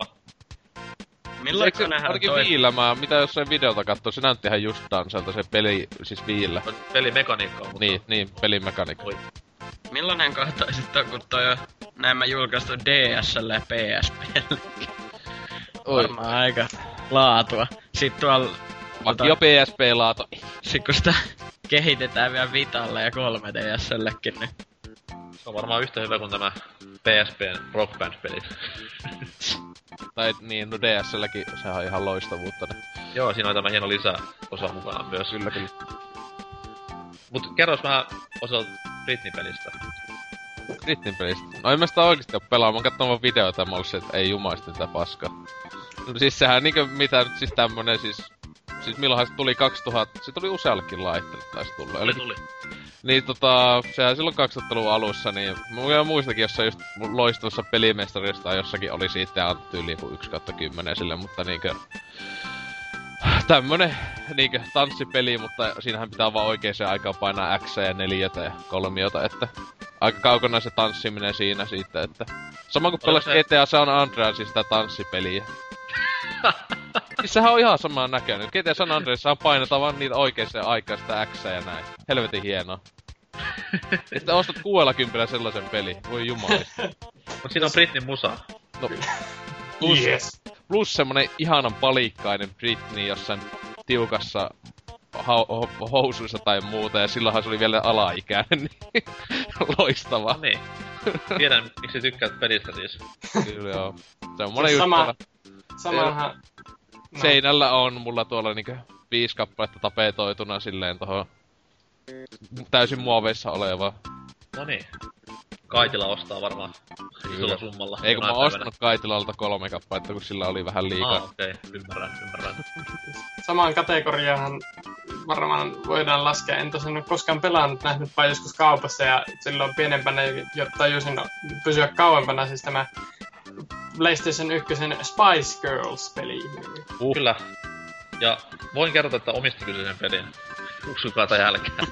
Milloin se ainakin toi... Viillä mä, mitä jos sen videota kattoo, se näytti ihan just Dancelta se peli, siis Viillä. Pelimekaniikka on, mutta... Niin, niin, pelimekaniikka. Oi. Millainen katsoisit on, kun toi on näemmä julkaistu D S L ja P S P:lle? Varmaan aika laatua. Sitten tuolla... Vaikka jo P S P-laato. Sit kun sitä kehitetään vielä Vitalle ja kolme D S L:kin, niin... Se on varmaan yhtä hyvä kuin tämä P S P:n Rock Band-pelit. Tai niin, no D S L:kin, sehän on ihan loistavuutta ne. Joo, siinä on tämä hieno lisäosa mukana myös. Kyllä, kyllä. Mut kerros vähän osalta Britney-pelistä. Britney-pelistä? No en mä sitä oikeesti oo pelaa, mä oon kattonut videoita ja mä ollut että ei jumaisti tätä paskaa. No siis sehän niinkö mitä nyt siis tämmönen siis... Siis milloinhan se tuli kaksituhatta... Se tuli useallekin laitteelle taisi tulla. Tuli, tuli. Niin tota... Sehän silloin kaksituhattaluvun alussa, niin... Mä vielä muistakin jossain just loistavassa pelimestarista tai jossakin oli siitä ja tyyliin kuin yksi kautta kymmenen sille, mutta niinkö... Tämmönen niinkö tanssipeli, mutta siinähän pitää vaan oikeeseen aikaan painaa X ja neljätä ja kolmiota, että... Aika kaukana se tanssiminen siinä siitä, että... Sama kuin pelas G T A San Andreasin sitä tanssipeliä. Siis sehän on ihan samaan näköinen. G T A San Andreasissa painetaan vaan niitä oikeeseen aikaan sitä X ja näin. Helvetin hienoa. Ja sitten ostat kuudellakymmenellä sellaisen peli. Voi jumalista. Mut siinä on Britneyn musa. No. Plus, Yes. plus semmonen ihanan palikkainen Britney jossain tiukassa ha- ho- housuissa tai muuta. Ja silloinhan se oli vielä alaikäinen. Niin loistavaa. No niin. Tiedän miksi tykkäät pelistä siis. Kyllä joo. Semmonen just sama, tuolla... Samahan... No. Seinällä on mulla tuolla niinkö viisi kappaletta tapetoituna silleen tohon täysin muoveissa olevaa. No niin. Kaitila ostaa varmaan isolla summalla. Ei kun mä oon ostanut Kaitilalta kolme kappaletta, kun sillä oli vähän liikaa. Ah, okei. Okay. Ymmärrän, ymmärrän. Samaan kategoriaan varmaan voidaan laskea. En tosiaan ole koskaan pelannut, nähnyt vaan joskus kaupassa ja silloin pienempänä, jotta tajusin pysyä kauempana, siis tämä PlayStation yksi Spice Girls-peli. Uh. Kyllä. Ja voin kertoa, että omistin kyllä sen pelin. Uksukaa tai jälkeen.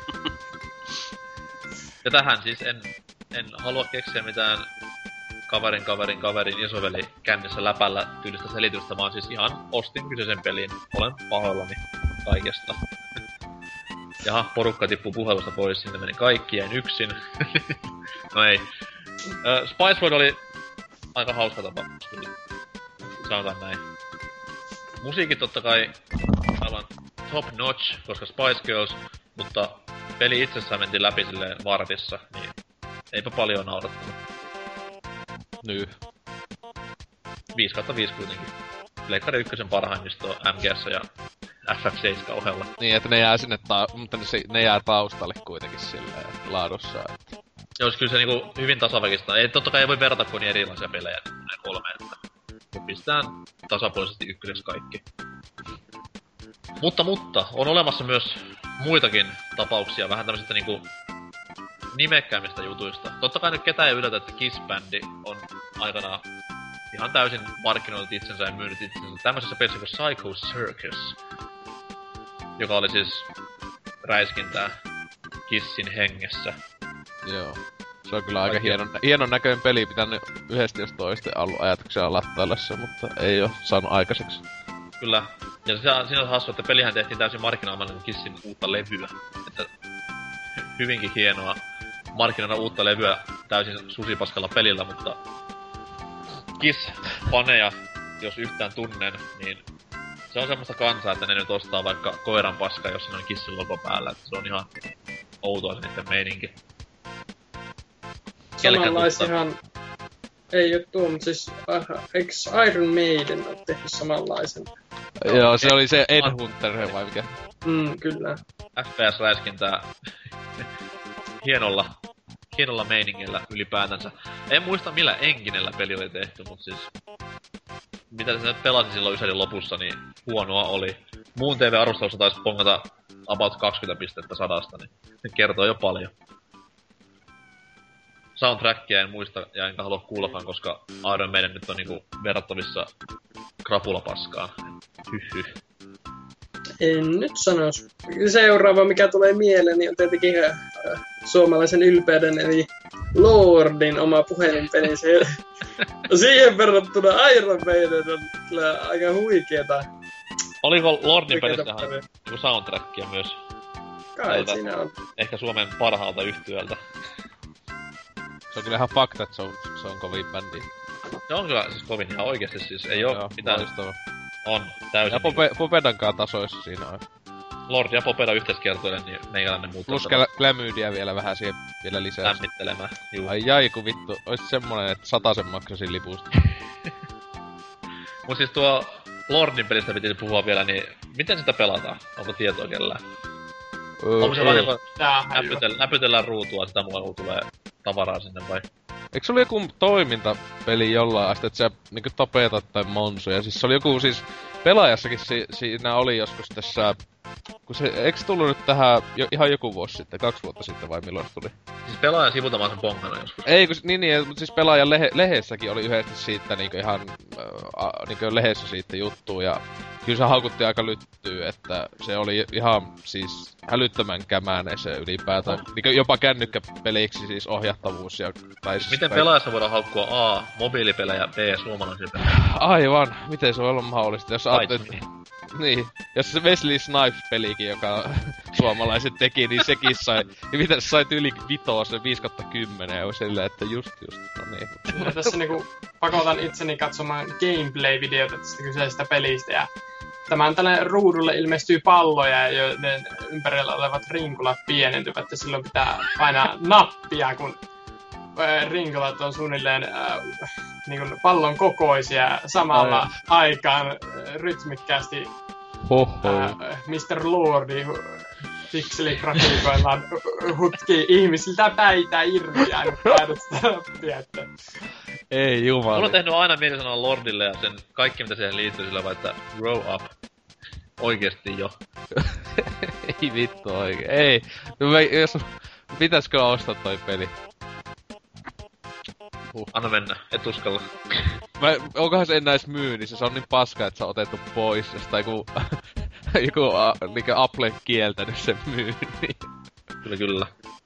Ja tähän siis en, en halua keksiä mitään kaverin kaverin kaverin isoveli kännissä läpällä tyylistä selitystä, vaan siis ihan ostin kyseisen pelin. Olen pahoillani kaikesta. Jaha, porukka tippuu puhelusta pois, sinne meni kaikki, jäin yksin. No ei. Uh, Spice World oli aika hauska tapa. Sanotaan näin. Musiikit totta kai aivan top notch, koska Spice Girls, mutta peli itsessään mentiin läpi silleen vartissa, niin eipä paljon naurattanut. Nyy. viisi kautta viisi kuitenkin. Pleikkari ykkösen parhaimmistoa M G S ja F F seitsemän ohella. Niin, että ne jää sinne ta- mutta ne, ne jää taustalle kuitenkin silleen laadussa, että... Joo, kyllä se niinku hyvin tasaväkistä. Ei, totta kai ei voi verrata kuin erilaisia pelejä, näin kolme, että pistetään tasapuolisesti ykköseksi kaikki. Mutta, mutta, on olemassa myös muitakin tapauksia, vähän tämmöisistä niinku nimekkäämmistä jutuista. Totta kai nyt ketään ei yllätä, että Kiss-bändi on aikanaan ihan täysin markkinoinut itsensä ja myynyt itsensä tämmöisessä pelissä kuin Psycho Circus, joka oli siis räiskintää Kissin hengessä. Joo. Se on kyllä aika hienon, hienon näköinen peli, pitänyt yhdesti jos toisten ollut ajatuksia lattailassa, mutta ei oo saanut aikaiseksi. Kyllä. Ja se, siinä on hassua, että pelihän tehtiin täysin markkinoimaan Kissin uutta levyä. Että hyvinkin hienoa markkinoida uutta levyä täysin susipaskalla pelillä, mutta Kiss-faneja, jos yhtään tunnen, niin se on semmoista kansaa, että ne nyt ostaa vaikka koiran paskaa, jos siinä on Kissin logo päällä. Että se on ihan outoa se niitten meininki. samanlaisihan... Ei oo tuo, mutta siis... Aha, eiks Iron Maiden oo tehty samanlaisen? Joo, Joo se oli se Ed Hunter vai mikä? Mm, kyllä. F P S-räiskintää hienolla, hienolla meiningillä ylipäätänsä. En muista millä enginellä peli oli tehty, mut siis... Mitä se nyt pelasi silloin Ysärin lopussa, niin huonoa oli. Muun T V-arvostelussa taisi pongata about kaksikymmentä pistettä sadasta, niin se kertoo jo paljon. Soundtrackia en muista ja enkä halua kuullakaan, koska Iron Maiden nyt on niinku verrattavissa krapulapaskaan. Hyh hyh. En nyt sanois. Seuraava, mikä tulee mieleen, niin on tietenkin äh, suomalaisen ylpeyden, eli Lordin oma puhelinpeli. Se, siihen verrattuna Iron Maiden on kyllä aika huikeeta. Oliko Lordin pelissähän niinku soundtrackia myös? Kai Tältä, siinä on. ehkä Suomen parhaalta yhtyöltä. Se on kyllä ihan fakta, että se on, se on kovin bändi. Se on kyllä siis kovin ihan oikeesti siis. Ei oo Joo, mitään. Loistava. On täysin. Ja Pope, Popedankaan tasoissa siinä on. Lord ja Popeda yhteiskiertoille, niin meikäläinen muuttaa. Plus gl- glamyydiä vielä vähän siihen vielä lisää. Lämmittelemään. Juu. Ai jai kun vittu, ois semmonen, että satasen maksasin lipusta. Mut siis tuo Lordin pelistä piti puhua vielä, niin miten sitä pelataan? Onko tietoa kellään? Öö, Onko se vaan joku Näpytellä. näpytellään ruutua sitä mukaan, kun tulee tavaraa sinne vai? Eikö se oli joku toimintapeli jollain asti, että sä niinku tapetat tai monsuja? Siis se oli joku siis... Pelaajassakin si- siinä oli joskus tässä... Kun se, eikö se tullut nyt tähän jo, ihan joku vuosi sitten, kaksi vuotta sitten vai milloin se tuli? Siis pelaajan sivulta vaan sen bonkana joskus. Ei, kun, niin, niin, mutta siis pelaajan lehe, lehessäkin oli yhdesti siitä niinku ihan... Äh, niinku lehessä siitä juttua ja... Kyllä se haukutti aika lyttyä, että se oli ihan siis hälyttömän kämäinen se ylipäätään. Oh. Niin jopa kännykkäpeliksi siis ohjattavuus ja... Tai siis miten kai... pelaajassa voidaan haukkua A, mobiilipelejä, B, suomalaisia pelejä? Aivan, miten se voi olla mahdollista, jos ajattelet... Niin, jos se Wesley Snipes-pelikin, joka suomalaiset teki, niin sekin sai... Niin mitä se sai yli vitosen, viisi kautta kymmenen, ja silleen, että just just, no niin. Ja tässä niinku pakotan itseni katsomaan gameplay-videota tästä kyseisestä pelistä, ja tämän tälle ruudulle ilmestyy palloja, joiden ympärillä olevat rinkulat pienentyvät, ja silloin pitää painaa nappia, kun rinkulat on suunnilleen äh, niin kuin pallon kokoisia samalla Ai. aikaan äh, rytmikkäästi äh, mister Lordi pikseligrafiikoillaan hutkii ihmisiltä päitä irti ja painat sitä nappia, että... Ei jumala. Mulla on tehnyt aina mieli sanoa Lordille ja sen kaikki mitä siihen liittyy sillä vaan, että grow up. Oikeesti jo. Ei vittu oikein. Ei. No me, jos... Pitäisikö ostaa toi peli? Uh. Anna mennä, et uskalla. Mä, onkohan se enää edes myynnissä? Se on niin paska, että se on otettu pois, josta joku... joku a, niinkö Apple kieltänyt sen myynnin. Kyllä, kyllä.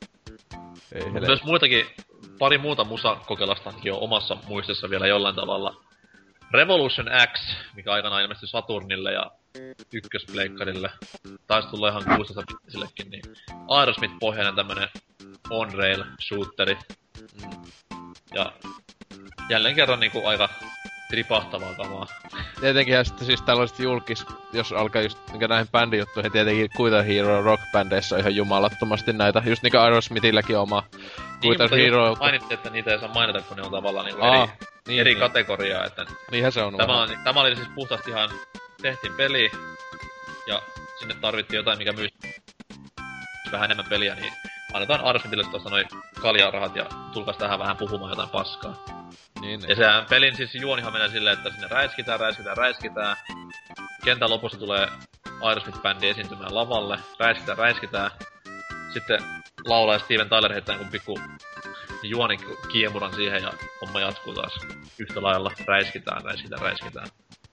Ei Mutta myös muitakin, pari muuta musakokeilastakin on omassa muistissa vielä jollain tavalla. Revolution X, mikä aikanaan ilmestyi Saturnille ja ykköspleikkarille. Taisi tulla ihan kuusitoista-bittisillekin, niin Aerosmith-pohjainen tämmönen on-rail shooteri. Mm. Ja jälleen kerran niinku aika tripahtavaa kamaa. Tietenkin sitten siis tällaiset julkis, jos alkaa just niinkö näihin bändijuttuihin, tietenkin Guitar Hero rock-bändeissä on ihan jumalattomasti näitä. Just niinkö Aerosmithilläkin oma Guitar niin, Hero. Mainittiin, että niitä ei saa mainita, kun ne on tavallaan niinku Aa, eri, niin, eri niin. kategoriaa. Että niinhän se on. Tämä, on, tämä oli siis puhtaasti ihan, tehtiin peli ja sinne tarvittiin jotain, mikä myy vähän enemmän peliä, niin annetaan Aerosmithille tuosta noin kaljarahat ja tulkaas tähän vähän puhumaan jotain paskaa. Niin, niin. Ja sehän pelin siis juonihan menee silleen, että sinne räiskitään, räiskitään, räiskitään. Kentän lopussa tulee Aerosmith-bändi esiintymään lavalle, räiskitään, räiskitään. Sitten laulaa ja Steven Tyler heittää kun pikku juonikiemuran siihen ja homma jatkuu taas yhtä lailla. Räiskitään, räiskitään, räiskitään.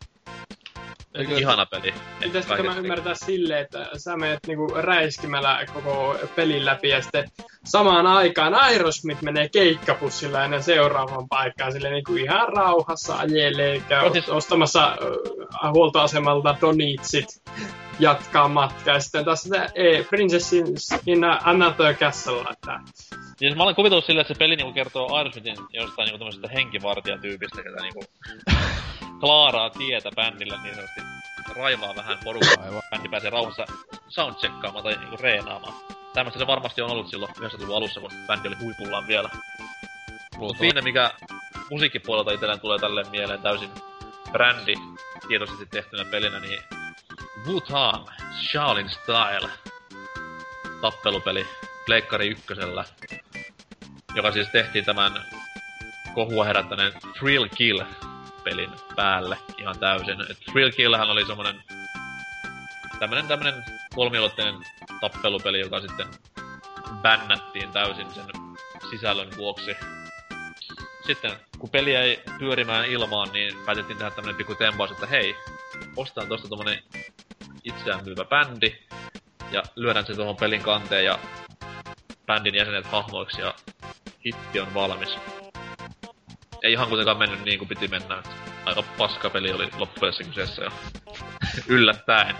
Eikö ihana peli. Pitäisikö tämä ymmärtää silleen, että sä menet niinku räiskimällä koko pelin läpi ja sitten samaan aikaan Aerosmith menee keikkapussilla ennen seuraavaan paikkaan sille niinku ihan rauhassa ajelee, eikä no, siis... ostamassa uh, huoltoasemalta donitsit jatkaa matkaa. Ja sitten taas sitä e, Princess in Another Castle. Että... Siis mä olen kuvitellut silleen, että se peli niinku kertoo Aerosmithin jostain niinku tämmöisestä henkivartijatyypistä, ketä niinku klaaraa tietä bändille niin sanotusti raivaa vähän porukkaa. Bändi pääsee rauhassa soundcheckaamaan tai niinku reenaamaan. Tämmöstä se varmasti on ollut silloin yhdeksänkymmentäluvun alussa, kun bändi oli huipullaan vielä. Siinä mikä musiikkipuolelta itselleen tulee tälleen mieleen täysin brändi tietoisesti tehtynä pelinä, niin Wu-Tang Shaolin Style tappelupeli Pleikkari ykkösellä, joka siis tehtiin tämän kohua herättäneen Thrill Kill-pelin päälle ihan täysin. Et Thrill Killhän oli semmonen tämmönen, tämmönen kolmiulotteinen tappelupeli, joka sitten bännättiin täysin sen sisällön vuoksi. Sitten kun peli jäi pyörimään ilmaan, niin päätettiin tehdä tämmönen pikku tempaus, että hei, ostetaan tosta tommonen itseään myyvä bändi ja lyödään se tuohon pelin kanteen ja bändin jäsenet hahmoiksi ja hitti on valmis. Ei ihan kuitenkaan mennyt niin kuin piti mennä. Aika paska peli oli loppupeleissä kyseessä ja yllättäen.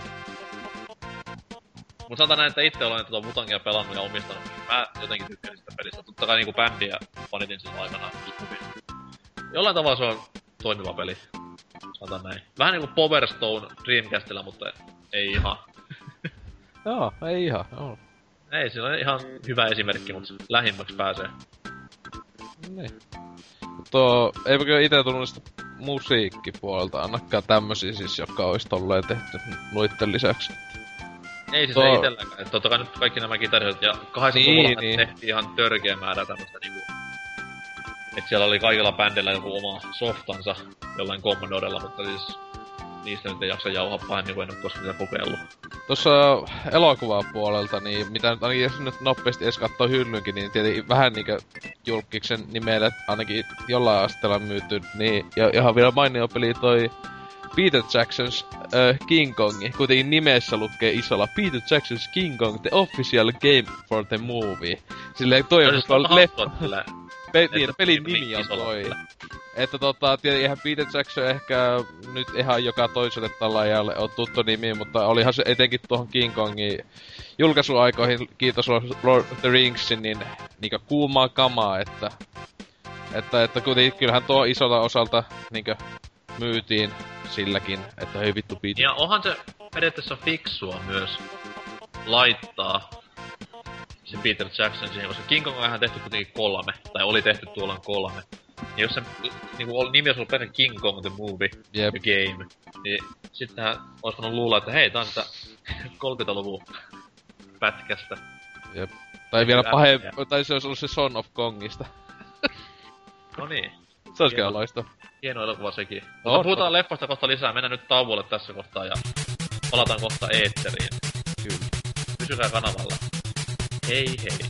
Mut sanotaan näin, että itse olen tuota Wu-Tangia pelannut ja omistanut, niin mä jotenkin tykkäsin sitä pelistä. Totta kai niinku bändiä panitin silloin aikana. Jollain tavalla se on toimiva peli. Sanotaan näin. Vähän niinku Power Stone Dreamcastilla, mutta ei ihan. Joo, ei ihan. Joo. Ei, se on ihan hyvä esimerkki, mutta lähimmäksi pääsee. Niin. Tuo, eipä ite tullut sitä musiikkipuolelta ainakaan tämmösiä siis, jotka ois tolleen tehty noitten lisäksi. Ei siis Tuo... ei itselläkään. Totta kai nyt kaikki nämä kitarisot ja kahdeksankymmentäluvulla niin, niin. tehtiin ihan törkeä määrä tämmöstä niinku... Et siellä oli kaikilla bändillä joku oma softansa jollain Commodorella, mutta siis... Niistä nyt ei jaksa jauhaa pahemmin, kun en oo koskaan niitä kokeillut. Tuossa elokuvapuolelta, niin mitä nyt ainakin jos nyt nopeasti edes kattoo hyllynkin, niin tietenkin vähän niinkö julkiksen nimellä ainakin jollain asteella myyty, niin ja ihan vielä mainio peli toi Peter Jackson's äh, King Kong. Kuitenkin nimessä lukee isolla Peter Jackson's King Kong, the official game for the movie. Silleen toi on mukaan leffa. Pe- niin, että pelin nimi on toi. Kyllä. Että tota, tietenkin eihän Peter Jackson ehkä nyt ihan joka toiselle tällaajalle on tuttu nimi, mutta olihan se etenkin tuohon King Kongin julkaisuaikoihin, kiitos Lord of the Ringsin, niin niinkö kuumaa kamaa, että... Että, että kuitenkin kyllähän tuo isolta osalta niinkö myytiin silläkin, että hei vittu Peter. Ja onhan se periaatteessa fiksua myös laittaa se Peter Jackson siihen, koska King Kong on ihan tehty kuitenkin kolme, tai oli tehty tuolla kolme. Ja jos se niinku, nimi olisi ollut pelkkä King Kong the Movie, Jep. the Game, niin sittenhän ois voinut luulla, että hei, tää on sitä kolmekymmentäluvun pätkästä. Jep. Tai vielä pahempi, tai se olisi ollut se Son of Kongista. No niin. Se olisi kyllä loistava. Hieno elokuva sekin. No, Mutta puhutaan no. leffasta kohta lisää, mennään nyt tauolle tässä kohtaa ja palataan kohta eetteriin. Kyllä. Pysykää kanavalla. Hei hei.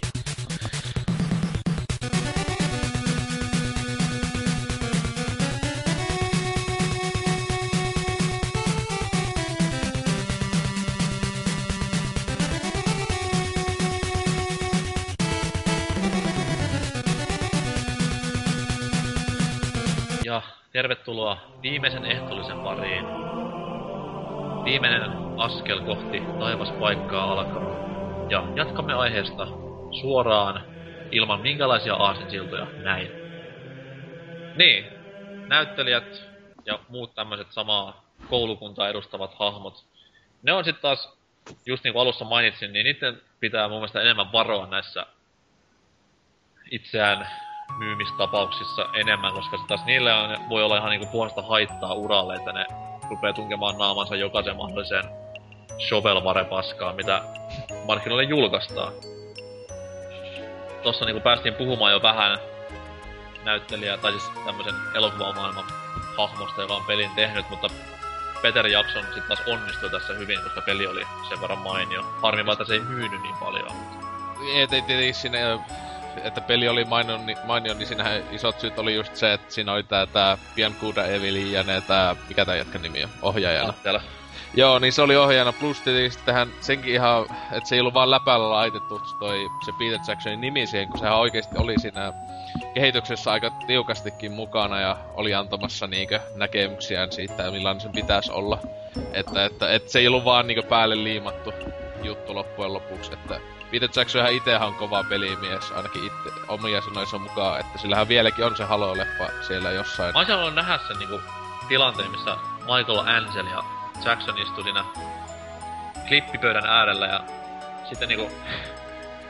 Ja tervetuloa viimeisen ehtoollisen pariin. Viimeinen askel kohti taivaspaikkaa alkaa. Ja jatkamme aiheesta suoraan ilman minkälaisia aasinsiltoja näin. Niin, näyttelijät ja muut tämmöiset samaa koulukuntaa edustavat hahmot. Ne on sitten taas, just niin kuin alussa mainitsin, niin niiden pitää mun mielestä enemmän varoa näissä itseään myymistapauksissa enemmän, koska sit taas niille on, voi olla ihan niinku puolesta haittaa uralle, että ne rupee tunkemaan naamansa jokaisen mahdolliseen shovelware-paskaan, mitä markkinoille julkaistaan. Tossa niinku päästiin puhumaan jo vähän näyttelijä, tai siis tämmösen elokuvamaailman hahmosta, joka on pelin tehnyt, mutta Peter Jackson sit taas onnistui tässä hyvin, koska peli oli sen verran mainio. Harmi vaan, että se ei myynyt niin paljon. Ei tietenkin sinne, että peli oli mainio, mainio, niin siinähän isot syyt oli just se, että siinä oli tää, tää Biancuda Evelyn ja ne tää, mikä tää jätkän nimi on, ohjaajana. Ah, Joo, niin se oli ohjaajana, plus tietysti tähän senkin ihan, että se ei ollut vaan läpällä laitettu toi se Peter Jacksonin nimi siihen, kun sehän oikeesti oli siinä kehityksessä aika tiukastikin mukana ja oli antamassa niinkö näkemyksiään siitä, millainen sen pitäisi olla. Että, että, että se ei ollut vaan niinkö päälle liimattu juttu loppujen lopuksi, että Peter Jacksonhan itehän on kova pelimies, ainakin itse omia sanoissa mukaan, että sillähän vieläkin on se Halo-leffa siellä jossain. Mä olisin halunnut nähdä sen niinku tilanteen, missä Michael Ansel ja Jackson istui siinä klippipöydän äärellä ja sitten niinku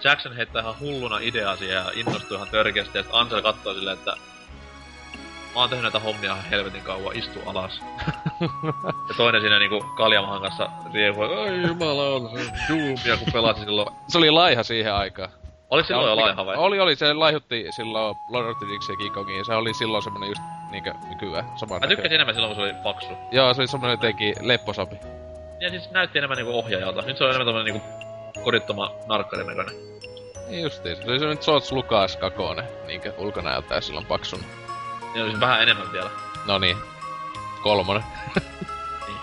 Jackson heittää ihan hulluna ideaa siihen ja innostuu ihan törkeästi, ja sit Ansel kattoo silleen, että mä oon tehnyt näitä hommia ihan helvetin kauan, istu alas. Ja toinen siinä niinku Kaljamahan kanssa riehuu, ai jumala, Doomia kun pelasi silloin. Se oli laiha siihen aikaan. Oliko silloin jo laiha vai? Oli, oli. Se laihutti silloin Lord of the Rings ja King Kongin, ja se oli silloin semmonen just niinkö nykyään. Mä tykkäsin enemmän silloin, kun se oli paksu. Joo, se oli semmonen jotenkin lepposapi. Ja siis näytti enemmän niinku ohjaajalta. Nyt se on enemmän tommonen niinku kodittoma narkkarin näköinen. Niin justiin. Se oli semmonen George Lucas kakone, niinkö ulkonäöltään silloin paksun. Niin olisi vähän enemmän vielä. No niin. Kolmonen. Niin.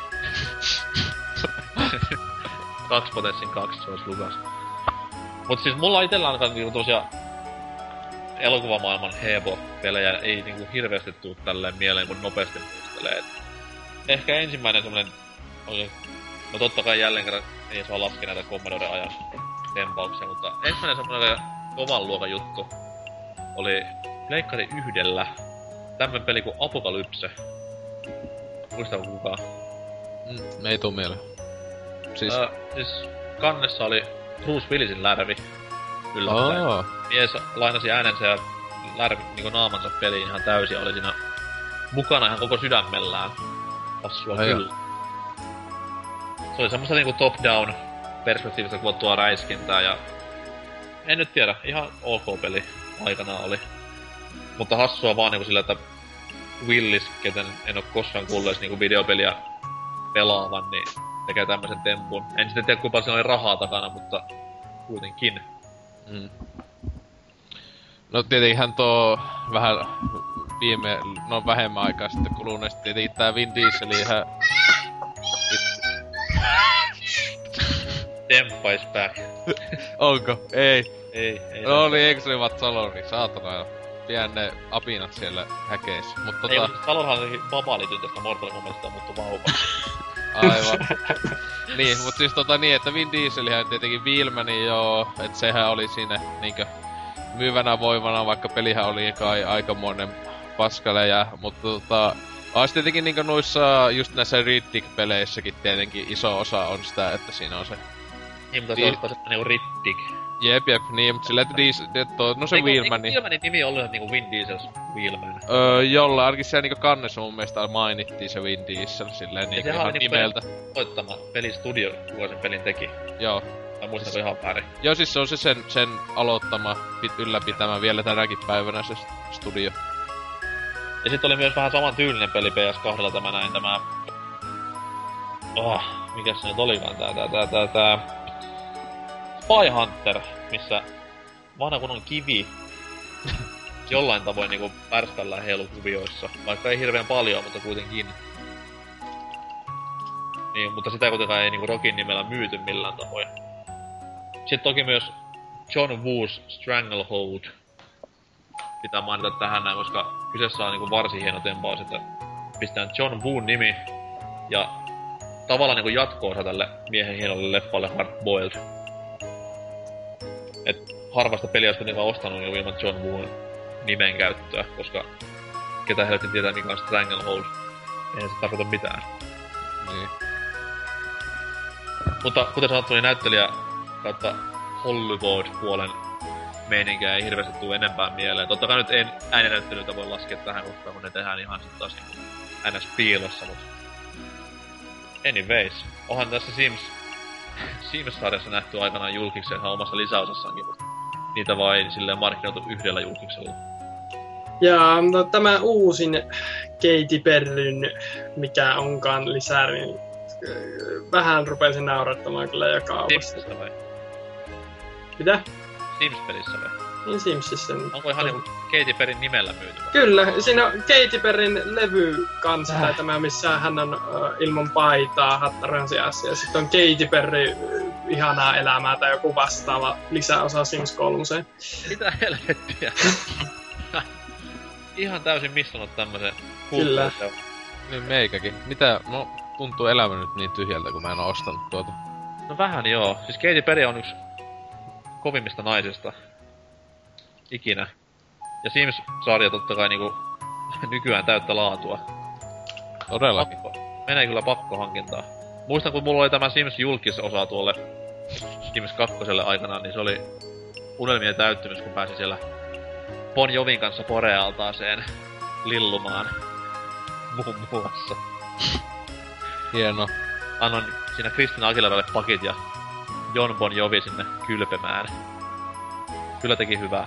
Kaks potenssin kaksi, se olisi Lucas. Mut siis mulla itellä ainakaan niinku tosiaan elokuvamaailman hebo-pelejä ei niinku hirveästi tuu tälleen mieleen, kun nopeasti muistelee. Et ehkä ensimmäinen semmonen... Okay, no totta kai jälleen kerran ei saa laskea näitä Commodoren ajan tempauksia, mutta ensimmäinen semmonen kovan luokan juttu oli Pleikkari yhdellä tämmönen peli kuin Apokalypse. Muistaako kukaan? Mm, ei tuu mieleen. Siis... Äh, siis kannessa oli Bruce Willisin lärvi. Yllättäen. Oh. Mies lainasi äänensä ja lärvi niinku naamansa peliin ihan täysin. Oli siinä mukana ihan koko sydämellään. Passua Ai kyllä. Se oli semmoista niinku top-down perspektiivistä kuvattua räiskintää ja... En nyt tiedä, ihan ok peli aikanaan oli. Mutta hassua vaan niinku sillä, että Willis, keten en oo koskaan kuullut edes niinku videopeliä pelaavan, niin tekee tämmösen tempun. En sitten tiedä, kuinka paljon siinä oli rahaa takana, mutta kuitenkin. Mm. No tietenkinhän tuo vähän viime, no vähemmän aikaa sitten kuluneesti tietenkin tää Vin Diesel ihan... Demppa is back. Onko? Ei. Ei, ei. No oli, eikö se oli vat Saloni? Saatana. Pidän ne apinat siellä häkeissä. Mut tota... Ei, mutta Salonhan oli vapaalitytöstä Mortal Kombatista muuttu vauva. Aivan. Niin, mut siis tota niin, että Vin Dieselihän tietenkin Wheelmanin joo, et sehän oli siinä niinkö myyvänä voimana, vaikka pelihän oli kai aikamoinen paskalejä, mutta tota... Ois tietenkin niinkö noissa, just näissä Riddick-peleissäkin tietenkin iso osa on sitä, että siinä on se... Niin, mutta se on taas niinku Riddick. Jep, jep, niin, mutta sillä, että Diesel, et to, no se Wheelman, niin... Wheelmanin nimi on ollut niinku Vin Diesel Wheelman. Öö, jolla, ainakin siellä niinku kannessa mun mielestä mainittiin se Vin Diesel, silleen niinku ihan niinku nimeltä. Soittama pelistudio, kuka sen pelin teki. Joo. Tai muistatko ihan väärin? Joo, siis se on se sen, sen aloittama, pit, ylläpitämä vielä tänäkin päivänä se studio. Ja sit oli myös vähän saman tyylinen peli P S kahdella tämä näin, tämä... Oh, mikäs se nyt olikaan tää, tää, tää, tää, tää... Spy Hunter, missä vanha kun on kivi jollain tavoin niinku pärskällään heilukuvioissa. Vaikka ei hirveän paljon, mutta kuitenkin. Niin, mutta sitä kuitenkaan ei niinku Rockin nimellä myyty millään tavoin. Sitten toki myös John Woo's Stranglehold pitää mainita tähän näin, koska kyseessä on niinku varsin hieno tempaus, että pistetään John Woon nimi ja tavallaan niinku jatko-osa tälle miehen hienolle leffalle Hard Boiled. Et harvasta peliä olisi kuitenkaan ostanut jo ilman John Woon nimen käyttöä, koska ketä helvetti tietää mikä on Stranglehold. Eihän se tarkoita mitään. Niin. Mutta kuten sanottu, niin näyttelijä kautta Hollywood-puolen meininkiä ei hirveästi tuu enempää mieleen. Totta kai nyt en ääninäyttelyitä voi laskea tähän kohtaan, kun ne tehdään ihan sit taas N S-piilossa, mut... Anyways, onhan tässä Sims... Sims-sarjassa nähty aikanaan julkiksen ihan omassa lisäosassaankin, mutta niitä vain silleen markkinoitu yhdellä julkiksella. Ja no, tämä uusin Katy Perryn, mikä onkaan lisää, niin vähän rupesin naurattamaan kyllä jo kaupassa. Simsissä vai? Mitä? Sims-pelissä vai? Niin Simsissä. Onko ihan niinku Katy Perryn nimellä myyty vai? Kyllä, siinä on Katy Perryn levy kanssa, tai tämä missä hän on uh, ilman paitaa hattaran seassa, ja sitten on Katy Perry uh, ihanaa elämää tai joku vastaava lisäosa Sims kolmoseen. Mitä helvettiä? Ihan täysin missannut tämmösen Kyllä. Niin meikäkin. Mitä, no tuntuu elämä nyt niin tyhjältä, kun mä en oo ostanut tuota. No vähän joo. Siis Katy Perry on yksi kovimmista naisista ikinä. Ja Sims-sarja totta kai niinku nykyään täyttä laatua. Todellakin. Pakko. Menee kyllä pakkohankintaa. Muistan kun mulla oli tämä Sims julkisosa tuolle Sims kakkoselle aikanaan, niin se oli unelmien täyttymys, kun pääsin siellä Bon Jovin kanssa Borealtaaseen lillumaan muun muassa. Hieno. Annoin siinä Kristina Aguileralle pakit ja Jon Bon Jovi sinne kylpemään. Kyllä teki hyvää.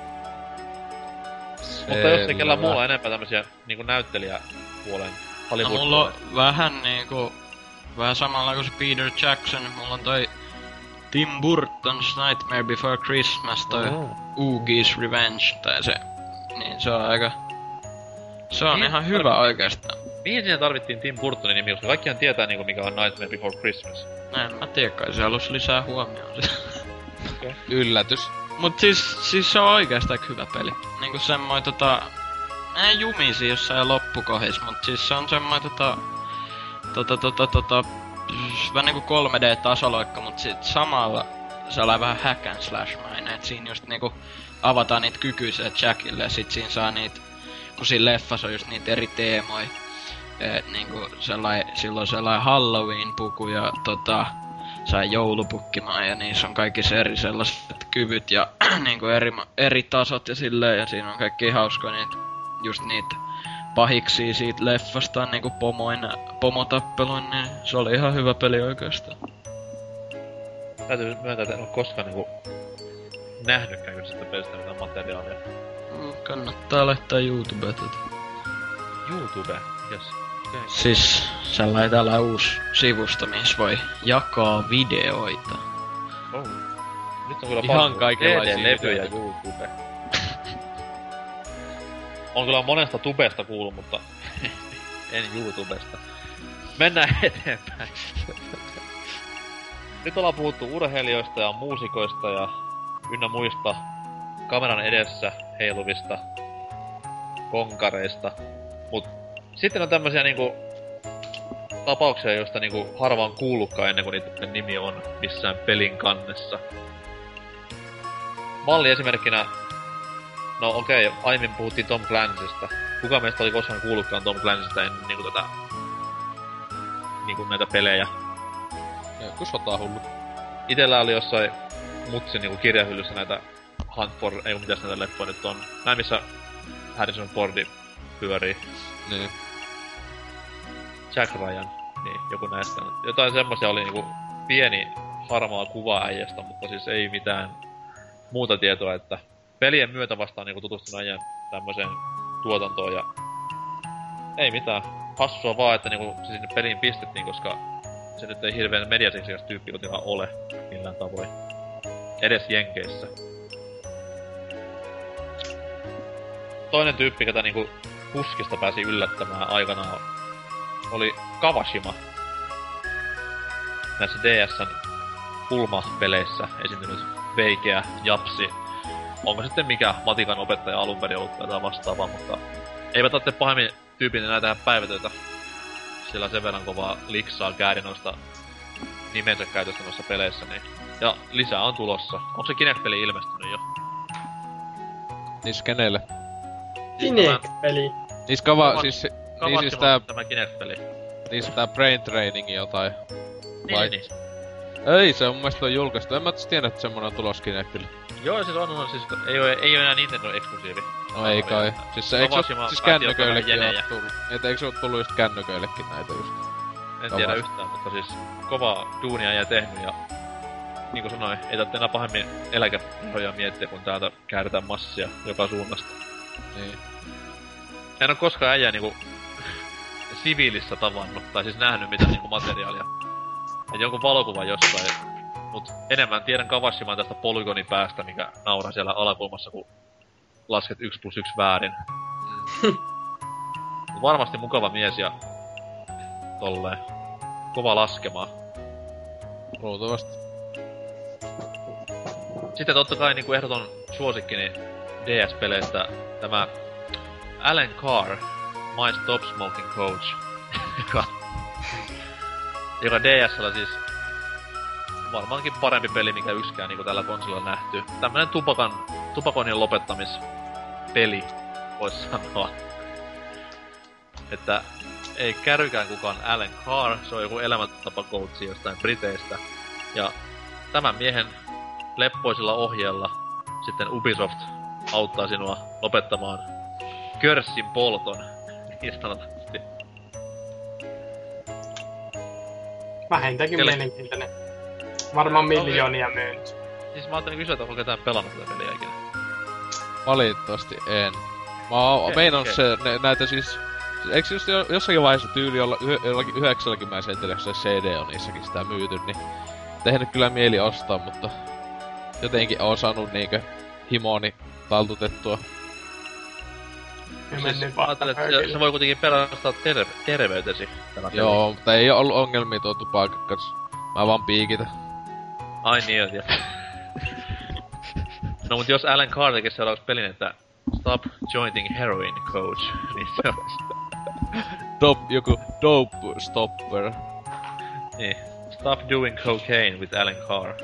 Selvä. Mutta jos ei kellään muulla enempää tämmösiä niinku näyttelijäpuolen Hollywood. No mulla on vähän niinku, vähän samalla kuin se Peter Jackson, mulla on toi Tim Burton's Nightmare Before Christmas, toi oh. Oogie's Revenge, tai se, niin se on aika, se on mihin ihan hyvä tarvittiin, oikeastaan. Mihin siinä tarvittiin Tim Burtonin nimi, koska kaikkihan tietää niinku mikä on Nightmare Before Christmas? En mä tiedä, kai se halus lisää huomioon. Okay. Yllätys. Mut siis, siis se on oikeastaan hyvä peli. Niinku semmoin tota, ei jumisi jossain loppukohdissa, mut siis se on semmoin tota, tota tota tota, vähän niinku kolme D-tasoloikka, mut sit samalla sellainen vähän hack and slash -mainen, et siinä just niinku avataan niitä kykyisiä Jackille ja sit siinä saa niitä, kun siinä leffassa on just niitä eri teemoja. Et niinku sellainen, silloin sellainen Halloween-puku ja tota, sai joulupukkimaan ja niissä on kaikki eri sellaiset kyvyt ja niinku eri, eri tasot ja silleen ja siinä on kaikki hauskoja niitä, just niitä pahiksi siitä leffasta niinku pomoin, pomotappeluin, niin se oli ihan hyvä peli oikeastaan. Täytyy myöntää, että en oo koskaan niinku nähnytkään kyllä sitä pelistä mitään materiaalia. Mm, kannattaa laittaa YouTubeen tätä. YouTube? Yes. Okay. Siis sellainen täällä uusi sivusto, missä voi jakaa videoita. Oh. Nyt on kyllä ihan kaikenlaisia levyjä YouTube. On kyllä monesta tubesta kuullut, mutta en YouTubesta. Mennään eteenpäin. Nyt ollaan puhuttu urheilijoista ja muusikoista ja ynnä muista kameran edessä heiluvista konkareista. Mut sitten on tämmösiä niinku tapauksia, joista niinku harva on kuullutkaan ennen kuin niiden nimi on missään pelin kannessa. Malli esimerkkinä, no okei, okay, aiemmin puhuttiin Tom Clancystä. Kuka meistä oli koskaan kuullutkaan Tom Clancystä ennen niinku tätä, niinku näitä pelejä? Joku sotahullu. Itellä oli jossain mutsin niinku kirjahyllyssä näitä Hunt for, ei mitäs näitä leppoja nyt on. Näin missä Harrison Fordi pyörii. Niin. Jack Ryan, niin joku näistä. Jotain semmosia oli niinku pieni harmaa kuva äijästä, mutta siis ei mitään muuta tietoa, että pelien myötä vastaan niinku tutustunut äijän tämmöseen tuotantoon ja ei mitään. Hassua vaan, että niinku se sinne peliin pistettiin, koska se nyt ei hirveen mediaseksikäs tyyppi kuitenkaan ole millään tavoin. Edes Jenkeissä. Toinen tyyppi, ketä niinku puskista pääsi yllättämään aikanaan, oli Kawashima. Näissä D S:n pulmapeleissä esiintynyt veikeä japsi. Onko sitten mikä matikan opettaja alun perin ollut tätä vastaavaa, mutta eivät tarvitse pahemmin tyypin enää tehdä päivätöitä. Sillä sen verran kovaa liksaa kääri noista nimensä käytöstä noissa peleissä, niin... Ja lisää on tulossa. Onko se Kinect-peli ilmestynyt jo? Niis kenelle? Kinect-peli? Niis kava... siis... Niin siis tää... tämä Kinect-peli. Niis tää Brain Training jotain. Niin, vai... niin. Ei, se on mun mielestä on julkaistu. En mä tiedä, että semmonen on tulos Kinectille. Joo, siis on, on siis... Ei oo, ei oo enää Nintendo-eksklusiivi. No ei kai. Siis se eikö siis kännyköillekin oo tullut? Et eikö se oo tullut just kännyköillekin näitä just? En tiedä Tavas. Yhtään, mutta siis kovaa duunia ja tehnyt ja... Niinku sanoin, ei tarvitse enää pahemmin eläkerahoja miettiä, kun täältä kääritään massia joka suunnasta. Niin. En oo koskaan äijää niinku... siviilissä tavannut, tai siis nähnyt mitään niinku materiaalia. Et jonkun valokuvan jostain, mut enemmän tiedän Kawashimaan tästä polygonipäästä, mikä nauraa siellä alakulmassa, kun lasket yksi plus yksi väärin. Varmasti mukava mies ja tolleen. Kova laskemaan. Luultavasti. Sitten totta kai niinku ehdoton suosikkini D S-peleistä tämä Alan Carr, My Stop Smoking Coach, joka, joka D S:llä siis varmaankin parempi peli, mikä yksikään niinku tällä konsolilla on nähty. Tämmönen tupakan, tupakoinnin lopettamispeli, vois sanoa. Että ei kärrykään kukaan Alan Carr, se on joku elämäntapakoutsi jostain Briteistä. Ja tämän miehen leppoisilla ohjeella sitten Ubisoft auttaa sinua lopettamaan körssin polton, niin sanotusti. Vähintäänkin Eli... mielenkiintoinen. Varmaan miljoonia myynti. Siis mä ajattelin kysyä, että onko ketään pelannut tätä peliä ikinä. Valitettavasti en. Mä oon Okay, meinannut okay. se, ne, näitä siis... Eiks just jo, jossakin vaiheessa tyyli olla yh, jollakin yhdeksälläkymmenellä sentillä, jos se C D on niissäkin sitä myyty, niin... Tehnyt kyllä mieli ostaa, mutta... Jotenkin oon saanut niinkö himoni taltutettua. Siis mä ajattelin, että se, se voi kuitenkin pelastaa terve, terveytesi. Joo, mutta ei oo ollut ongelmia tuo tupakan kanssa. Mä vaan piikitä. Ai niin, joo, tiedä. No mut jos Alan Carr tekis seuraavaksi pelin, että Stop jointing heroin, coach, niin se olis... Dop, joku dope stopper. Niin. Stop doing cocaine with Alan Carr.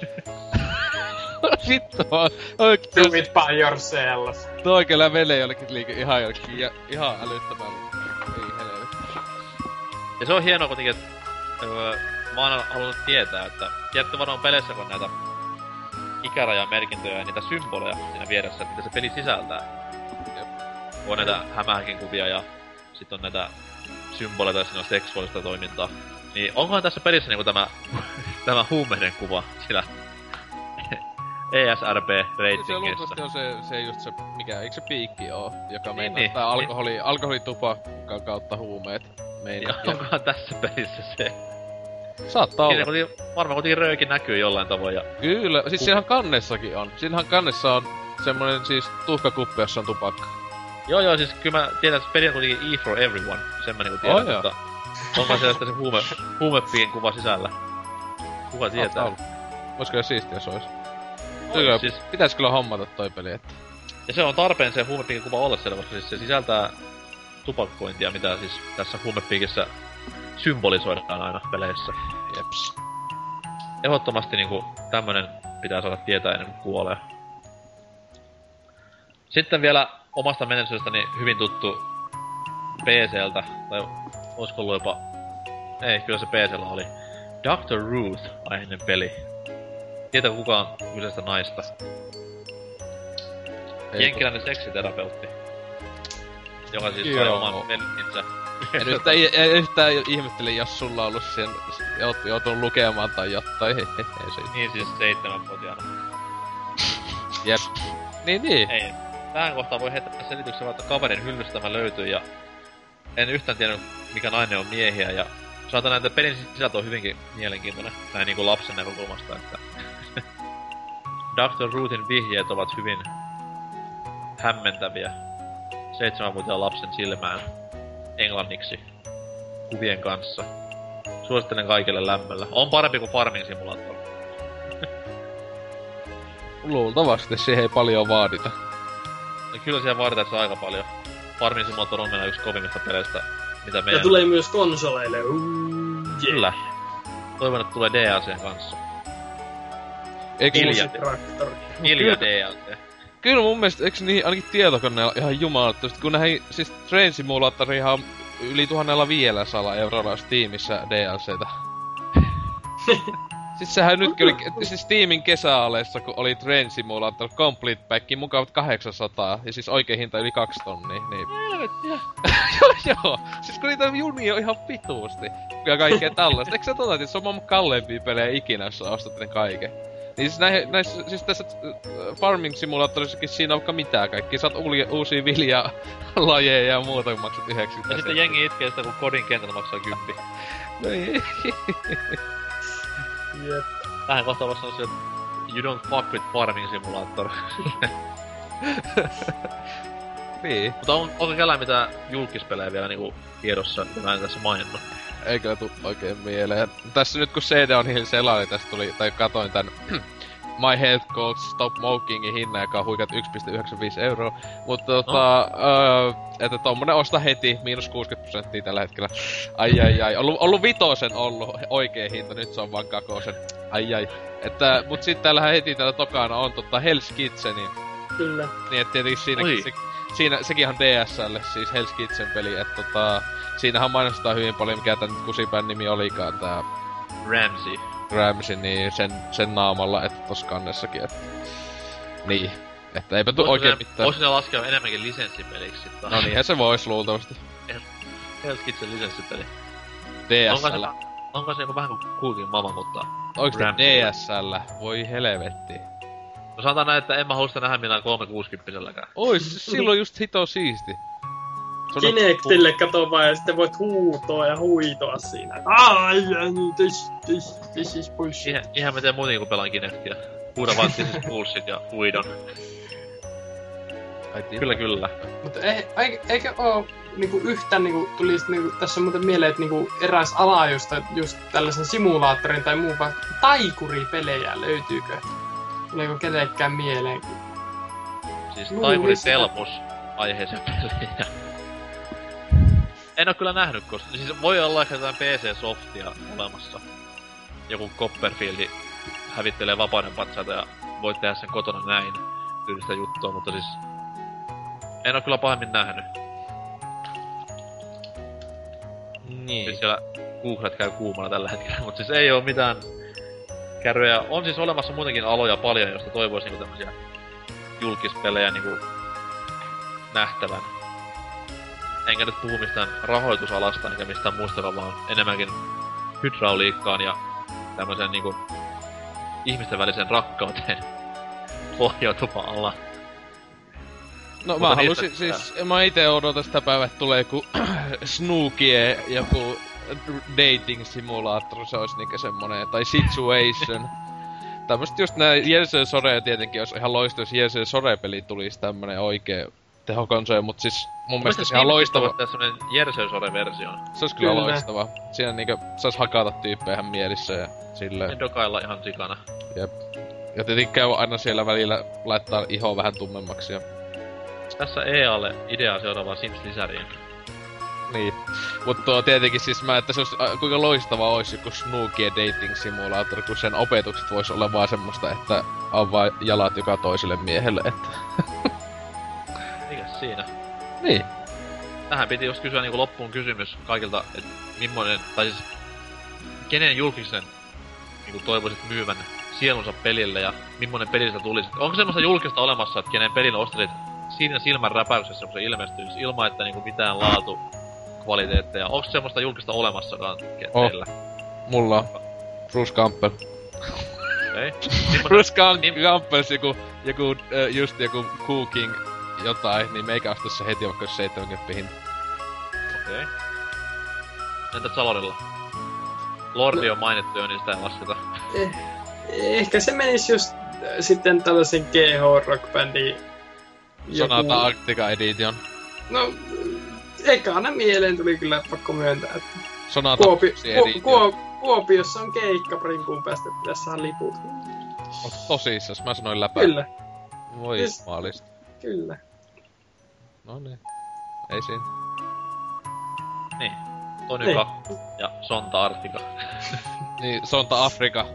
Vittu, oikein. Do it by yourself. Toi kyllä menee jollekin liike ihan jollekin ja, ihan älyttömällä. Ei helvetti. Ja se on hienoa kuitenkin, että öö, mä oon aina halunnut tietää, että tiedätkö varmaan peleissä, kun on näitä ikärajamerkintöjä ja niitä symboleja siinä vieressä, että mitä se peli sisältää. Jep. On näitä hämähäkin kuvia ja sit on näitä symboleita ja siinä on seksuaalista toimintaa. Niin onkohan tässä pelissä niinku tämä, tämä huumeiden kuva sillä E S R P-ratingissa? Se luultavasti on se, se just se, mikä, eikö se piikki oo, joka niin, meinaa niin, tää alkoholi, niin. alkoholitupakan kautta huumeet meinaa. Ja onkohan tässä pelissä se? Saattaa Siinä olla. kuitenkin, varmaan kuitenkin röökin näkyy jollain tavoin ja... Kyllä, siis siinähän kannessakin on. Siinähän kannessa on semmonen siis tuhkakuppi, jossa on tupakka. Joo joo, siis kyllä mä tiedän, että peli on kuitenkin E for everyone. Sen mä niinku tiedän, Oh, mutta... Onko siellä sitten se huume, huumepiin kuva sisällä? Kuka tietää? Olisiko jo siistiä se ois? Ois, siis... Pitäis kyllä hommata toi peli, että... Ja se on tarpeen se huumepiikin kuva olla siellä, koska siis se sisältää tupakkointia, mitä siis tässä huumepiikissä symbolisoidaan aina peleissä. Jeps. Ehdottomasti niinku tämmönen pitää saada tietää ennen kuin kuolee. Sitten vielä omasta menestyksestäni hyvin tuttu P C:ltä, tai olisiko ollut jopa... Ei, kyllä se P C:llä oli. doctor Ruth-aiheinen peli. Tietääkö kukaan kyseistä naista? Jenkkiläinen seksiterapeutti. Joka siis sai oman pelinsä. En yhtään, en yhtään ihmettelin, jos sulla on ollut sen joutunut lukemaan tai jotain. Ei se. Niin siis seitsemänvuotiaana. Jep. Niin niin. Ei. Tähän kohtaan voi heittää selityksen, että kaverin hyllystä tämä löytyy ja... En yhtään tiennyt, mikä nainen on miehiä ja... Saatan näitä pelin sisältö on hyvinkin mielenkiintoinen. Näin niinku lapsen näkökulmasta, että... doctor Ruthin vihjeet ovat hyvin... hämmentäviä. Seitsemänvuotiaan lapsen silmään. Englanniksi. Kuvien kanssa. Suosittelen kaikille lämmöllä. On parempi kuin Farming Simulator. Luultavasti siihen ei paljon vaadita. No kyllä siellä vaaditaan se aika paljon. Farming Simulator on meillä yksi kovimmista peleistä, mitä meidän... Ja tulee myös konsoleille. Uh, yeah. Kyllä. Toivon, että tulee D L C:n kanssa. Eiks Ilja. Traktori. Ilja D L C. Kyllä mun mielestä, eiks niin ainakin tietokoneella ihan jumalattomasti, kun näihin, siis Train Simulator ihan yli tuhannella viidelläsadalla eurolla Steamissa D L C:tä. Siis sehän nytkin oli, siis Steamin kesäaleissa, kun oli Train Simulator Complete Packin mukavat kahdeksansataa, ja siis oikein hinta yli kaksi tonnia, niin... joo, joo, siis kun niitä junia on ihan vituusti, ja kaikkea tällaista. Eikö sä tota, että se on maailman kalleimpia pelejä ikinä, jos sä ostat ne kaiken? Niin siis näihin, näissä, siis tässä äh, Farming Simulatorissakin siinä on vaikka mitään kaikki. Saat uuli, uusia viljalajeja ja muuta, kun maksat yhdeksänkymmentä. Ja sitten jengi itkee sitä, kun kodin kentällä maksaa kymppi. No ei. Jep. Tähän kohtaan voisi sanoa, että you don't fuck with Farming Simulator. Niin. Mutta on, onko kellään mitään julkispelejä vielä niinku tiedossa, ja mä en tässä maininnut? Ei kyllä tuu oikein mieleen. Tässä nyt kun C D on Hill selaili, tästä tuli, tai katoin tän My Health Coach Stop Smokingin hinnan, joka on huikat yksi pilkku yhdeksänkymmentäviisi euroa. Mutta tota, no. öö, että tommonen osta heti, miinus kuusikymmentä prosenttia tällä hetkellä. Ai ai ai, ollut, ollut vitosen ollut oikee hinta, nyt se on vaan kakosen. Ai ai. Että, mut sit täällähän heti täällä tokana on tota Hell's Kitchenin. Kyllä. Niin et tietenkin siinäkin, se, siinä, sekin on D S L:lle, siis Hell's Kitchen peli, että tota... Siinähän mainostetaan hyvin paljon, mikä tän kusipään nimi olikaan, tää... Ramsey. Ramsey, niin sen, sen naamalla, että tossa kannessakin, et... Niin. Että eipä tuu oikein mitään. Voisi ne laskea enemmänkin lisenssipeliksi sit taas. No niinhän se vois luultavasti. Hell's Kitchen lisenssipeli. D S L. Onko se, onko se joku vähän kuin Cooking Mama, mutta... Oiks se D S L? Voi helvetti. No sanotaan näin, että en mä halua sitä nähdä millään kolmesataakuusikymmentäselläkään. Ois, silloin just hito siisti. Kinectille kato vaan ja sitten voit huutoa ja huitoa siinä. Ai, this, this, this is bullshit. Ihan, ihan mä teen muutenkin kun pelaan Kinectia. Huuda vaan this is bullshit ja huidon. Kyllä, kyllä. Mutta ei, eikö oo niinku yhtään niinku tuli niinku tässä muuten mieleen, että niinku eräs ala, josta just tällaisen simulaattorin tai muun vaan taikuripelejä löytyykö? Tuleeko kenellekään mieleen? Siis Taikuri Telmus aiheeseen pelejä. En oo kyllä nähnyt, koska siis voi olla ehkä jotain P C-softia olemassa. Joku Copperfieldi hävittelee vapauden patsaita ja voit tehdä sen kotona näin tyylistä juttua, mutta siis en oo kyllä pahemmin nähnyt. Niin. Siis siellä Googlet käy kuumana tällä hetkellä, mutta siis ei oo mitään kärryjä. On siis olemassa muutenkin aloja paljon, joista toivois niinku tämmösiä julkispelejä niinku nähtävän. Enkä nyt puhu mistään rahoitusalasta, eikä mistään muustakaan, vaan enemmänkin hydrauliikkaan ja tämmösen niinku ihmisten väliseen rakkauteen pohjautuva ala. No Mutta mä niistä- halusin, siis mä ite odotan sitä päivää, että tulee joku Snookie, joku dating simulaattori, se olisi niinkö semmonen, tai Situation. Tämmöset just nää Jersey Sore tietenkin olisi ihan loistava, jos Jersey Sore-peli tulisi tämmönen oikee tehokonsoli, mut siis mun mielestä se ihan loistava. Tässä semmonen Jersey-sore-versio. Se olisi kyllä, Kyllä. loistava. Siinä niinkö sais hakata tyyppejä ihan mielissä ja silleen. En dokailla ihan sikana. Jep. Ja tietenkin käy aina siellä välillä laittaa ihoa vähän tummemmaksi ja... Tässä E A:lle ideaa seuraavaan Sims-lisäriin. Niin. Mut tuo tietenkin siis mä, että se olisi, äh, kuinka loistava olisi joku Snookie dating simulaattori, kun sen opetukset vois olla vaan semmoista, että avaa jalat joka toiselle miehelle, että... Mikäs siinä? Niin. Tähän piti just kysyä niinku loppuun kysymys kaikilta, että millainen, tai siis kenen julkisen niinku toivoisit myyvän sielunsa pelille ja millainen pelistä tulisi. Onko semmoista julkista olemassa, että kenen pelin ostasit siinä silmän räpäyksessä, kun se ilmestyisi, ilman että niinku mitään laatu kvaliteetteja. Onko semmoista julkista olemassakaan ke- Oh. teillä? Mulla on Bruce Campbell. Okei. Bruce Cam- Campbell, joku, joku, äh, just joku cooking jotain, niin meikä ostais se heti vaikka seitsemänkymmentä hinta. Okei. Entäs Salorilla? Lordi on mainittu jo, niin sitä ei lasketa. Eh, ehkä se menisi just äh, sitten tällaisen G H Rock-bändiin. Sonata Arctica Edition. No, ekana mieleen tuli kyllä pakko myöntää, että Sonata Kuopi, Pussy Ku, Edition. Kuo, Kuopiossa on keikka parin kuun päästä, että pitäisi saada liput. Onko tosissas? Mä sanoin läpä. Kyllä, Voi Siis- maalista. kyllä. No niin. Ei siinä. Niin. Tony Niin. Kakku ja Sonta Artika. Niin, Sonta Afrika.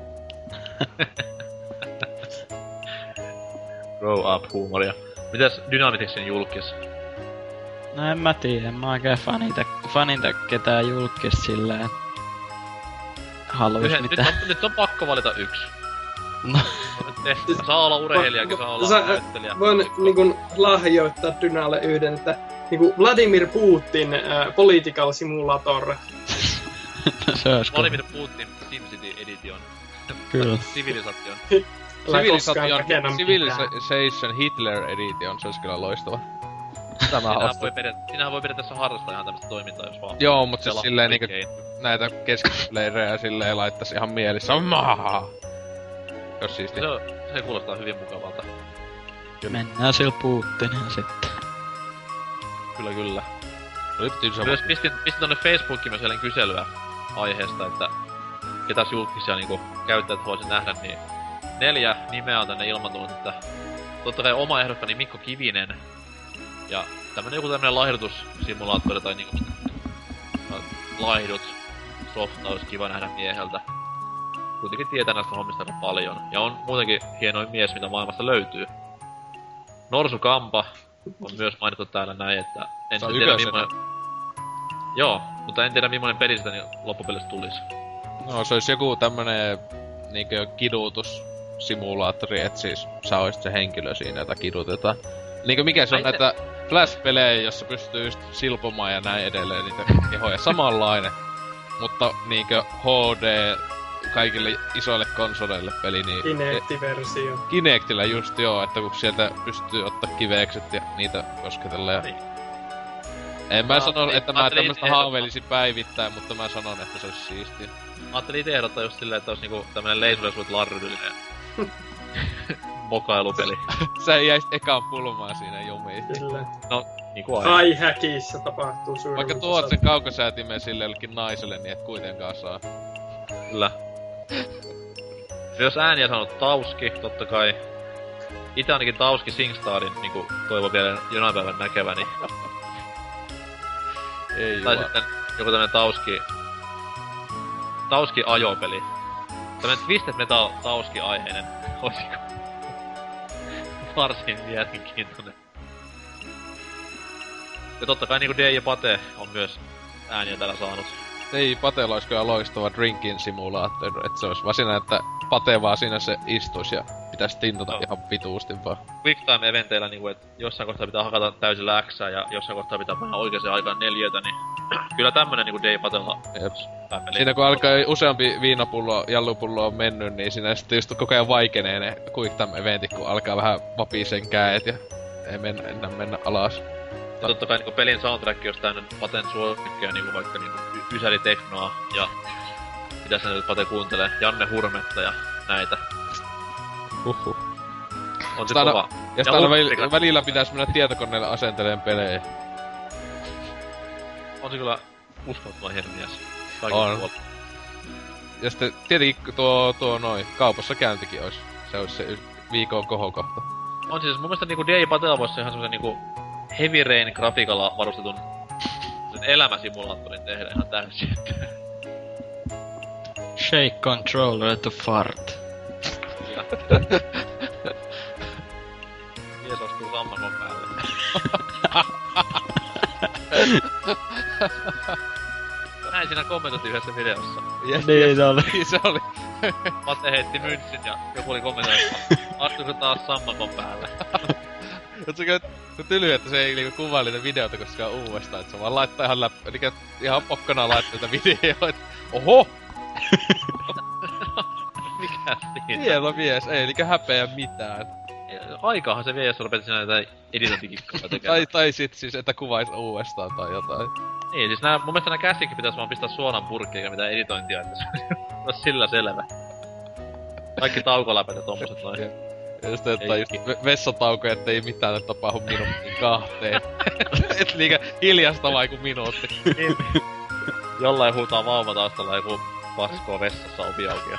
Grow up huumoria. Mitäs Dynamitixin julkis? No en mä tiedä, en mä oikein fanita, fanita ketään julkis silleen. Haluis Yhden, nyt, mitään. on, nyt on pakko valita yksi. No. On nyt tehty. Saa olla urheilijakin, saa olla Sä- näyttelijä. Voin niin lahjoittaa Dynalle yhden, että niin Vladimir Putin äh, Political Simulator. Se ois kyllä. Vladimir Putin SimCity Edition. Kyllä. Civilization. Älä koskaan Civilization, rakenna mitään. Civilization Hitler Edition, se olisi kyllä loistava. Tämä Sinähän ostaa. voi, periaat- sinähän voi periaatteessa harrastaa ihan tämmöstä toimintaa, jos vaan... Joo, mut siis pelaa silleen niinku oikein. näitä keskitysleirejä silleen laittais ihan mielissä. Maha! Jos siisti. Se, on- se kuulostaa hyvin mukavalta. Mennään sillä Putinin sitten. Kyllä, kyllä. Oli tylsä Myös vasta. pistin, pistin tonne Facebookiin myös eilen kyselyä aiheesta, että ketäs julkisia niinku käyttäjät haluaisin nähdä, niin neljä nimeä on tänne ilmaantunut, että totta kai oma ehdokkani Mikko Kivinen ja tämmönen joku tämmönen laihdutussimulaattori tai niinku laihdut softa olisi kiva nähdä mieheltä. Kuitenkin tietää näistä hommista aika paljon ja on muutenkin hienoin mies, mitä maailmasta löytyy. Norsu Kampa on myös mainittu täällä näin, että en Se on tiedä ykkösenä. millainen... Joo, mutta en tiedä millainen peli sitä niin loppupelissä tulisi. No se olisi joku tämmönen niinkö kidutus simulaattori, et siis sä oisit se henkilö siinä, jota kidutetaan. Niinkö mikä se on Ai näitä Flash-pelejä, jossa pystyy just silpomaan ja näin edelleen niitä kehoja. Samanlainen, mutta niinkö H D kaikille isoille konsoleille peli, niin... Kinect-versio. Kinectillä just joo, että kun sieltä pystyy ottaa kivekset ja niitä kosketella ja... Niin. En mä, mä sano, että mä tämmöstä haaveilisin päivittäin, mutta mä sanon, että se olisi siistiä. Mä ajattelin ite ehdottaa just silleen, että ois niinku tämmönen Lasersuit larryllinen mokailupeli. Sä jäisit ekaan pulmaan siinä jumiin. Kyllä. No, niinku aina. Ai häkissä tapahtuu suurin. Vaikka tuot sen kaukosäätimen sille jollekin naiselle, niin et kuitenkaan saa. Kyllä. Jos ääniä sanot Tauski, totta kai. Ite ainakin Tauski Singstarin niinku toivon vielä jonain päivän näkeväni. Ei Tai jua. sitten joku tämmönen Tauski... Tauski ajopeli. Tämmönen Twisted Metal Tauski-aiheinen olisiko varsin mielenkiintoinen. Ja totta kai niinku D J Pate on myös ääniä täällä saanut. Ei Patella ois kyllä loistava drinkin simulaattori, et se ois vaan siinä, että Pate vaan siinä se istuis ja pitäis tintata no. ihan vituusti vaan. Quick time eventeillä niinku, et jossain kohtaa pitää hakata täysillä Xää ja jossain kohtaa pitää panna oikeeseen aikaan neljötä, niin kyllä tämmönen niinku D J Patella. Jep. Siinä kun alkaa useampi viinapullo, jallupullo on mennyt, niin siinä sitten just koko ajan vaikenee ne quick time eventit, kun alkaa vähän vapisen käet ja ei mennä, enää mennä alas. Ja totta kai niinku pelin soundtrack jos täynnä Paten suosikkeja niinku vaikka niinku Ysäri Teknoa ja mitä sä nyt Pate kuuntelee, Janne Hurmetta ja näitä. Huhhuh. On se Aina, kova. ja sitä aina välillä, välillä pitäis mennä tietokoneelle asenteleen pelejä. On se kyllä uskomattoman hieno mies. On. Puolta. Ja sitten tietenkin tuo, tuo noin, kaupassa käyntikin ois. Se ois se viikon kohokohta. On siis mun mielestä niinku D J Patella voisi ihan semmosen niinku Heavy Rain grafiikalla varustetun sen elämäsimulaattorin tehdä ihan täysin. Shake controller to fart. Mies astuu sammakon päälle. Näin siinä kommentoitiin yhdessä videossa. Yes, niin yes. se oli. Niin se oli. Pate heitti myntsin ja joku oli kommentoinut, astuiko taas sammakon päälle. Oot se kun tyly, että se ei niinku kuvaili niitä videota koskaan uudestaan, että se vaan laittaa ihan läppä, elikkä ihan pokkana laittaa niitä videoita. Oho! Mikä siinä? Hieno mies, ei elikkä häpeä mitään. Aikaahan se vie, jos rupeat siinä näitä editointikikkoja tekemään. tai, tai sit siis, että kuvais uudestaan tai jotain. Niin, siis nää, mun mielestä nää käsikin pitäis vaan pistää suonan purkkiin eikä mitään editointia, että se on sillä selvä. Kaikki taukoläpät ja tommoset noin. Ja sitten, että just vessatauko, ettei mitään tapahdu minuutin kahteen. Et liikä hiljasta vai kuin minuutti. Jollain huutaa vauma taustalla joku paskoo vessassa ovi auki.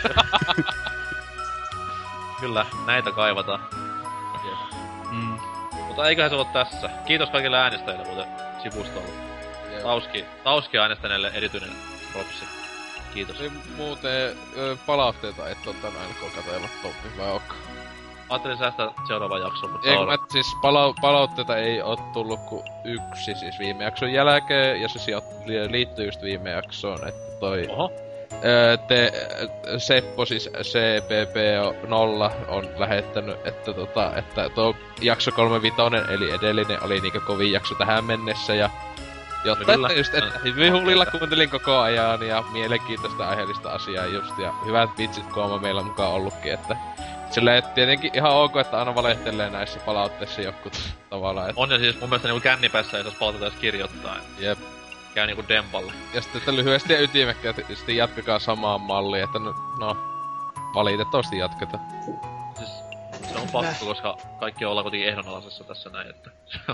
Kyllä, näitä kaivataan. Yes. Mm. Mutta eiköhän se ollut tässä. Kiitos kaikille äänestäjille muuten sivustolla. Tauski, Tauski äänestäneelle erityinen propsi. Kiitos. Ei muuten ö, palautteita et oo tänään N K katsella Tommi, vai ootko? Ajattelin säästää seuraavan jakson, mutta... Eikö mä, siis pala- palautteita ei oo tullut kuin yksi siis viime jakson jälkeen, ja se sijo- liittyy just viime jaksoon, että toi... Oho. Öö, te, Seppo siis C P P nolla on lähettänyt, että tota, että tuo jakso kolmekymmentäviisi eli edellinen oli niinkö kovin jakso tähän mennessä ja jotta kyllä. että just, että hyvin huulilla kuuntelin koko ajan ja mielenkiintoista aiheellista asiaa just ja hyvät vitsit kun on meillä mukaan ollutkin, että silleen tietenkin ihan ok, että aina valehtelee näissä palautteissa jokut tavallaan. Että... On ja siis mun mielestä niinku kännipässä ei saisi palautetta edes kirjoittaa. Jep. Käy niinku dempalle. Ja sitten että lyhyesti ja ytimekkäästi jatkakaa samaan malliin, että no, no valitettavasti jatketaan. Siis se on pakko, koska kaikki ollaan kuitenkin ehdonalaisessa tässä näin, että...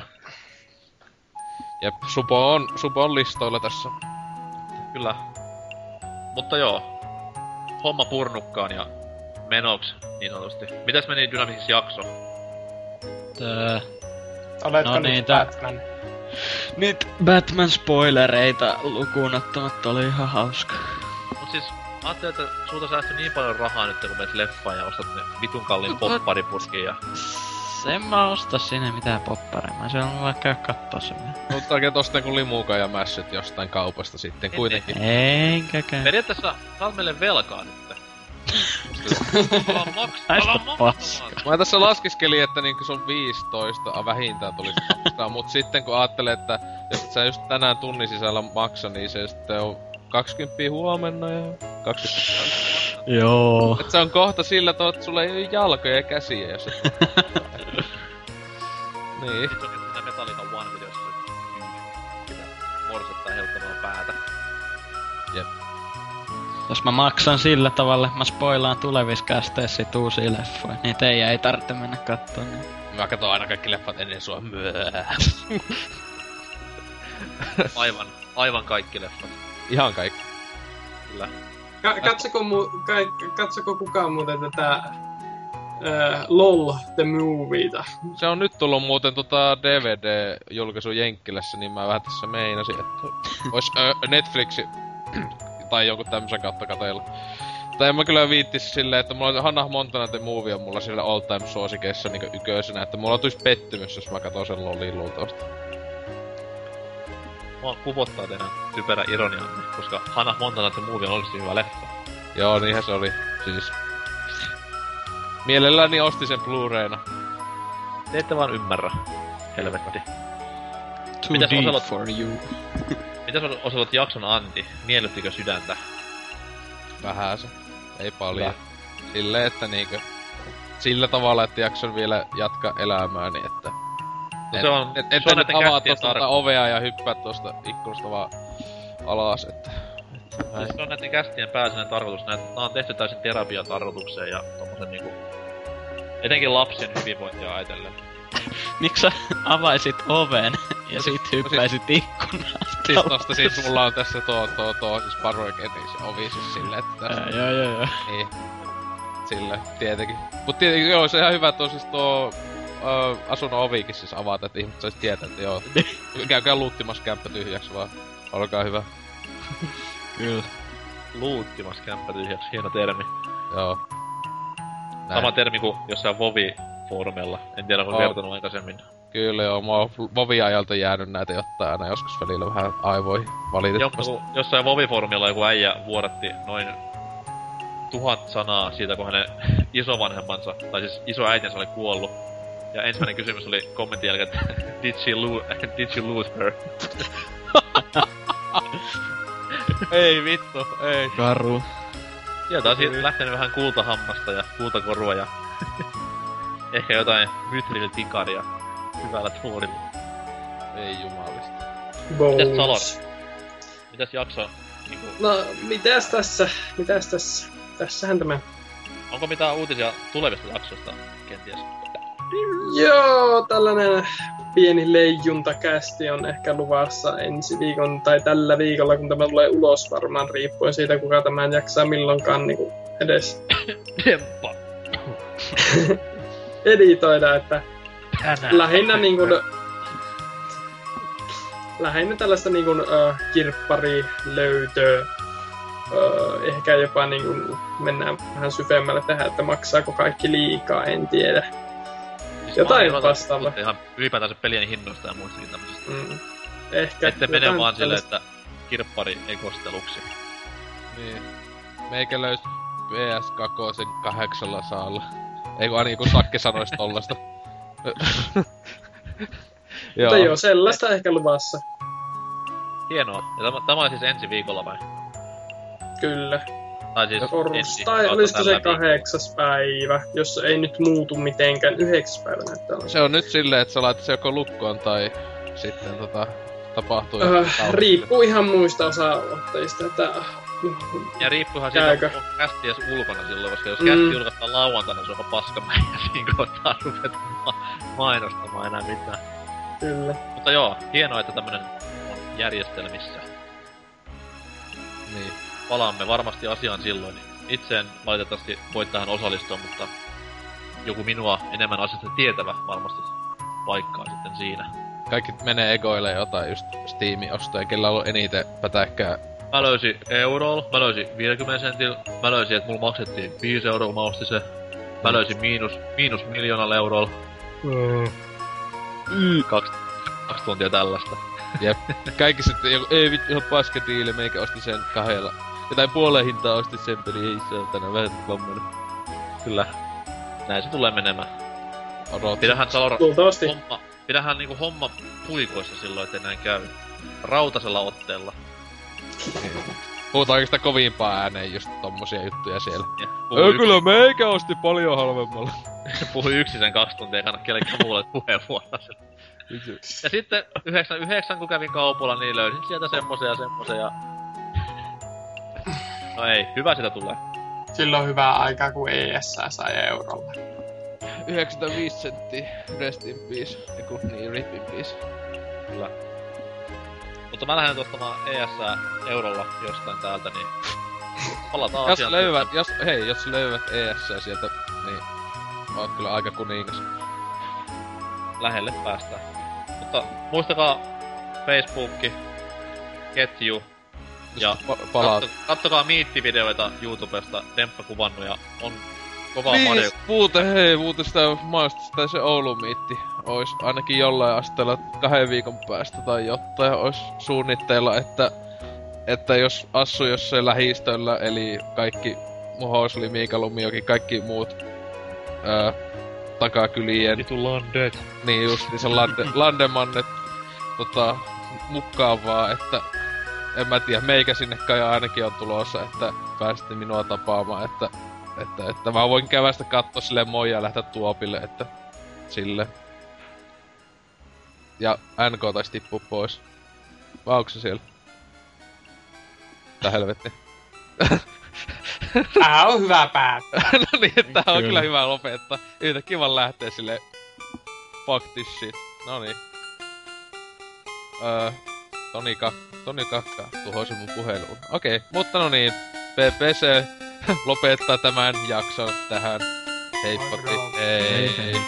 Jep, Supo on, Supo on listoilla tässä. Kyllä. Mutta joo. Homma purnukkaan ja menoks niin sanotusti. Mitäs meni Dynamics jakso? Tää... Oletko No nyt niin, tää- Batman? Nyt Batman-spoilereita lukuun ottamatta oli ihan hauska. Mut siis ajattelin, että sulta säästyy niin paljon rahaa nyt kun menet leffaan ja ostat ne vitun kalliin popparipurkin ja... Sen mä osta sinne mitään popparia. Mä se on vaikka kattoo sen. Mutta oikein tosta kun limuka ja mässyt jostain kaupasta sitten kuitenkin. Enkäkään. Periaatteessa sä oot meille velkaa nyt. Ala maksaa, ala maksaa. Mä tässä laskiskelin, että niinku se on viisitoista vähintään tulis maksaa, mut sitten kun ajattelee, että jos et sä just tänään tunnin sisällä maksa, niin se sitten on kaksikymmentä huomenna ja kaksikymmentä. Joo. Et se on kohta sillä tavalla, että sulla ei oo jalkoja ja käsiä, jos et... Niin. Se on niinku mitä Metallica One-videossa sitä morsettaa helttämään päätä. Jep. Jos mä maksan sillä tavalla, mä spoilaan tulevissa kästeissä sit uusia leffoja, niin teidän ei tarvitse mennä kattoon. Niin. Mä katson aina kaikki leffat ennen sua. Aivan, aivan kaikki leffat. Ihan kaikki. Kyllä. Ka- katsoko, mu- ka- katsoko kukaan muuten tätä uh, LOL The Movieta? Se on nyt tullut muuten tota D V D-julkaisu Jenkkilässä, niin mä vähän tässä meinasin, että ois ö, Netflixi tai joku tämmösen kautta kateilla. Tai en mä kyllä viittis silleen, että mulla on Hannah Montana The Movie on mulla sillä all time suosikeissa niinku yköisenä, että mulla tuis pettymys, jos mä katon sen LOLin luultavasti. Mua kuvottaa teidän typerä ironianne, koska Hannah Montana The Movie on oikeesti hyvä leffa. Joo, niinhän se oli. Siis... Mielelläni osti sen Blu-rayna. Te ette vaan ymmärrä. Helvetti. Too Mitäs deep Oselot- for you. Mitäs Oselot jakson anti? Miellyttikö sydäntä? Vähän se. Ei paljon. Hyvä. Silleen, että niinkö... Sillä tavalla, että jakson vielä jatka elämääni, että... No se on, et, et, se on et näiden avaa kästien tosta tarkoitus. ovea ja hyppää tosta ikkunasta vaan alas, että... Siis se on näiden kästien pääsinen tarkoitus. Nää, nää on tehty täysin terapiatarkoitukseen ja tommosen niinku... Etenkin lapsien hyvinvointia ajatellen. Miks sä avaisit oven ja No sit siis- hyppäisit ikkunasta? Siis tosta siis mulla on tässä tuo, tuo, tuo, siis Paroikenin se ovi siis silleen, että tässä... Ää, Joo joo joo. Niin. Sille, tietenkin. Mut tietenkin joo, se ihan hyvä, että on siis tuo ö, asunnon ovikin siis avata, että ihmiset sais tietää, että joo. Käykää luuttimassa kämppä tyhjäksi vaan. Olkaa hyvä. Kyllä. Luuttimas kämppä tyhjäksi, hieno termi. Joo. Näin. Sama termi kuin jossain Vovi-foorumella. En tiedä, onko Oo. kertonut aikaisemmin. Kyllä joo, mä oon Vovi-ajalta jäänyt näitä jotain aina joskus välillä vähän aivoihin Joo, mutta valitettavasti. kun jossain Vovi-foorumilla joku äijä vuodatti noin tuhat sanaa siitä, kun hänen isovanhempansa, tai siis isoäitinsä oli kuollut. Ja ensimmäinen kysymys oli kommentin jälkeen, että did she lo- did she lose her? Ei vittu, ei. Karu. Sieltä on siitä lähtenyt vähän kultahammasta ja kultakorua ja ehkä jotain mythril-tikaria hyvällä tuolilla. Ei jumalista. Mitäs Salon? Bones. Mitäs jakso? Niinku, No, mitäs tässä? Mitäs tässä? Tässähän tämä. onko mitään uutisia tulevista jaksoista kenties? Joo, tällainen pieni leijuntakästi on ehkä luvassa ensi viikon tai tällä viikolla, kun tämä tulee ulos varmaan, riippuen siitä, kuka tämän jaksaa milloinkaan niin kuin edes Demppa! editoida, että Tänään! lähinnä niin kuin, lähinnä tällaista niin kuin, äh, kirpparilöytöä. Äh, ehkä jopa niin kuin, mennään vähän syvemmälle tähän, että maksaako kaikki liikaa, en tiedä. Siis jotain mä oon vastaavaa. Ihan ylipäätään se pelien hinnoista ja muistakin tämmöisistä. Mm. Ehkä Ette mene jotain vaan silleen, tällaista- että kirppari ekosteluksi. Niin. Meikä löysi P S kaksi kahdeksalla saalla. Ei kun aina joku Sakke sanois tollasta. Mutta joo, sellaista ehkä luvassa. Hienoa. Ja tämä, tämä on siis ensi viikolla vai? Kyllä. Tai siis ensi Torstai, kautta olisiko se tällä viikolla. kahdeksas päivä, jos ei nyt muutu mitenkään. Yhdeksäs päivä näyttää olevan. Se on nyt silleen, että sä laitat se joko lukkoon tai sitten tota tapahtuu. Äh, riippuu ihan muista osa-otteista, että... Ja riippuuhan Käykö? siitä, onko kästi edes ulkona silloin, koska jos Mm. kästi julkaistaan lauantaina, se on paskamäijä siinä kohtaa rupet ma- mainostamaan enää mitään. Kyllä. Mutta joo, hienoa, että tämmönen on järjestelmissä. Niin. Palaamme varmasti asiaan silloin. Itse en valitettavasti voi tähän osallistua, mutta joku minua enemmän asiasta tietävä varmasti paikkaa sitten siinä. Kaikki menee egoille jotain just Steam-ostoja, kellä on ollut eniten pätäkkää. Mä löysin eurolla, mä löysin viisikymmentä sentillä, mä löysin, että mulla maksettiin viisi euroa, kun mä ostin se. Mä löysin miinus, miinus miljoonalla eurolla. Mm. Kaksi, kaksi tuntia tällaista. Jep. Kaikki sitten joku, ei vittu, ihan paska diili, meikä osti sen kahdella. Jotain puoleen hintaa osti sen peli, ei saatana, vähän vammana. kyllä näin se tulee menemään. Odot. Pidähän Salora Luultavasti. homma, pidähän niinku homma puikoissa silloin, ettei näin käy. Rautasella otteella. Puhutaan oikeastaan kovimpaa ääneen just tommosia juttuja siellä. Ei yksi... kyllä meikä osti paljon halvemmalla. Puhui yksin sen kaksi tuntia, ei kannata kellekään muulle puheenvuoroa. Ja sitten yhdeksänkymmentäyhdeksän kun kävin kaupalla, niin löysin sieltä semmosia ja semmosia. No ei, hyvä sitä tulee. Silloin hyvää aikaa, kun E S sai eurolla. yhdeksänkymmentäviisi senttiä, rest in peace. Eiku, niin, rip in peace. Kyllä. Mutta mä lähden ostamaan E S eurolla jostain täältä, niin palataan jos asiaan. löydät, jos, hei, jos löydät E S sieltä, niin oot kyllä aika kuningas. Lähelle päästään. Mutta muistakaa Facebookki, ketju ja pa- palaat. katso, katsokaa miittivideoita YouTubesta, Demppa kuvannut ja on kovaa niin, Mario. muuten hei, muuten sitä maista se Oulun miitti ois ainakin jollain asteella kahden viikon päästä tai jotain ois suunnitteilla, että että jos assu jossain lähistöllä, eli kaikki Muhosli, Miika Lumioki, kaikki muut öö, takakylien... Vitu landet. Niin just, niin se lande, landemannet tota, mukaan vaan, että en mä tiedä, meikä sinne kai ainakin on tulossa, että pääsitte minua tapaamaan, että että, että mä voin kävästä katsoa silleen moi ja lähteä tuopille, että sille. Ja N K taisi tippua pois. Vai onko se siellä? Tää helvetti. Tää on hyvä päättää. No niin, tää on kyllä hyvä lopettaa. Yhtäkkiä vaan lähtee silleen... Fuck this shit. Noniin. Öö... Toni Kakka, Toni Kakka tuhoisi mun puheluun. Okei, okay, mutta no niin. P P C lopettaa tämän jakson tähän. Heippatti. Hei. Hei hei.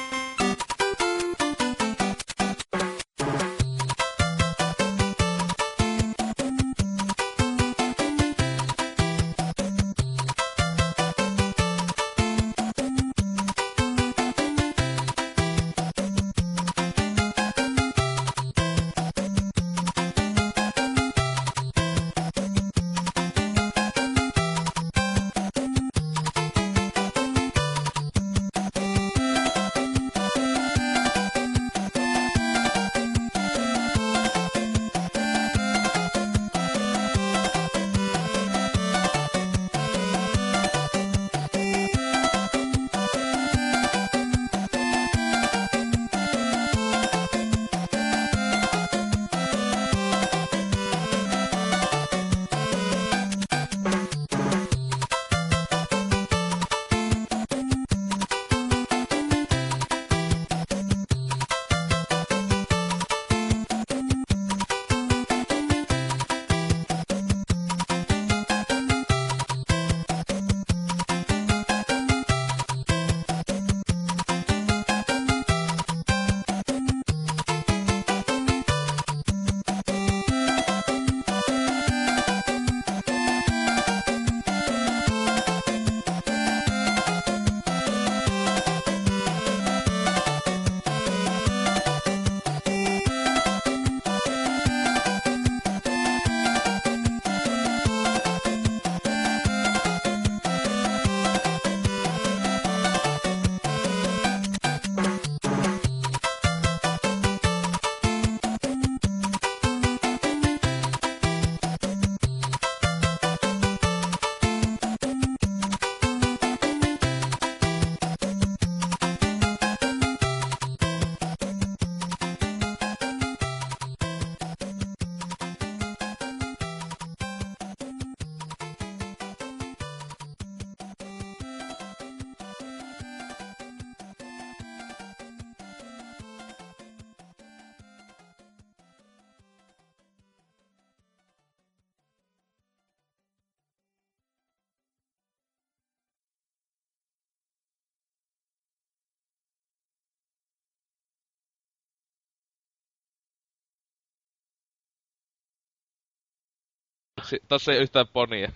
Si- tossa ei yhtään ponia.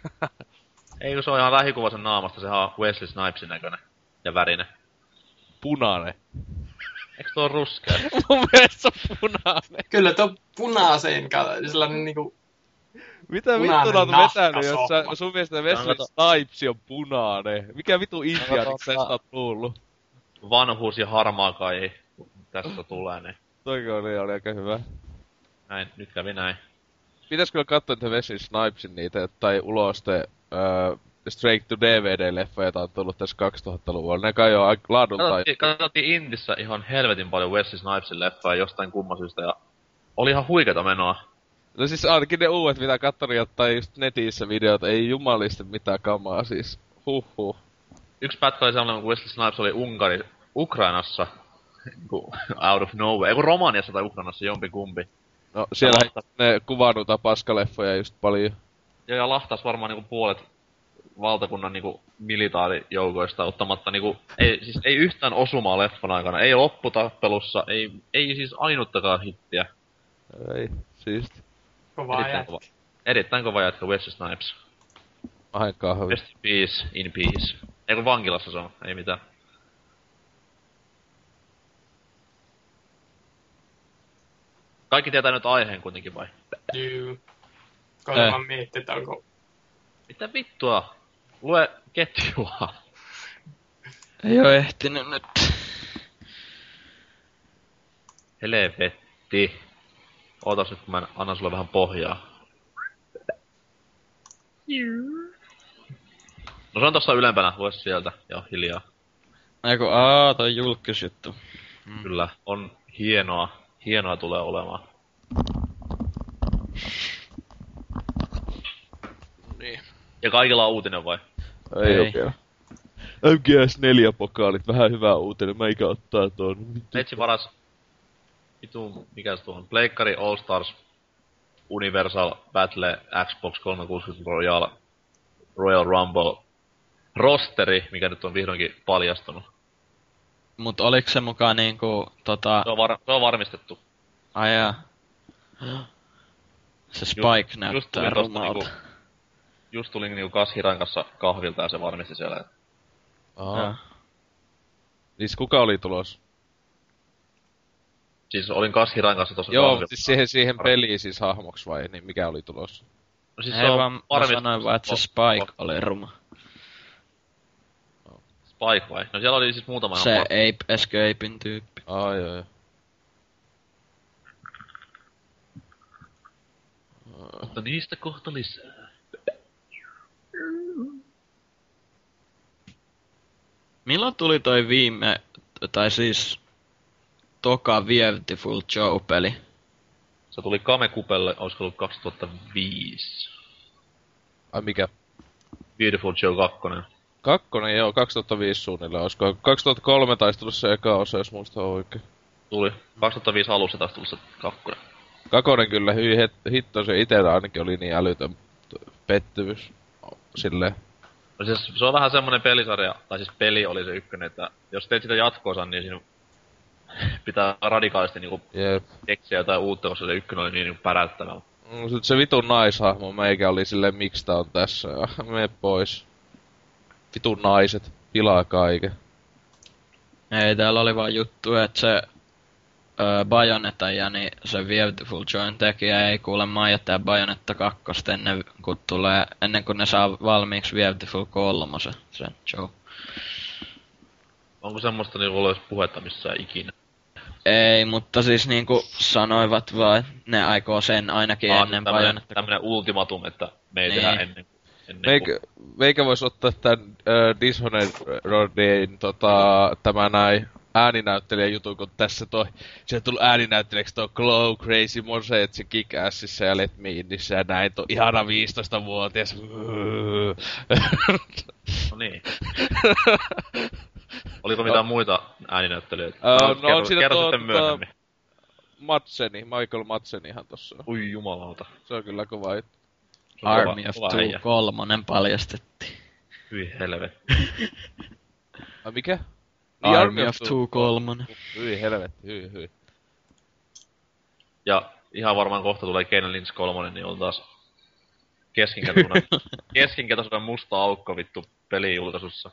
Ei kun se on ihan lähikuva sen naamasta, sehän on Wesley Snipesin näköinen. Ja värinen. Punainen. Eiks tuo ruskea? Mun mielestä se on punainen. Kyllä tuo punaiseen ka- sellainen niinku Mitä vittu oot vetänyt, jos sä, sun mielestä Wesley Snipes on punainen? Mikä vitu intiaaniksi tästä on tullut? Vanhuus ja harmaa kai tästä tulee, niin. Toikin oli, oli aika hyvä. Näin, nyt kävi näin. Pitäis kyllä katsoa niitä Wesley Snipesin niitä, tai uloste uh, Straight to D V D-leffoja, joita on tullut tässä kaksituhattaluvulla. Ne kai on aika laadulta. Katsottiin, katsottiin Intissä ihan helvetin paljon Wesley Snipesin leffoja jostain kumman syystä, ja oli ihan huikeeta menoa. No siis ainakin ne uudet, mitä katsoin jotain just netissä videot, ei jumalista mitään kamaa siis. Huhhuh. Yksi pätkä oli sellainen, kun Wesley Snipes oli Unkari, Ukrainassa, out of nowhere, eiku Romaniassa tai Ukrainassa, jompikumpi. No siellä lahtas... ne kuvannut paskaleffoja just paljon. Ja, ja lahtas varmaan niinku puolet valtakunnan niinku militaarijoukoista ottamatta niinku, ei, siis ei yhtään osumaa leffan aikana, ei lopputappelussa, ei, ei siis ainuttakaan hittiä. Ei, siisti. Kova erittäin kova, erittäin kova jätkä, Wesley Snipes. Ai kahvi. Rest in peace, in peace. Ei kun vankilassa se on, ei mitään. Kaikki tietää nyt aiheen kuitenkin vai? Juu. Koita vaan miettiä, että onko... Mitä vittua? Lue ketjua. Ei oo ehtinyt nyt. Helvetti. Ootas nyt, kun mä annan sulle vähän pohjaa. No se on tossa ylempänä, lue sieltä, ja hiljaa. Eiku, aa, toi julkisjuttu. Mm. Kyllä, on hienoa. Hienoa tulee olemaan. Niin. Ja kaikilla on uutinen vai? Ei, Ei. oo vielä. M G S neljä pokaalit, vähän hyvää uutinen, meikä ottaa tuon. Metsi varas... Vitu, mikä se tuo on? Pleikkari All Stars Universal Battle Xbox kolmesataakuusikymmentä Royal Royal Rumble rosteri, mikä nyt on vihdoinkin paljastunut. Mut oliks se mukaan niinku tota... Se on, var- se on varmistettu. Ai jaa. Se Spike just, näyttää just rumalta. Niinku, just tulin niinku Kas Hiran kanssa kahvilta ja se varmisti siellä. Aha. Niin kuka oli tulos? Siis olin Kas Hiran kanssa tossa Joo, kahvilta. siis siihen, siihen peliin siis hahmoks vai, niin mikä oli tulos? No siis ei vaan, mä sanoin vaan, että se Spike oli ruma. Spike vai? No siellä oli siis muutama... Se Ape, Escapein tyyppi. Ai joo joo. Mutta niistä kohta lisää. Milloin tuli toi viime, tai siis toka Beautiful Joe-peli? Se tuli Kamekupelle, olisiko ollut kaksituhattaviisi. Ai mikä? Beautiful Joe kakkonen. Kakkonen, joo, kaksituhattaviisi suunnilleen. Olisiko kaksituhattakolme taisi tullut se eka osa, jos muista oikein. Tuli. kaksituhattaviisi alussa taas tullut se kakkonen. Kakkonen kyllä, hyi hitto, se itellä ainakin oli niin älytön pettymys. Silleen. No siis se on vähän semmonen pelisarja, tai siis peli oli se ykkönen, että jos teet sitä jatkoosan, niin siinä pitää radikaalisti niinku yep. keksiä jotain uutta, koska se ykkönen oli niin niinku päräyttävällä. No sit se vitun naishahmo meikä oli silleen, miksi tää on tässä, ja mene pois. Vitun naiset, pilaa kaiken. Ei, täällä oli vaan juttu, että se öö, Bayonetta ja niin se Beautiful Joen tekijä ei kuulemma jättää Bayonetta kakkosta ennen kuin tulee, ennen kuin ne saa valmiiksi Beautiful kolmosen, se Joe. Onko semmoista niinku ollut puhetta missään ikinä? Ei, mutta siis niinku sanoivat vaan, että ne aikoo sen ainakin Aa, ennen tämmönen, Bayonetta. Tämmönen ultimatum, että me ei niin. tehdä ennen, ennen Meikä, meikä vois ottaa tän äh, Dishonoredin tota, tämä näin ääninäyttelijä jutun, kun tässä toi, se on tullut ääninäyttelijäksi toi Glow Crazy Mose, että se Kick-Assissa ja Let Me Indissä ja näin, toi ihana viisitoistavuotias. No niin. Oliko mitään muita ääninäyttelijöitä? Uh, no, no kerro, on siinä kerro tuo, sitten myöhemmin. Madseni, Michael Madsenihan tossa on. Ui jumalauta. Se on kyllä kova juttu. Army of Two kolmonen paljastettiin. Hyi helvetti. Ai mikä? Niin, Army of Two kolmonen. Hyi helvetti, hyi hyi. Ja ihan varmaan kohta tulee Kane Lynch kolmonen, niin on taas keskinkätoisuuden, keskinkätoisuuden musta aukko vittu peli-julkaisussa.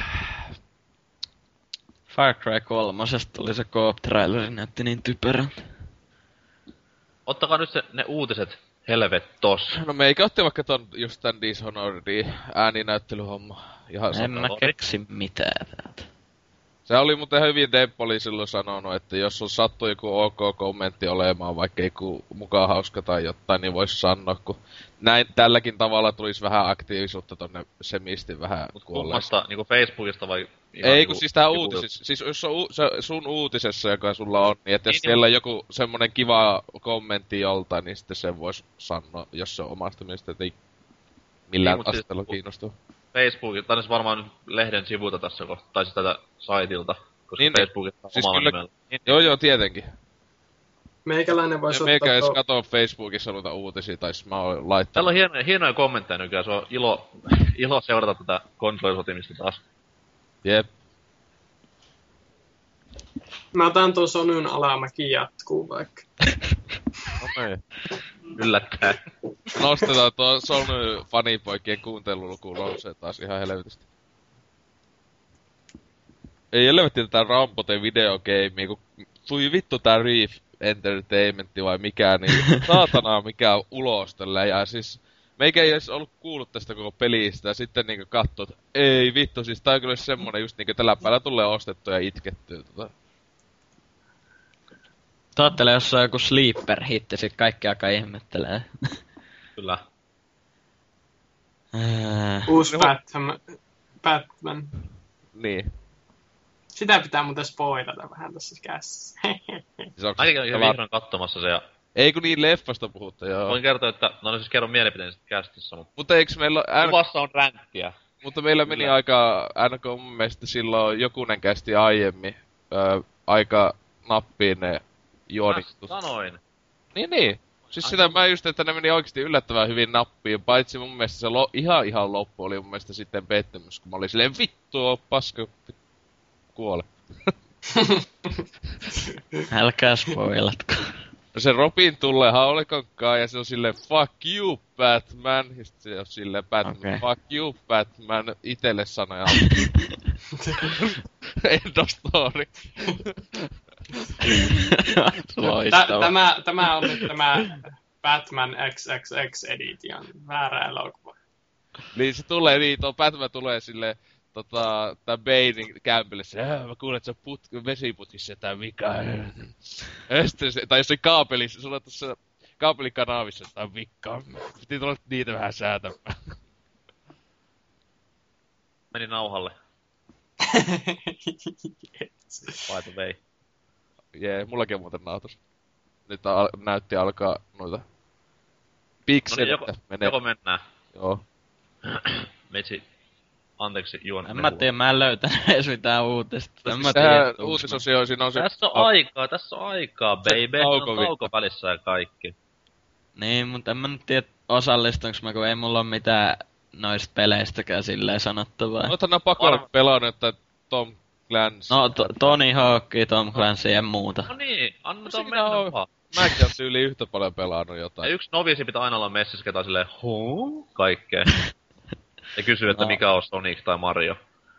Far Cry kolmosesta tuli se co-op traileri, näytti niin typerältä. Ottakaa nyt se, ne uutiset Helvettos. No meikä otti vaikka ton just tän Dishonoredin ääninäyttelyhomma. Ihan En mä sata. keksi mitään täältä. Se oli muuten hyvin Demppo oli silloin sanonut, että jos on sattu joku ok-kommentti olemaan, vaikka joku mukaan hauska tai jotain, niin vois sanoa, kun näin tälläkin tavalla tulisi vähän aktiivisuutta tonne semistin vähän kuolleeseen. Kummasta, niinku Facebookista vai? Ei, kun siis tää uutisissa, siis jos on u- se sun uutisessa, joka sulla on, niin että jos Niin, siellä on joku semmonen kiva kommentti joltain, niin sitten sen vois sanoa, jos se on omasta mielestä, että ei millään Niin, mut siis- asteella kiinnostuu. Facebookista, tai siis varmaan nyt lehden sivulta tässä kohtaa, tai siis tätä saitilta, koska Niin, niin, Facebookista on siis omalla kyllä- nimellä. Niin, Joo joo, tietenkin. Meikäläinen voisi Meikä ottaa... edes to- katoo Facebookissa noita uutisia, tai siis mä oon laittanut. Täällä on hienoja, hienoja kommentteja nykyään, se on ilo, ilo seurata tätä konsolisotimista taas. Jep. Mä otan tuon Sonyn alamäki jatkuu vaikka. No niin. Yllättäen. Nostetaan tuo Sony fanipoikien kuunteluluku nousee taas ihan helvetisti. Ei helvetti tätä Rampoten videogeimia, kun tuli vittu tää Reef Entertainmentti vai mikä, niin saatanaa mikä ulos tällä. Ja siis meikä ei edes ollut kuullut tästä koko pelistä ja sitten niinku katsoo, että ei vittu, siis tää on kyllä semmonen just niinku tällä päällä tulee ostettua ja itkettyä tota. Taattele, jos on joku sleeper-hitti, sit kaikki aika ihmettelee. Kyllä. Ää, Uusi No. Batman. Batman. Niin. Sitä pitää muuten spoilata vähän tässä käsissä. Siis onks Mäkin kävin tavallaan- vihdoin katsomassa se ja Ei kun niin leffasta puhutte, joo. voin kertoa, että, no niin siis kerron mielipiteen sitten kästissä, mutta Mutta eiks meillä ole ään... kuvassa on ränkkiä. Mutta meillä meni Kyllä. aika, ainakaan mun mielestä silloin jokunen kästi aiemmin, öö, aika nappiin ne Mä juonikset. sanoin. Niin niin. Siis sitä mä just, että ne meni oikeesti yllättävän hyvin nappiin, paitsi mun mielestä se lo, ihan ihan loppu oli mun mielestä sitten pettymys, kun mä olin silleen vittu oo paska, vit- kuole. älkää spoilatko. No se Robin tulee haulikonkaan ja se on silleen fuck you Batman, ja sit se on silleen Batman, Okei. fuck you Batman, itelle sanoja. End of story. Tä, Loistava. tämä, tämä on nyt tämä Batman X X X Edition. Väärä elokuva. Niin se tulee, niin tuo Batman tulee silleen, tota, tää Banein kämpille se, äh, mä kuulen, että se on put, vesiputkissa tää vika. Ja sitten se, tai jossain kaapelissa, sulla on tossa kaapelikanavissa tää vikka. Piti tulla niitä vähän säätämään. Meni nauhalle, by the way. Jee, yeah, mullakin on muuten nautus. Nyt al- näytti alkaa noita No niin, pikselitä joko, menee. joko mennään. Joo. Meitsi, anteeksi juon. En mä tiedä, mä en löytänyt edes mitään uutista. En mä Sehän tiedä. onks uutisosio, siinä on se... Tässä on aikaa, tässä on aikaa, baby. tauko On tauko välissä ja kaikki. mä- Niin, mutta en mä nyt tiedä osallistunko mä, kun ei mulla oo mitään noista peleistäkään silleen sanottavaa. Oothan nää pakolla Varma- pelannut, että Tom Clancy. No, to- Tony Hawk, Tom Clancy ja muuta. No niin, anna No tuon siinä mennä on. vaan. Mäkin oon yli yhtä paljon pelannut Ja jotain. yksi novisi pitää aina olla messissä, ketä silleen huu kaikkea. Ja kysyy, että No. mikä on Sonic tai Mario.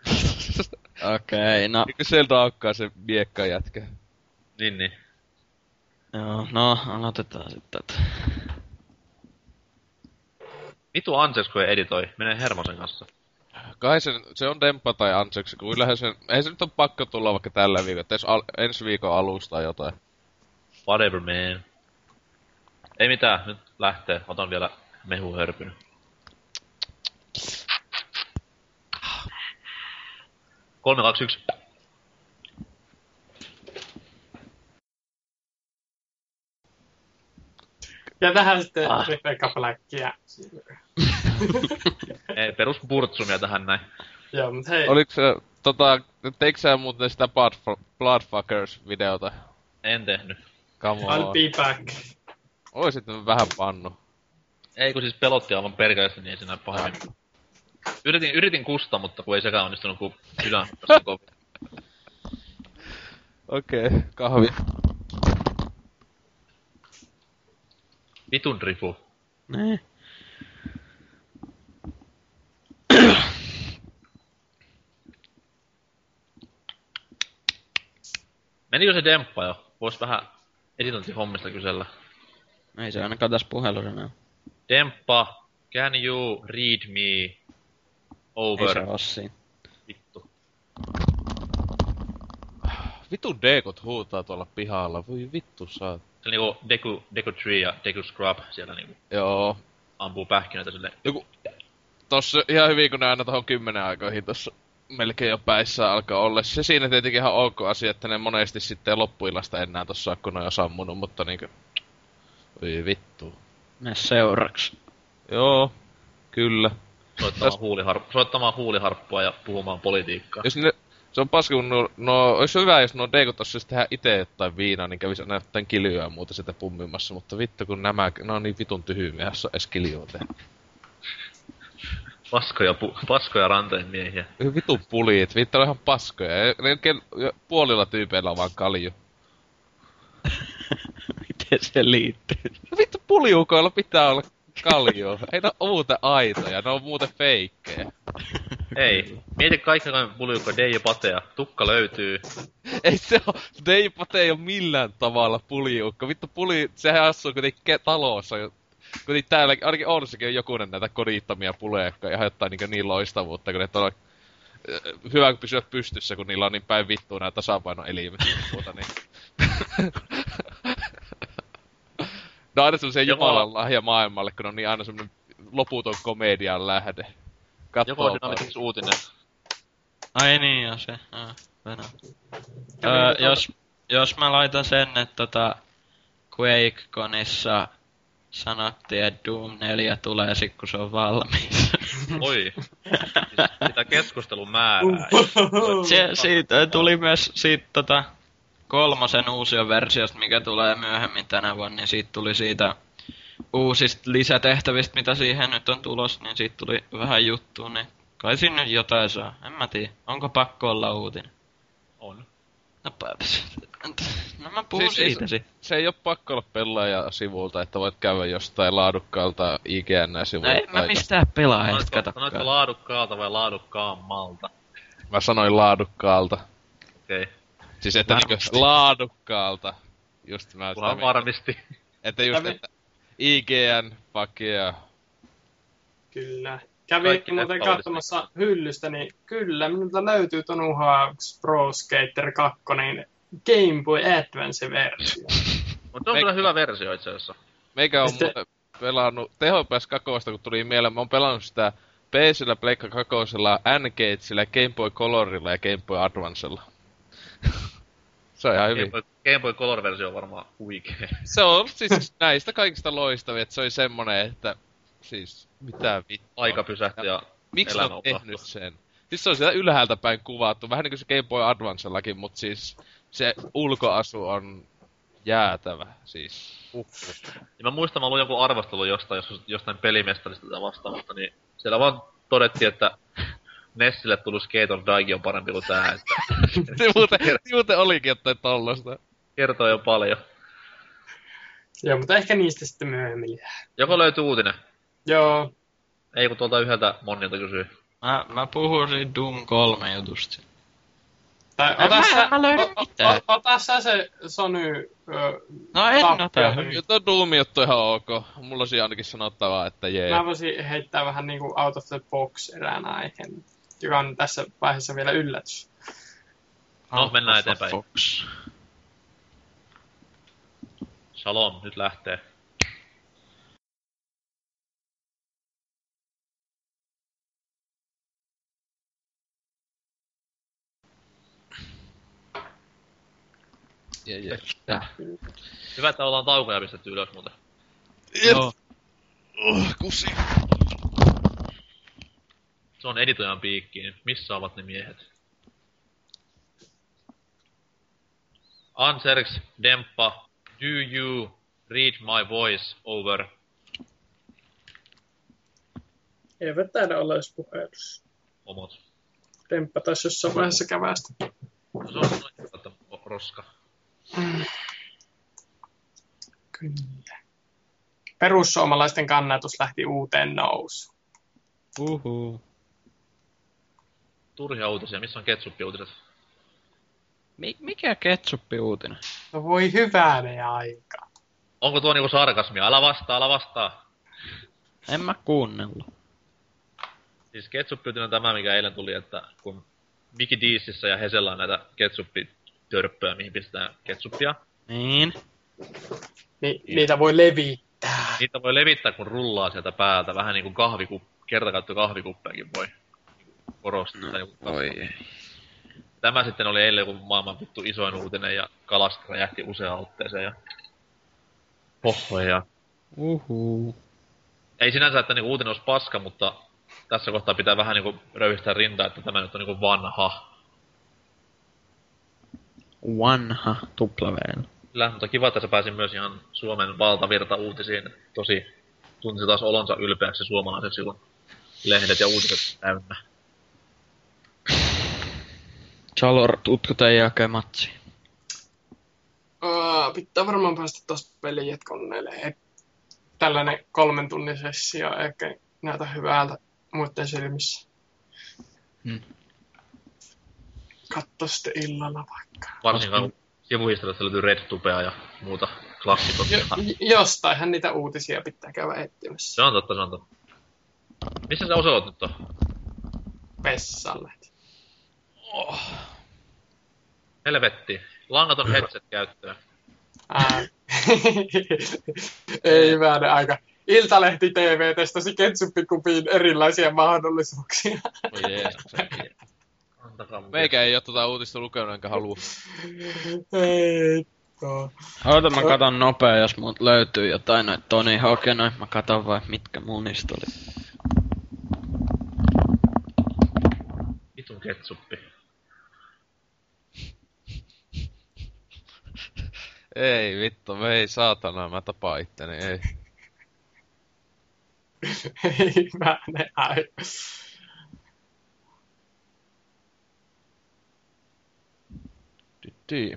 Okei, no, Eikö sieltä aukkaa se miekka jätkä? Niin, niin. joo, no, aloitetaan sitten tätä. Vitu Anseks, kun ei editoi. Menee Hermosen kanssa. Kai se, se on Demppa tai Anseksi, kun yleensä sen... Ei se nyt on pakko tulla vaikka tällä viikolla, että jos al, ensi viikon alusta tai jotain. Whatever, man. Ei mitään, nyt lähtee. Otan vielä mehuhörpyn. Kolme, kaksi, yksi. Ja tähän sitten Ah. Rebecca Blackia. Ei, perus burtsumia tähän näin. Joo, mut hei. Oliko se, tota, teikö sä muuten sitä Blood, Bloodfuckers-videota? En tehnyt. Come I'll on. be back. Oisit vähän pannu. Ei kun siis pelotti aivan perkeleesti, niin ei se näy pahemmin. Yritin, yritin kustaa, mutta kun ei sekään onnistunut, kun sydän tässä kovin. Okei, okay, kahvi. Vitun rifu. Niin. Menikö se demppa jo? Vois vähän editointihommista kysellä. Ei se ainakaan tässä puhelussa näy. Demppa, can you read me over? Ei se oo siinä. Vittu. Vitun dekot huutaa tuolla pihalla, voi vittu saa. Se niinku Deku, Deku Tree ja Deku Scrub siellä niinku Joo. ampuu pähkinöitä silleen. Joku... Tossa ihan hyvin, kun ne aina tohon kymmenen aikoihin tossa melkein jo päissä alkaa olla. Se siinä tietenkin ihan ok asia, että ne monesti sitten loppuillasta enää tossa kun ne on jo sammunut, mutta niinkö... Oi vittu. Mene seuraksi. Joo, kyllä. Soittamaan, Täs... huuliharp... Soittamaan huuliharppua ja puhumaan politiikkaa. Jos ne... Se on paska, kun no, no ois hyvä, jos nuo deikot osais tehdä ite jotain viinaa, niin kävis aina jotain kiljöä ja muuta sitä pummimassa, mutta vittu kun nämä, ne on niin vitun tyhmiä, jos on edes kiljoa tehdä. Paskoja, pu- paskoja ranteen miehiä. Vitun puliit, vittu on ihan paskoja. Ne kel- puolilla tyypeillä on vaan kalju. Miten se liittyy? No vittu puliukoilla pitää olla kalju. Ei ne oo muuten aitoja, ne on muuten feikkejä. Ei. Mieti kaikenlainen puliukko Deijo Patea. Tukka löytyy. Ei se oo, Deijo Pate ei oo millään tavalla puliukko. Vittu puli, sehän asuu kuitenkin ke- talossa. Kuitenkin täällä, ainakin Oulussakin on jokunen näitä kodittomia puleja, jotka aiheuttaa niin, niin loistavuutta, kun ne on hyvä pysyä pystyssä, kun niillä on niin päin vittua nämä tasapainoelimet. Puhuta, niin. No aina sellaisia jumalan lahja maailmalle, kun on niin aina semmonen loputon komedian lähde. Kattoo Joko siinä oli siis uutinen. Ai niin, joo se. Ah, Venä. Öö, jos, jos mä laitan sen, että tota QuakeConissa sanottiin, että Doom neljä tulee sit kun se on valmis. Oi. Siis sitä keskustelun määrää. Se, siitä tuli myös siitä tota kolmosen uusia versiosta, mikä tulee myöhemmin tänä vuonna, niin siitä tuli siitä uusista lisätehtävistä, mitä siihen nyt on tulos, niin siitä tuli vähän juttua, niin kai sinne jotain saa. En mä tiedä. Onko pakko olla uutinen? On. No, no mä puhun siis, siitä siis, sit. Se ei oo pakko olla pelaaja sivulta, että voit käydä jostain laadukkaalta I G N-sivulta. No ei mä mistään pelaajasta katsokaan. Sanoitko laadukkaalta vai laadukkaammalta? Mä sanoin laadukkaalta. Okei. Okay. Siis että niinkö laadukkaalta. Just mä Kunhan varmisti. Että just, Kävi... että I G N, pakea. Kyllä. Kävikin muuten katsomassa hyllystä, niin kyllä, minulta löytyy Tony Hawk's Pro Skater kaksi, niin Game Boy Advance-versio. Mutta on kyllä hyvä versio itse asiassa. Meikä on Sitten... muuten pelannut T H P S kaksi, kun tuli mieleen. Mä oon pelannut sitä P C:llä, Pleikka kakosella, N-Gageillä, Game Boy Colorilla ja Game Boy Advancella. Se on ihan hyvin. Game Boy, Game Boy Color-versio on varmaan huikee. Se on siis näistä kaikista loistavia, että se oli semmonen, että siis mitä vittua. Aika pysähti ja miksi on tehnyt sen? Siis se on sieltä ylhäältä päin kuvattu, vähän niinku se Game Boy Advancellakin, mut siis se ulkoasu on jäätävä, siis ukkuu. Ja mä muistan, mä luin jonkun arvostelun jostain, jostain pelimestarista tätä vastaavasta, niin siellä vaan todettiin, että Nessille tullut Skate or Die on parempi kuin tää, että... se muuten, muuten olikin jotain tollasta. Kertoo jo paljon. Joo, mutta ehkä niistä sitten myöhemmin. Joko löytyy uutinen? Joo. Ei, kun tuolta yhdeltä Monnilta kysyy. Mä, mä puhun siitä Doom kolme jutusta. Tai ota ota sä, mä löydän mitään. o, ota sä se Sony... Ö, no en ota. Tuo Doom-juttu ihan ok. Mulla on siinä ainakin sanottavaa, että jee. Mä voisin heittää vähän niinku out of the box erään aiheen, joka on tässä vaiheessa vielä yllätys. No, mennään eteenpäin. Fox. Shalom, nyt lähtee. Jee, jee. Hyvä, että ollaan taukoja pistetty ylös muuten. Joo. Oh, kusi. Se on editojan piikkiin. Missä ovat ne miehet? Anserx, Demppa, do you read my voice over? Eivät taida olla edes puhelussa. Omot. Demppa taisi jossain vaiheessa kävästä. No se on noin, että roska. Kyllä. Perussuomalaisten kannatus lähti uuteen nousuun. Uhu. Turhia uutisia. Missä on ketsup-uutiset? Mi- mikä ketsuppi-uutinen? No voi hyvänen aika. Onko tuo niinku sarkasmia? Älä vastaa, älä vastaa. En mä kuunnellut. Siis ketsuppiytin on tämä, mikä eilen tuli, että kun Mickey D'issä ja Hesellä on näitä ketsuppitörppöjä, mihin pistetään ketsuppia. Niin. Ni, niitä voi levittää. Niitä voi levittää, kun rullaa sieltä päältä. Vähän niinku kahviku, kertakäyttö kahvikuppeakin voi korostaa. No, oi ei. Tämä sitten oli eilen joku maailman vittu isoin uutinen ja Kalas räjähti useaan otteeseen ja... Hohoja. Uhuu. Ei sinänsä, että niinku uutinen olisi paska, mutta tässä kohtaa pitää vähän niinku röyhistää rintaa, että tämä nyt on niinku vanha. Vanha, tuplaveellä. Kyllä, mutta kiva, että sä pääsin myös ihan Suomen valtavirta uutisiin. Tosi tuntisi taas olonsa ylpeäksi suomalaiseksi, kun lehdet ja uutiset täynnä. Chalor, tutko teidän jälkeen matsi? Uh, pitää varmaan päästä tosta pelijatkoneelle. Tällainen kolmen tunnin sessio eikä näytä hyvältä muiden silmissä. Hmm. Katso sitten illalla vaikka. Varsinkaan kun sivuhistoriassa löytyy RedTubea ja muuta klassikosta. Jo, jostainhan niitä uutisia pitää käydä etsimässä. Se on totta, se on totta. Missä sä Oselot nyt on? Vessalle. Oh. Helvetti. Langaton headset käyttöön. Ää. Ei hyvänen aika. Iltalehti T V testasi ketsuppikupiin erilaisia mahdollisuuksia. Oi jees. Meikä ei oo tota uutista lukenut enkä halua. Ei. No. Oota, mä katon nopea, jos mut löytyy jotain noit Toni Hawkenoja. Mä katon vai mitkä mun niistä oli. Vitun ketsuppi. Ei vittu, ei saatana, mä tapaan itteni, ei. Ei hyvänen aika. Tytti.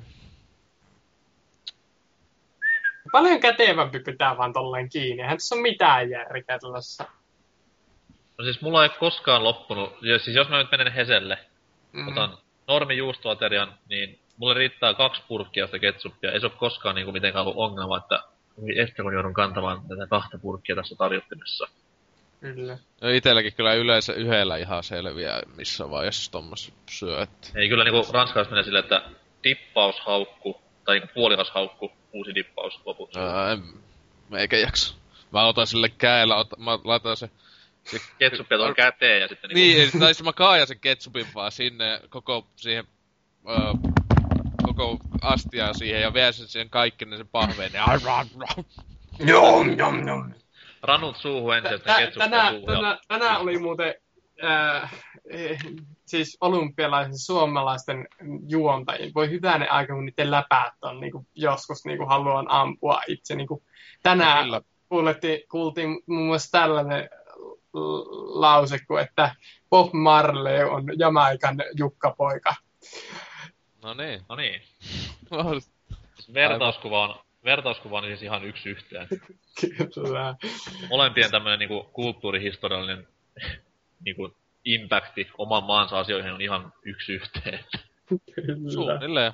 Paljon kätevämpi pitää vaan tolleen kiinni. Eihän tässä ole mitään järkeä tällaisessa. No siis mulla ei koskaan loppunut, siis jos mä nyt menen Heselle, mm. otan normi juustoaterian, niin mulle riittää kaksi purkkia sitä ketsuppia. Ei se ole koskaan niinku mitenkään ollut ongelma, että ehkä kun joudun kantamaan tätä kahta purkkia tässä tarjottimessa. Kyllä. No itelläkin kyllä yleensä yhdellä ihan selviää missä vaiheessa tommos syöt. Ei kyllä niinku ranskalaiset menee silleen, että dippaushaukku, tai niinku puolikas haukku, uusi dippaus lopuksi. Öö, en, meikä jaksa. Mä otan sille käellä, ota, mä laitan se... se ketsuppia tuohon käteen ja sitten niinku... Niin, tai mä kaajan sen ketsupin vaan sinne koko siihen... Öö, koko astiaan siihen ja vien sen siihen kaikkinen sen pahveen ja... Jom, jom, jom. Ranut suuhun ensin, että ketsuppia tänään, suuhun. tänään, tänään oli muuten... Äh, eh, siis olympialaisen suomalaisten juontajien. Voi hyvänen aika, kun niiden läpäät on niin kuin, joskus niin kuin, haluan ampua itse. Niin kuin, tänään kuultiin, kuultiin muun muassa tällainen lause, kuin, että Bob Marley on Jamaikan Jukka-poika. No niin. No niin. Vertauskuva on, vertauskuva on siis ihan yksi yhteen. Kyllä. Molempien tämmönen niinku kulttuurihistoriallinen niinku impacti oman maansa asioihin on ihan yksi yhteen. Kyllä. Suunnilleen.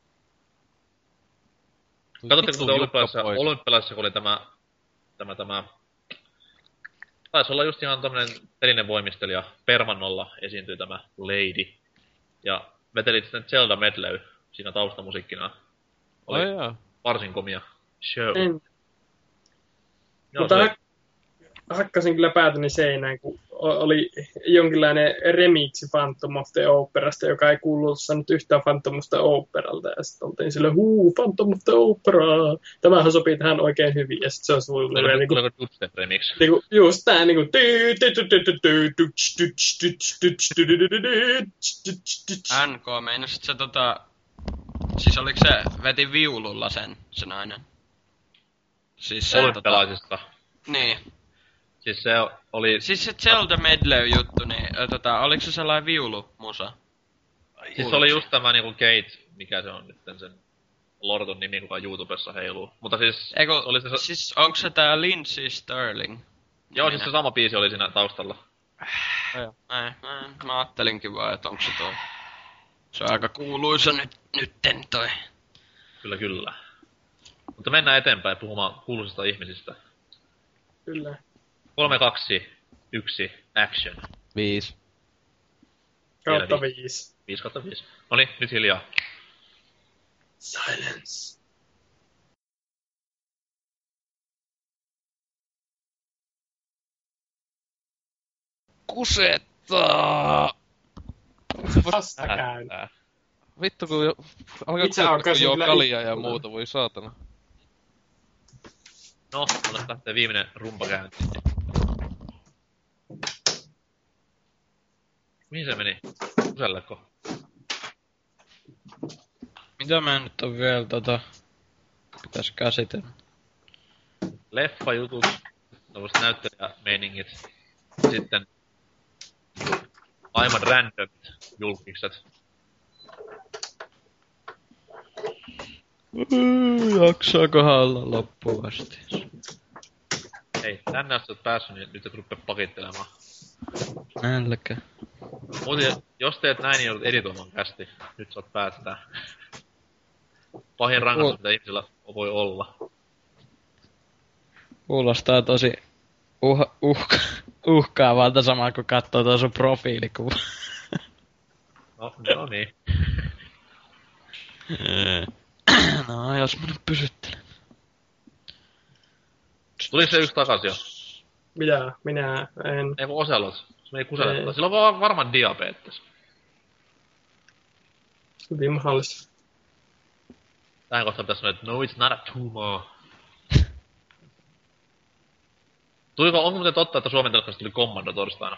Katsotteko tuota olympialaisessa, olympialaisessa, kun oli tämä, tämä, tämä, taisi olla just ihan tämmönen pelinen voimistelija, Permannolla esiintyi tämä Lady, ja veteli sitten Zelda Medley siinä taustamusiikkina. Oli oh, varsin komia show. En. Joo, Mutta oli... hak- hakkasin kyllä päätäni seinään, kun oli jonkinlainen remixi Phantom of the Operasta, joka ei kuulostanut yhtään Phantom of the Operalta. Ja sitten oltiin sille, huu, Phantom of the Opera. Tämähän sopii tähän oikein hyvin. Ja sitten se on suunnilleen niinku... Oliko dubstep remix? Niinku, just tää niinku... N K, meinasit se tota... Siis oliks se, veti viululla sen, se nainen? Siis se olympialaisista. Tota... Niin. Siis se oli... Siis se Zelda Medley-juttu, niin tota, oliks se sellainen viulumusa? Siis se oli just tämä niinku Kate, mikä se on nyt sen lortun nimi, kuka YouTubessa heiluu. Mutta siis... Eiku, oli se... siis onks se tää Lindsay Sterling? Joo, siis se sama biisi oli siinä taustalla. Ei, ei, mä ajattelinkin vaan, että onks se toi... Se on aika kuuluisa nyt, nytten toi. Kyllä, kyllä. Mutta mennään eteenpäin puhumaan kuuluisista ihmisistä. Kyllä. kolme, kaksi, yksi, action. Viis. Kautta viisi. Viisi kautta viisi. Noniin, nyt hiljaa. Silence. Kusettaa! Vasta käyn. Vittu kun jo... Alkaa Itse kusettaa, alkaisin kun joo kyllä kaljaa ja itkumaan. muuta, voi saatana. No, annas lähtee viimeinen rumpa käyntiin. Mihin se meni? Kuselleko? Mitä mä nyt on vielä tota... Pitäis käsitellä? Leffajutut, tämmöset näyttelijämeiningit. Sitten aivan random julkikset. Jaksaakohan olla loppuun asti? Hei, tänne asti oot päässyt, niin nyt et rupea pakittelemaan. Nälkä. Muuten, jos teet näin, niin joudut editoimaan kästi. Nyt saat päättää. Pahin rangaistus, mitä ihmisellä voi olla. Kuulostaa tosi uh, uhka, uhkaavalta samaa, kun katsoo tuon sun profiilikuva. No, no niin. No, jos mä nyt pysyttelen. Tuliko se yksi takas jo? Mitä? Minä en. Ei kun Oselot. Se meni kuselettaa. Ei. Sillä on vaan varmaan diabetes. Hyvin mahdollista. Tähän kohtaan pitäis sanoa, että no it's not a tumor. Tuliko, onko muuten totta, että Suomen telkkarista tuli Commando torstaina?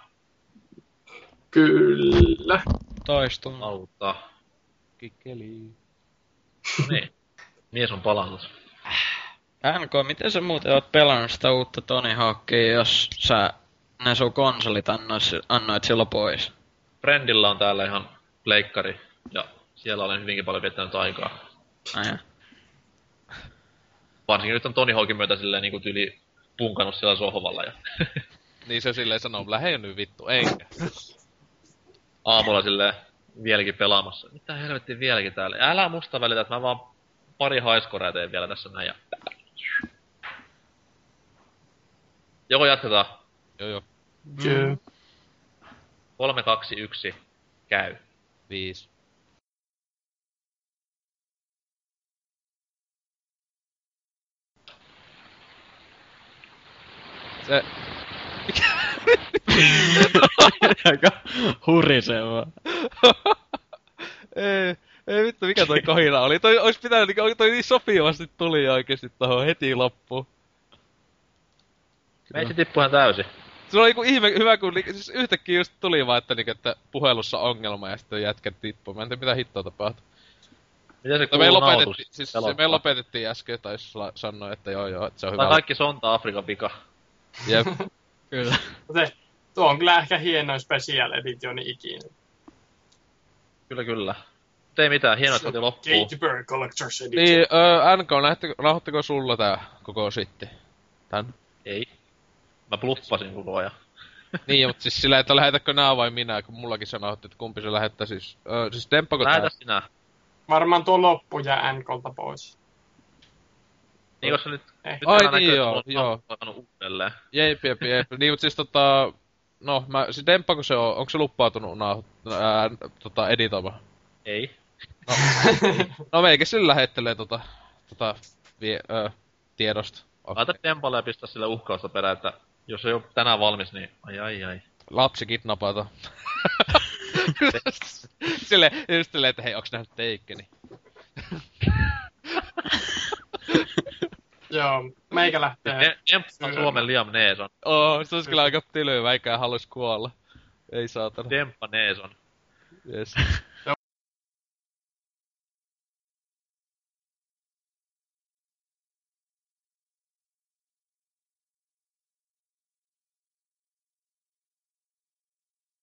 Kyllä. Toistun. Auta. Kikkeli. No niin. Mies on palannut. N K, miten sä muuten oot pelannut sitä uutta Tony Hawkia, jos sä ne sun konsolit annoit, annoit silloin pois? Friendillä on täällä ihan pleikkari. Ja siellä olen hyvinkin paljon viettänyt aikaa. Aja. Varsinkin nyt on Tony Hawkin myötä silleen niinku tyyli punkannut siellä sohvalla ja Niin se silleen sanoo, lähde nyt vittu, eikä. aamulla silleen vieläkin pelaamassa. Mitä helvettiä vieläkin täällä? Älä musta välitä, että mä vaan pari haiskorea teen vielä tässä näin ja... Joko jatketaan? Joo joo. Joo. kolme, kaksi, yksi, käy. Viis. Se... Aika hurisevaa. ei, ei vittu, mikä toi kohina oli. Toi ois pitänyt, niinku- toi niin sopivasti tuli oikeesti tohon heti loppuun. Meitsi tippuhan täysin. Se oli joku ihme hyvä, kun niinku, siis yhtäkkiä just tuli vaan, että, niinku, että puhelussa ongelma ja sitten jätkät tippuu. Mä en tiedä mitä hittoa tapahtui. Mitä se Mutta me kuuluu lopetettiin, nautus? siis se me lopetettiin äsken, tai la- sanoi, että joo joo, että se on Tai hyvä. kaikki sonta Afrikan vika. Jep. Kyllä. Se, tuo on kyllä ehkä hienoin special editioni ikinä. Kyllä, kyllä. Mut ei mitään, hienoa, että saatiin loppuun. Katy Perry Collector's Edition. Niin, öö, N K, nauhoittiko sulla tää koko sitti? Tän? Ei. Mä bluffasin koko ajan. Niin, mutta siis sillä, että lähetäkö nää vai minä, kun mullakin se nauhoitti, että kumpi se lähettää siis. Öö, siis temppako tää? Lähetä sinä. Varmaan tuo loppu jää N K:lta pois. Niin, koska nyt... Eh. nyt Ai täällä niin, näkyy, joo, että joo. on alkanut uudelleen. Jep, jep, jep. Niin, mutta siis tota... No, mä, siis temppako se on, onko se luppautunut nauhoit... Ää, tota, editoimaan? Ei. No, no meikä sillä lähettelee tota... Tota... Vie, öö, tiedosta. Laita Dempalle ja pistä sille uhkausta perään, että jos ei oo tänään valmis, niin ai ai ai. Lapsi kidnapata. Sille, just silleen, että hei, onks nähnyt Teikkeni? Joo, meikä lähtee. Ne- Demppa on Suomen Liam Neeson. Oo, se olisi kyllä aika tylyä, väikää halus kuolla. Ei saatana. Demppa Neeson. Yes.